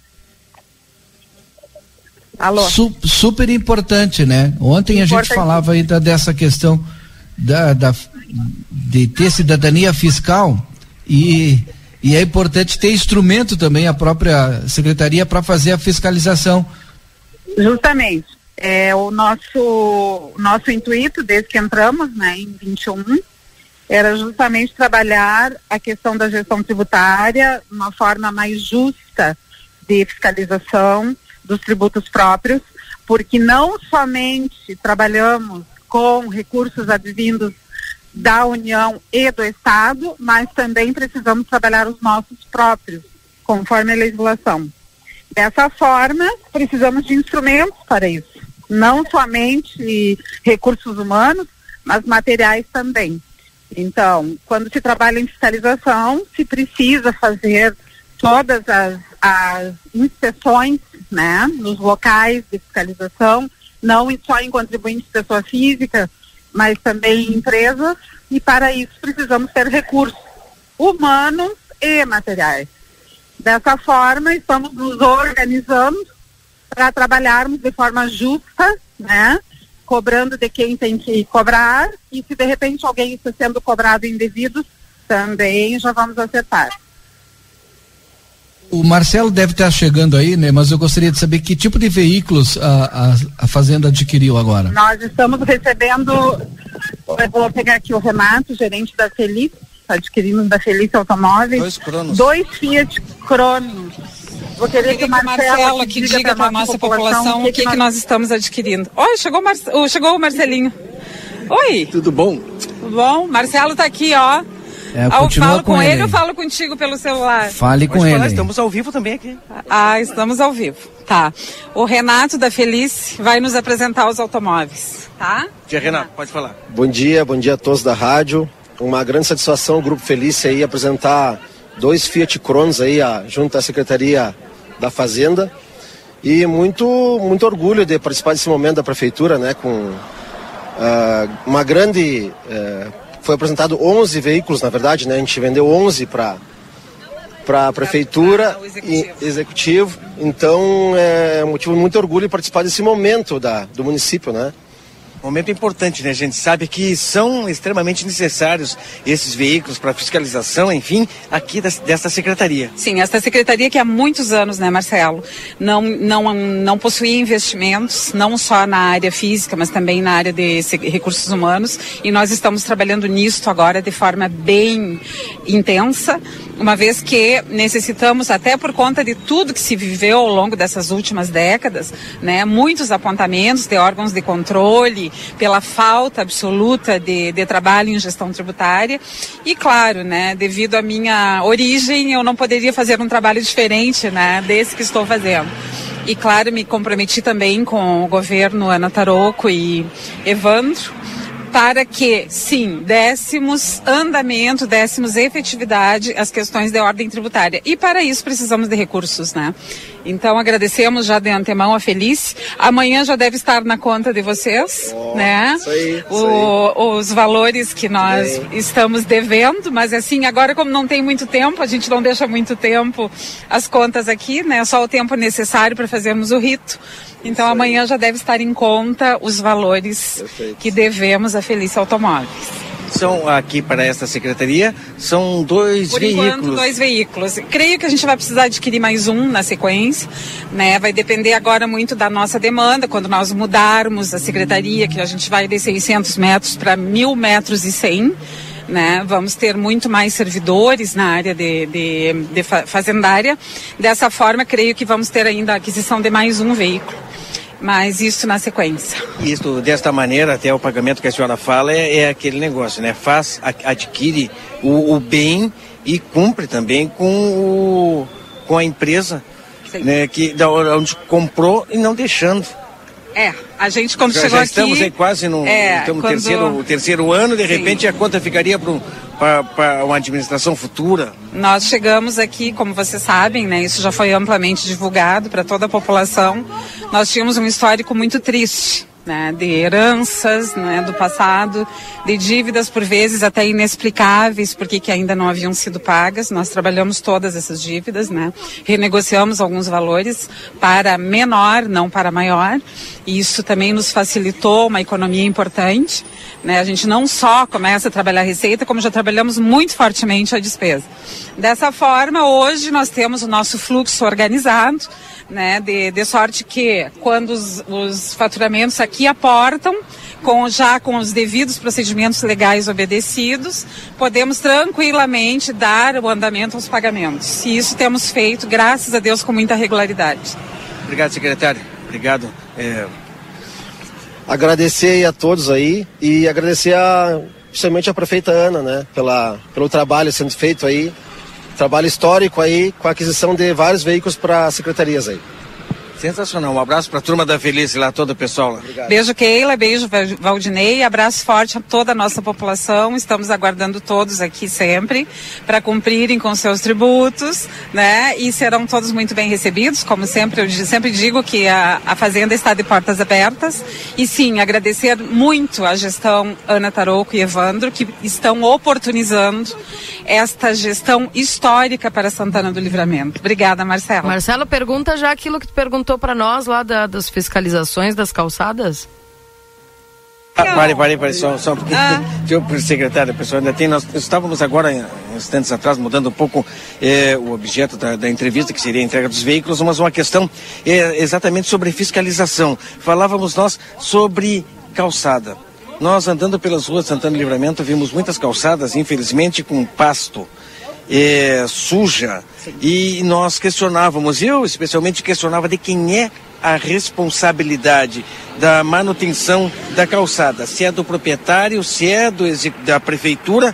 S7: Alô?
S4: Su- super importante, né? Ontem a gente falava aí da, dessa questão da, da, de ter cidadania fiscal e... E é importante ter instrumento também, a própria secretaria, para fazer a fiscalização.
S7: Justamente. É, o nosso, o nosso intuito, desde que entramos, né, em vinte e um, era justamente trabalhar a questão da gestão tributária, uma forma mais justa de fiscalização dos tributos próprios, porque não somente trabalhamos com recursos advindos da União e do Estado, mas também precisamos trabalhar os nossos próprios, conforme a legislação. Dessa forma, precisamos de instrumentos para isso, não somente recursos humanos, mas materiais também. Então, quando se trabalha em fiscalização, se precisa fazer todas as, as inspeções, né, nos locais de fiscalização, não só em contribuinte pessoa física, mas também em empresas, e para isso precisamos ter recursos humanos e materiais. Dessa forma, estamos nos organizando para trabalharmos de forma justa, né? Cobrando de quem tem que cobrar, e se de repente alguém está sendo cobrado indevido, também já vamos acertar.
S4: O Marcelo deve estar chegando aí, né? Mas eu gostaria de saber que tipo de veículos a, a, a Fazenda adquiriu agora.
S7: Nós estamos recebendo, eu vou pegar aqui o Renato, gerente da Feliz, adquirimos da Feliz Automóveis,
S9: dois Cronos,
S7: dois Fiat Cronos. Vou querer que o Marcelo,
S23: Marcelo aqui diga, diga para a nossa população, população o que, que, que, nós... que nós estamos adquirindo. Oi, chegou o, Mar... oh, chegou o Marcelinho. Oi.
S9: Tudo bom?
S23: Tudo bom? Marcelo está aqui, ó.
S4: É,
S23: eu falo com, com ele,
S4: ele
S23: ou falo contigo pelo celular?
S4: Fale com
S9: Pode
S4: ele.
S9: Falar, estamos ao vivo também aqui.
S23: Ah, estamos ao vivo. Tá. O Renato da Feliz vai nos apresentar os automóveis, tá?
S9: Bom dia, Renato, pode falar.
S24: Bom dia, bom dia a todos da rádio. Uma grande satisfação o Grupo Feliz aí apresentar dois Fiat Cronos aí a, junto à Secretaria da Fazenda. E muito, muito orgulho de participar desse momento da Prefeitura, né? Com uh, uma grande... Uh, Foi apresentado onze veículos, na verdade, né? A gente vendeu onze para para a prefeitura e executivo. Então é um motivo de muito orgulho participar desse momento da, do município, né?
S5: Momento importante, né? A gente sabe que são extremamente necessários esses veículos para fiscalização, enfim, aqui das, desta secretaria.
S23: Sim, esta secretaria que há muitos anos, né, Marcelo, não, não, não possuía investimentos, não só na área física, mas também na área de recursos humanos, e nós estamos trabalhando nisto agora de forma bem intensa, uma vez que necessitamos, até por conta de tudo que se viveu ao longo dessas últimas décadas, né, muitos apontamentos de órgãos de controle, pela falta absoluta de, de trabalho em gestão tributária, e claro, né, devido à minha origem, eu não poderia fazer um trabalho diferente, né, desse que estou fazendo. E claro, me comprometi também com o governo Ana Tarouco e Evandro, para que, sim, dessemos andamento, dessemos efetividade às questões de ordem tributária. E para isso precisamos de recursos, né? Então agradecemos já de antemão a Felice. Amanhã já deve estar na conta de vocês, oh, né? Isso aí, isso o, aí. Os valores que nós Sim. estamos devendo, mas assim, agora como não tem muito tempo, a gente não deixa muito tempo as contas aqui, né? Só o tempo necessário para fazermos o rito. Então Isso amanhã aí. já deve estar em conta os valores Perfeito. que devemos a Felice Automóveis.
S5: São aqui para esta secretaria, são dois
S23: Por
S5: veículos.
S23: Por enquanto, dois veículos. Creio que a gente vai precisar adquirir mais um na sequência, né? Vai depender agora muito da nossa demanda, quando nós mudarmos a secretaria, que a gente vai de seiscentos metros para mil metros e cem. Né? Vamos ter muito mais servidores na área de, de, de fazendária. Dessa forma, creio que vamos ter ainda a aquisição de mais um veículo. Mas isso na sequência.
S5: Isso, desta maneira, até o pagamento que a senhora fala é, é aquele negócio, né? Faz, adquire o, o bem e cumpre também com, o, com a empresa, né? Que, da onde comprou e não deixando.
S23: É, a gente quando
S5: já,
S23: chegou
S5: já
S23: aqui...
S5: estamos aí quase no,
S23: é,
S5: estamos
S23: quando...
S5: terceiro, terceiro ano, de repente Sim. a conta ficaria para uma administração futura.
S23: Nós chegamos aqui, como vocês sabem, né, isso já foi amplamente divulgado para toda a população, nós tínhamos um histórico muito triste. Né, de heranças, né, do passado, de dívidas por vezes até inexplicáveis, porque que ainda não haviam sido pagas. Nós trabalhamos todas essas dívidas, né, renegociamos alguns valores para menor, não para maior, e isso também nos facilitou uma economia importante. Né, a gente não só começa a trabalhar a receita, como já trabalhamos muito fortemente a despesa. Dessa forma, hoje nós temos o nosso fluxo organizado, né, de, de sorte que quando os, os faturamentos aqui aportam, com, já com os devidos procedimentos legais obedecidos, podemos tranquilamente dar o andamento aos pagamentos. E isso temos feito, graças a Deus, com muita regularidade.
S5: Obrigado, secretário. Obrigado. É...
S24: Agradecer a todos aí e agradecer a, principalmente a prefeita Ana, né, pela, pelo trabalho sendo feito aí. Trabalho histórico aí com a aquisição de vários veículos para secretarias aí.
S5: Sensacional. Um abraço para a turma da Felice lá, todo o pessoal lá.
S23: Obrigado. Beijo, Keila, beijo, Valdinei, abraço forte a toda a nossa população. Estamos aguardando todos aqui sempre para cumprirem com seus tributos, né? E serão todos muito bem recebidos. Como sempre, eu sempre digo que a, a Fazenda está de portas abertas. E sim, agradecer muito à gestão Ana Tarouco e Evandro, que estão oportunizando esta gestão histórica para Santana do Livramento. Obrigada, Marcelo.
S2: Marcelo, pergunta já aquilo que tu perguntou para nós lá da, das fiscalizações das calçadas.
S5: Ah, pare, pare, pare, só, só porque, ah. secretário, pessoal, ainda tem, nós estávamos agora, instantes atrás, mudando um pouco eh, o objeto da, da entrevista, que seria a entrega dos veículos, mas uma questão eh, exatamente sobre fiscalização. Falávamos nós sobre calçada. Nós, andando pelas ruas de Santana do Livramento, vimos muitas calçadas, infelizmente, com pasto é, suja. Sim. E nós questionávamos, eu especialmente questionava de quem é a responsabilidade da manutenção da calçada. Se é do proprietário, se é do, da prefeitura,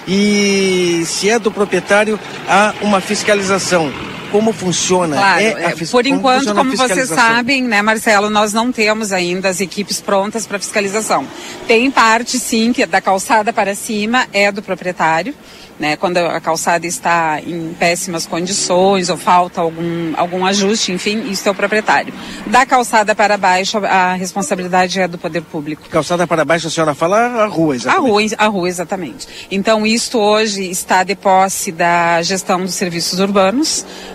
S5: e se é do proprietário, há uma fiscalização. Como funciona?
S23: Claro,
S5: é a
S23: por enquanto, como, como vocês sabem, né, Marcelo, nós não temos ainda as equipes prontas para fiscalização. Tem parte, sim, que da calçada para cima é do proprietário, né, quando a calçada está em péssimas condições ou falta algum, algum ajuste, enfim, isso é o proprietário. Da calçada para baixo, a responsabilidade é do poder público.
S5: Calçada para baixo, a senhora fala a rua, exatamente.
S23: A rua, a rua, exatamente. Então, isto hoje está de posse da gestão dos serviços urbanos,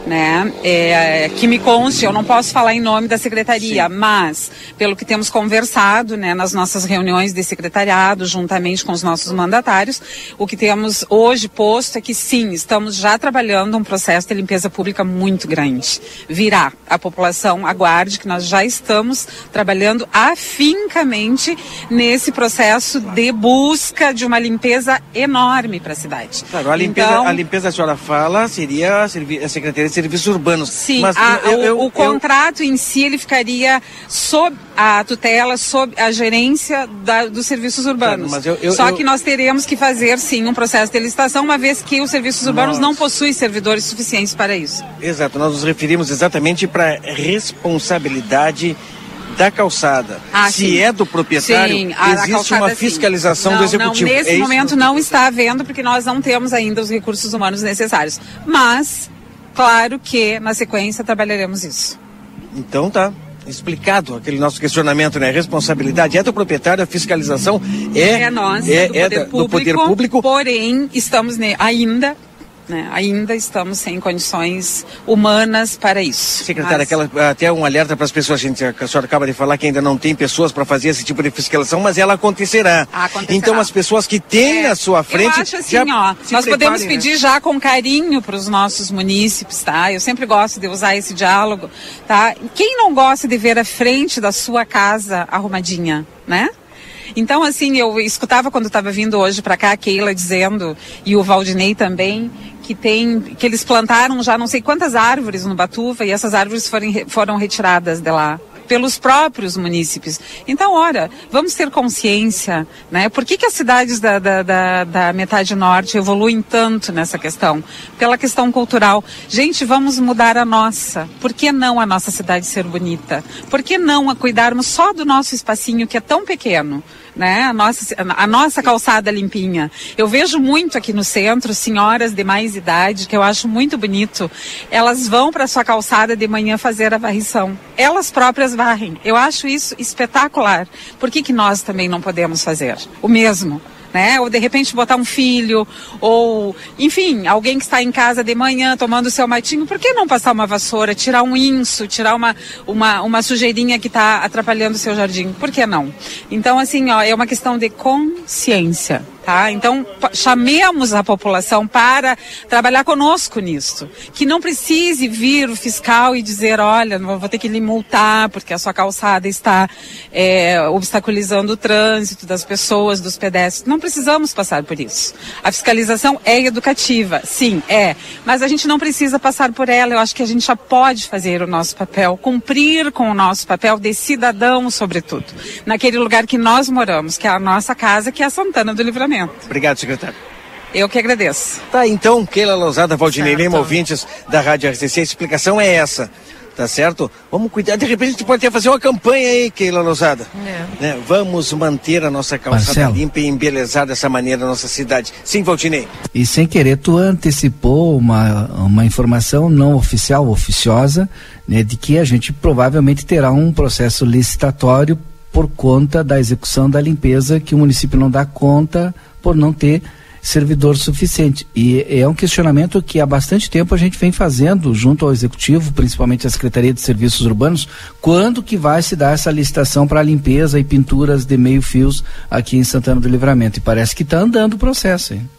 S23: né? É, que me conste, eu não posso falar em nome da secretaria, sim, mas pelo que temos conversado, né, nas nossas reuniões de secretariado, juntamente com os nossos mandatários, o que temos hoje posto é que sim, estamos já trabalhando um processo de limpeza pública muito grande. Virá, a população aguarde que nós já estamos trabalhando afincamente nesse processo de busca de uma limpeza enorme para a cidade.
S9: Claro, a limpeza,
S23: então,
S9: a limpeza a senhora fala seria a, servi- a Secretaria de Serviços Urbanos.
S23: Sim,
S9: mas
S23: a,
S9: eu,
S23: o,
S9: eu,
S23: o
S9: eu,
S23: contrato em si, ele ficaria sob a tutela, sob a gerência da, dos serviços urbanos.
S9: Claro, mas eu, eu,
S23: Só
S9: eu...
S23: que nós teremos que fazer, sim, um processo de licitação, uma vez que os serviços urbanos Nossa. não possuem servidores suficientes para isso.
S9: Exato, nós nos referimos exatamente para responsabilidade da calçada.
S23: Ah,
S9: Se
S23: sim.
S9: é do proprietário,
S23: sim, a,
S9: existe
S23: a calçada,
S9: uma fiscalização
S23: não,
S9: do executivo.
S23: Não, nesse
S9: é
S23: momento não está havendo, porque nós não temos ainda os recursos humanos necessários. Mas, claro que na sequência trabalharemos isso.
S9: Então tá explicado aquele nosso questionamento, né? Responsabilidade é do proprietário, a fiscalização é,
S23: é nossa,
S9: é,
S23: do, poder
S9: é da,
S23: público,
S9: do poder público.
S23: Porém, estamos ne- ainda... Né? Ainda estamos sem condições humanas para isso.
S9: Secretária,
S23: mas...
S9: aquela, até um alerta para as pessoas, gente, a senhora acaba de falar que ainda não tem pessoas para fazer esse tipo de fiscalização, mas ela acontecerá.
S23: acontecerá.
S9: Então as pessoas que têm
S23: é,
S9: na sua frente...
S23: Eu acho assim, ó, nós podemos pedir né? já com carinho para os nossos munícipes, tá? Eu sempre gosto de usar esse diálogo, tá? Quem não gosta de ver a frente da sua casa arrumadinha, né? Então, assim, eu escutava quando estava vindo hoje para cá a Keila dizendo, e o Valdinei também, que tem, que eles plantaram já não sei quantas árvores no Batuva e essas árvores foram, foram retiradas de lá pelos próprios munícipes. Então, ora, vamos ter consciência, né? Por que que as cidades da, da, da, da metade norte evoluem tanto nessa questão? Pela questão cultural. Gente, vamos mudar a nossa. Por que não a nossa cidade ser bonita? Por que não a cuidarmos só do nosso espacinho que é tão pequeno? Né? A nossa, a nossa calçada limpinha. Eu vejo muito aqui no centro senhoras de mais idade, que eu acho muito bonito. Elas vão para sua calçada de manhã fazer a varrição. Elas próprias varrem. Eu acho isso espetacular. Por que que nós também não podemos fazer o mesmo? Né? Ou de repente botar um filho, ou enfim, alguém que está em casa de manhã tomando o seu matinho, por que não passar uma vassoura, tirar um inso, tirar uma, uma, uma sujeirinha que está atrapalhando o seu jardim? Por que não? Então, assim, ó, é uma questão de consciência. Tá? Então, chamemos a população para trabalhar conosco nisso. Que não precise vir o fiscal e dizer, olha, vou ter que lhe multar porque a sua calçada está é, obstaculizando o trânsito das pessoas, dos pedestres. Não precisamos passar por isso. A fiscalização é educativa, sim, é. Mas a gente não precisa passar por ela. Eu acho que a gente já pode fazer o nosso papel, cumprir com o nosso papel de cidadão, sobretudo. Naquele lugar que nós moramos, que é a nossa casa, que é a Santana do Livramento.
S9: Obrigado, secretário.
S23: Eu que agradeço.
S9: Tá, então, Keila Lousada, Valdinei Lima,
S23: certo.
S9: ouvintes da Rádio R C C, a explicação é essa, tá certo? Vamos cuidar, de repente a gente pode até fazer uma campanha aí, Keila Lousada. É. Né? Vamos manter a nossa calçada
S4: Marcelo.
S9: limpa e embelezar dessa maneira a nossa cidade. Sim, Valdinei.
S4: E sem querer, tu antecipou uma, uma informação não oficial, oficiosa, né, de que a gente provavelmente terá um processo licitatório por conta da execução da limpeza, que o município não dá conta por não ter servidor suficiente. E é um questionamento que há bastante tempo a gente vem fazendo junto ao Executivo, principalmente a Secretaria de Serviços Urbanos, quando que vai se dar essa licitação para limpeza e pinturas de meio fios aqui em Santana do Livramento. E parece que está andando o processo, hein?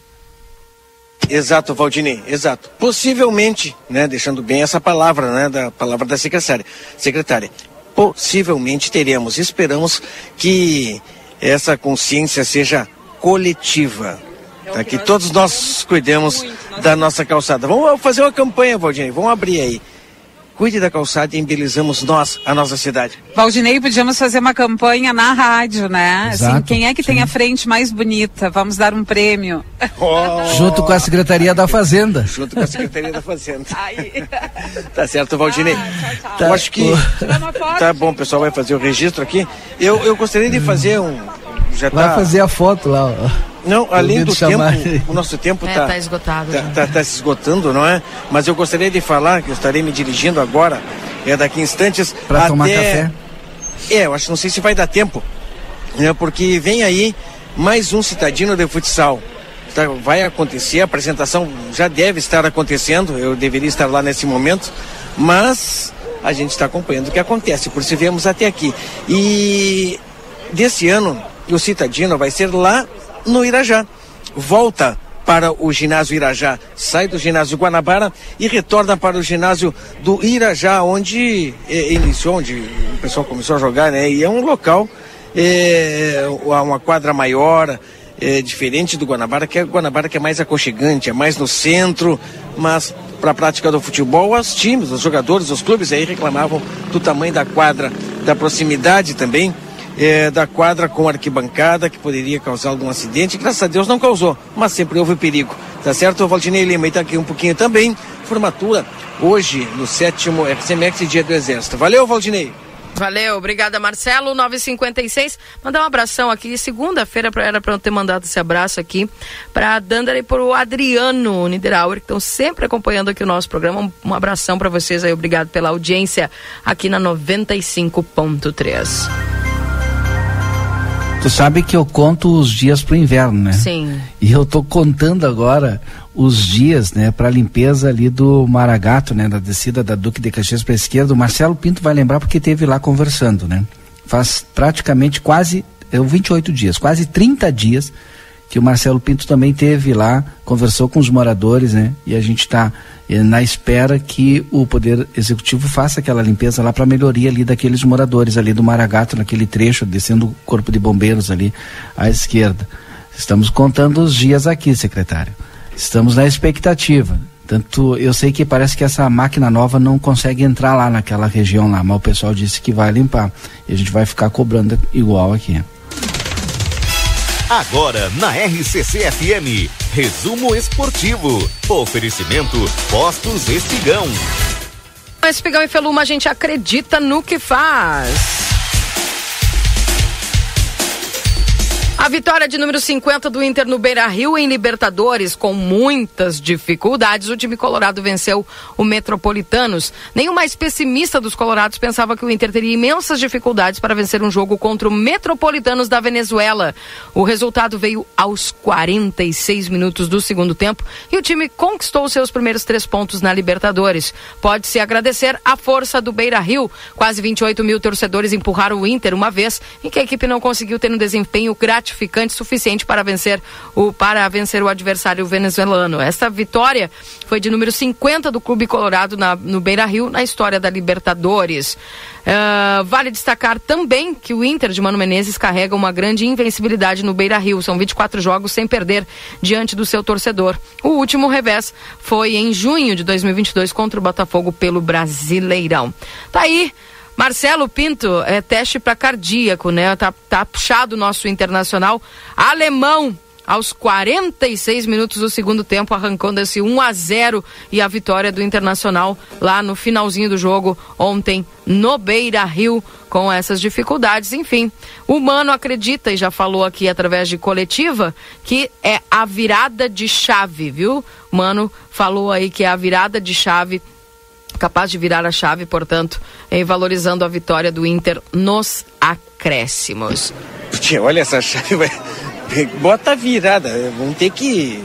S9: Exato, Valdinei, exato. Possivelmente, né, deixando bem essa palavra, né, da palavra da secretária, secretária, possivelmente teremos, esperamos que essa consciência seja coletiva, tá? Que todos nós cuidemos da nossa calçada. Vamos fazer uma campanha, Valdinei, vamos abrir aí. Cuide da calçada e embelezamos nós, a nossa cidade.
S23: Valdinei, podíamos fazer uma campanha na rádio, né?
S4: Exato,
S23: assim, quem é que
S4: sim.
S23: tem a frente mais bonita? Vamos dar um prêmio.
S9: Oh.
S4: Junto com a Secretaria da Fazenda.
S9: Junto com a Secretaria da Fazenda. Tá certo, Valdinei.
S23: Ah, tchau,
S9: tchau. Eu acho que tá bom, o pessoal vai fazer o registro aqui. Eu, eu gostaria de fazer um... Já
S4: vai
S9: tá...
S4: fazer a foto lá, ó.
S9: Não, além do
S4: chamar.
S9: tempo, o nosso tempo
S2: É,
S9: tá,
S2: tá esgotado.
S9: Tá, tá, tá se esgotando, não é? Mas eu gostaria de falar, que eu estarei me dirigindo agora, é daqui a instantes.
S4: Para
S9: até...
S4: tomar café?
S9: É, eu acho, não sei se vai dar tempo, né? Porque vem aí mais um Citadino de Futsal. tá, vai acontecer, a apresentação já deve estar acontecendo, eu deveria estar lá nesse momento, mas a gente está acompanhando o que acontece, por isso viemos até aqui. E desse ano, o Citadino vai ser lá no Irajá. Volta para o ginásio Irajá, sai do ginásio Guanabara e retorna para o ginásio do Irajá, onde eh, iniciou, onde o pessoal começou a jogar, né? E é um local, é, uma quadra maior, é, diferente do Guanabara, que é o Guanabara que é mais aconchegante, é mais no centro, mas para a prática do futebol, os times, os jogadores, os clubes aí reclamavam do tamanho da quadra, da proximidade também, É, da quadra com arquibancada, que poderia causar algum acidente. Graças a Deus não causou, mas sempre houve perigo. Tá certo? O Valdinei Lima está aqui um pouquinho também. Formatura hoje no sétimo R C M X Dia do Exército. Valeu, Valdinei.
S2: Valeu, obrigada, Marcelo. nove e cinquenta e seis. Mandar um abração aqui. Segunda-feira era para eu ter mandado esse abraço aqui para a Dandara e para o Adriano Niederauer, que estão sempre acompanhando aqui o nosso programa. Um, um abração para vocês aí. Obrigado pela audiência aqui na noventa e cinco ponto três.
S4: Tu sabe que eu conto os dias pro inverno, né?
S2: Sim.
S4: E eu tô contando agora os dias, né, pra limpeza ali do Maragato, né, da descida da Duque de Caxias pra esquerda. O Marcelo Pinto vai lembrar porque teve lá conversando, né? Faz praticamente quase, é, vinte e oito dias, quase trinta dias que o Marcelo Pinto também teve lá, conversou com os moradores, né? E a gente tá eh, na espera que o Poder Executivo faça aquela limpeza lá para melhoria ali daqueles moradores ali do Maragato, naquele trecho, descendo o Corpo de Bombeiros ali à esquerda. Estamos contando os dias aqui, secretário. Estamos na expectativa. Tanto, eu sei que parece que essa máquina nova não consegue entrar lá naquela região lá, mas o pessoal disse que vai limpar. E a gente vai ficar cobrando igual aqui.
S6: Agora na R C C F M, resumo esportivo. Oferecimento Postos Espigão.
S2: Espigão e Feluma, a gente acredita no que faz. A vitória de número cinquenta do Inter no Beira-Rio em Libertadores, com muitas dificuldades, o time colorado venceu o Metropolitanos. Nem o mais pessimista dos colorados pensava que o Inter teria imensas dificuldades para vencer um jogo contra o Metropolitanos da Venezuela. O resultado veio aos quarenta e seis minutos do segundo tempo e o time conquistou seus primeiros três pontos na Libertadores. Pode-se agradecer a força do Beira-Rio. Quase vinte e oito mil torcedores empurraram o Inter uma vez em que a equipe não conseguiu ter um desempenho gratificante suficiente para vencer o, para vencer o adversário venezuelano. Esta vitória foi de número cinquenta do Clube Colorado na, no Beira-Rio na história da Libertadores. Uh, vale destacar também que o Inter de Mano Menezes carrega uma grande invencibilidade no Beira-Rio. São vinte e quatro jogos sem perder diante do seu torcedor. O último revés foi em junho de dois mil e vinte e dois contra o Botafogo pelo Brasileirão. Tá aí. Marcelo Pinto, é teste para cardíaco, né? Tá, tá puxado o nosso internacional alemão aos quarenta e seis minutos do segundo tempo, arrancando esse um a zero e a vitória do Internacional lá no finalzinho do jogo ontem no Beira-Rio com essas dificuldades. Enfim, o Mano acredita e já falou aqui através de coletiva que é a virada de chave, viu? Mano falou aí que é a virada de chave, capaz de virar a chave, portanto, eh, valorizando a vitória do Inter nos acréscimos.
S9: Olha essa chave, vai... bota a virada, vamos ter que...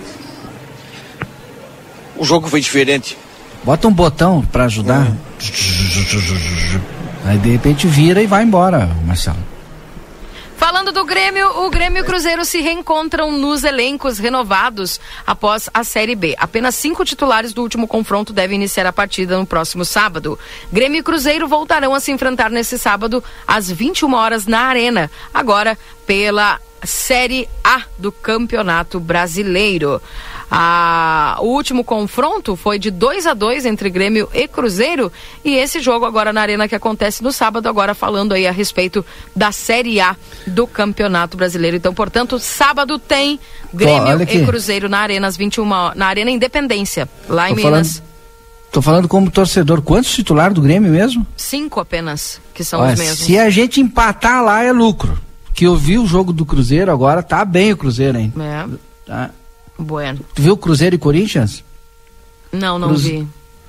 S9: O jogo foi diferente.
S4: Bota um botão para ajudar. Uhum. Aí de repente vira e vai embora, Marcelo.
S2: Falando do Grêmio, o Grêmio e o Cruzeiro se reencontram nos elencos renovados após a Série B. Apenas cinco titulares do último confronto devem iniciar a partida no próximo sábado. Grêmio e Cruzeiro voltarão a se enfrentar nesse sábado às vinte e uma horas na Arena, agora pela Série A do Campeonato Brasileiro. Ah, o último confronto foi de dois a dois entre Grêmio e Cruzeiro e esse jogo agora na Arena que acontece no sábado, agora falando aí a respeito da Série A do Campeonato Brasileiro. Então, portanto, sábado tem Grêmio oh, e Cruzeiro na Arena às vinte e uma, na Arena Independência, lá em
S4: tô
S2: Minas.
S4: Falando, tô falando como torcedor, quantos titulares do Grêmio mesmo?
S2: Cinco apenas, que são
S4: Olha,
S2: os mesmos.
S4: Se a gente empatar lá é lucro. Que eu vi o jogo do Cruzeiro agora, tá bem o Cruzeiro, hein?
S2: É.
S4: Tá.
S2: Bueno.
S4: Tu viu o Cruzeiro e Corinthians?
S2: Não, não
S4: Cruze...
S2: vi.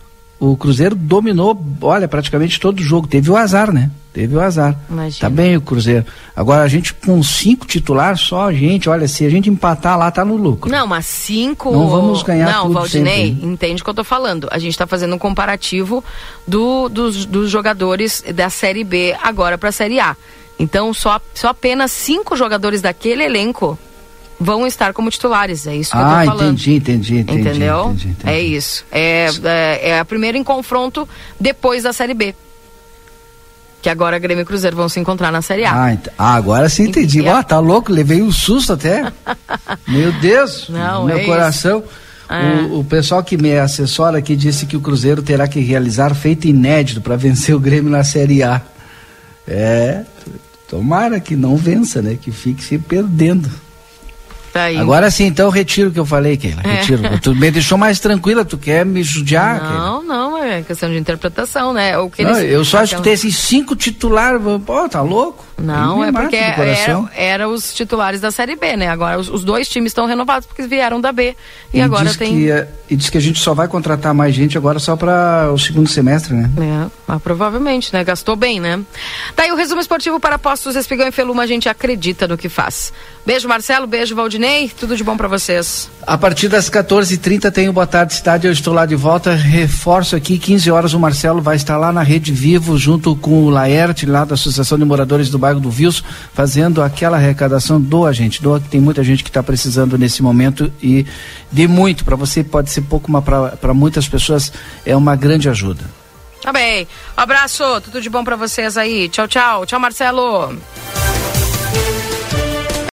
S4: o Cruzeiro dominou, olha, praticamente todo o jogo. Teve o azar, né? Teve o azar.
S2: Imagina.
S4: Tá bem o Cruzeiro. Agora a gente com cinco titulares só, gente, olha, se a gente empatar lá, tá no lucro.
S2: Não, mas cinco...
S4: Não vamos ganhar
S2: Não,
S4: tudo
S2: Valdinei,
S4: sempre, né?
S2: entende o que eu tô falando. A gente tá fazendo um comparativo do, dos, dos jogadores da Série B agora pra Série A. Então, só, só apenas cinco jogadores daquele elenco vão estar como titulares, é isso que
S4: ah,
S2: eu tô falando.
S4: entendi, entendi, entendi.
S2: Entendeu?
S4: Entendi, entendi.
S2: É isso. É, é, é a primeira em confronto depois da Série B. Que agora Grêmio e Cruzeiro vão se encontrar na Série A.
S4: Ah, ent... ah agora sim entendi.
S2: E,
S4: ah, tá louco, levei um susto até. Meu Deus,
S2: Não,
S4: meu
S2: é
S4: coração.
S2: É.
S4: O, o pessoal que me assessora aqui disse que o Cruzeiro terá que realizar feito inédito para vencer o Grêmio na Série A. É, tomara que não vença, né? Que fique se perdendo.
S2: Tá aí.
S4: Agora sim, então retiro o que eu falei, Keila.
S2: É.
S4: Retiro. Tu me deixou mais tranquila, tu quer me judiar, Keila?
S2: Não, não, é questão de interpretação, né? O que
S4: Não,
S2: eles,
S4: eu só
S2: aquela...
S4: escutei esses cinco titulares, pô, tá louco?
S2: Não,
S4: Me
S2: é
S4: mata
S2: porque
S4: do coração.
S2: era, era os titulares da Série B, né? Agora os, os dois times estão renovados porque vieram da B. E,
S4: E
S2: agora
S4: diz
S2: tem...
S4: que, é, e diz que a gente só vai contratar mais gente agora só para o segundo semestre, né?
S2: É, ah, provavelmente, né? Gastou bem, né? Tá aí o resumo esportivo para Postos Espigão e Feluma, a gente acredita no que faz. Beijo, Marcelo, beijo, Valdinei, tudo de bom para vocês.
S4: A partir das quatorze e trinta tem o Boa Tarde Cidade, eu estou lá de volta, reforço aqui, quinze horas o Marcelo vai estar lá na Rede Vivo, junto com o Laerte, lá da Associação de Moradores do Bairro do Vilso, fazendo aquela arrecadação. Doa, gente, doa, que tem muita gente que está precisando nesse momento e de muito, para você pode ser pouco, mas para muitas pessoas é uma grande ajuda.
S2: Tá bem, abraço, tudo de bom para vocês aí, tchau, tchau, tchau, Marcelo.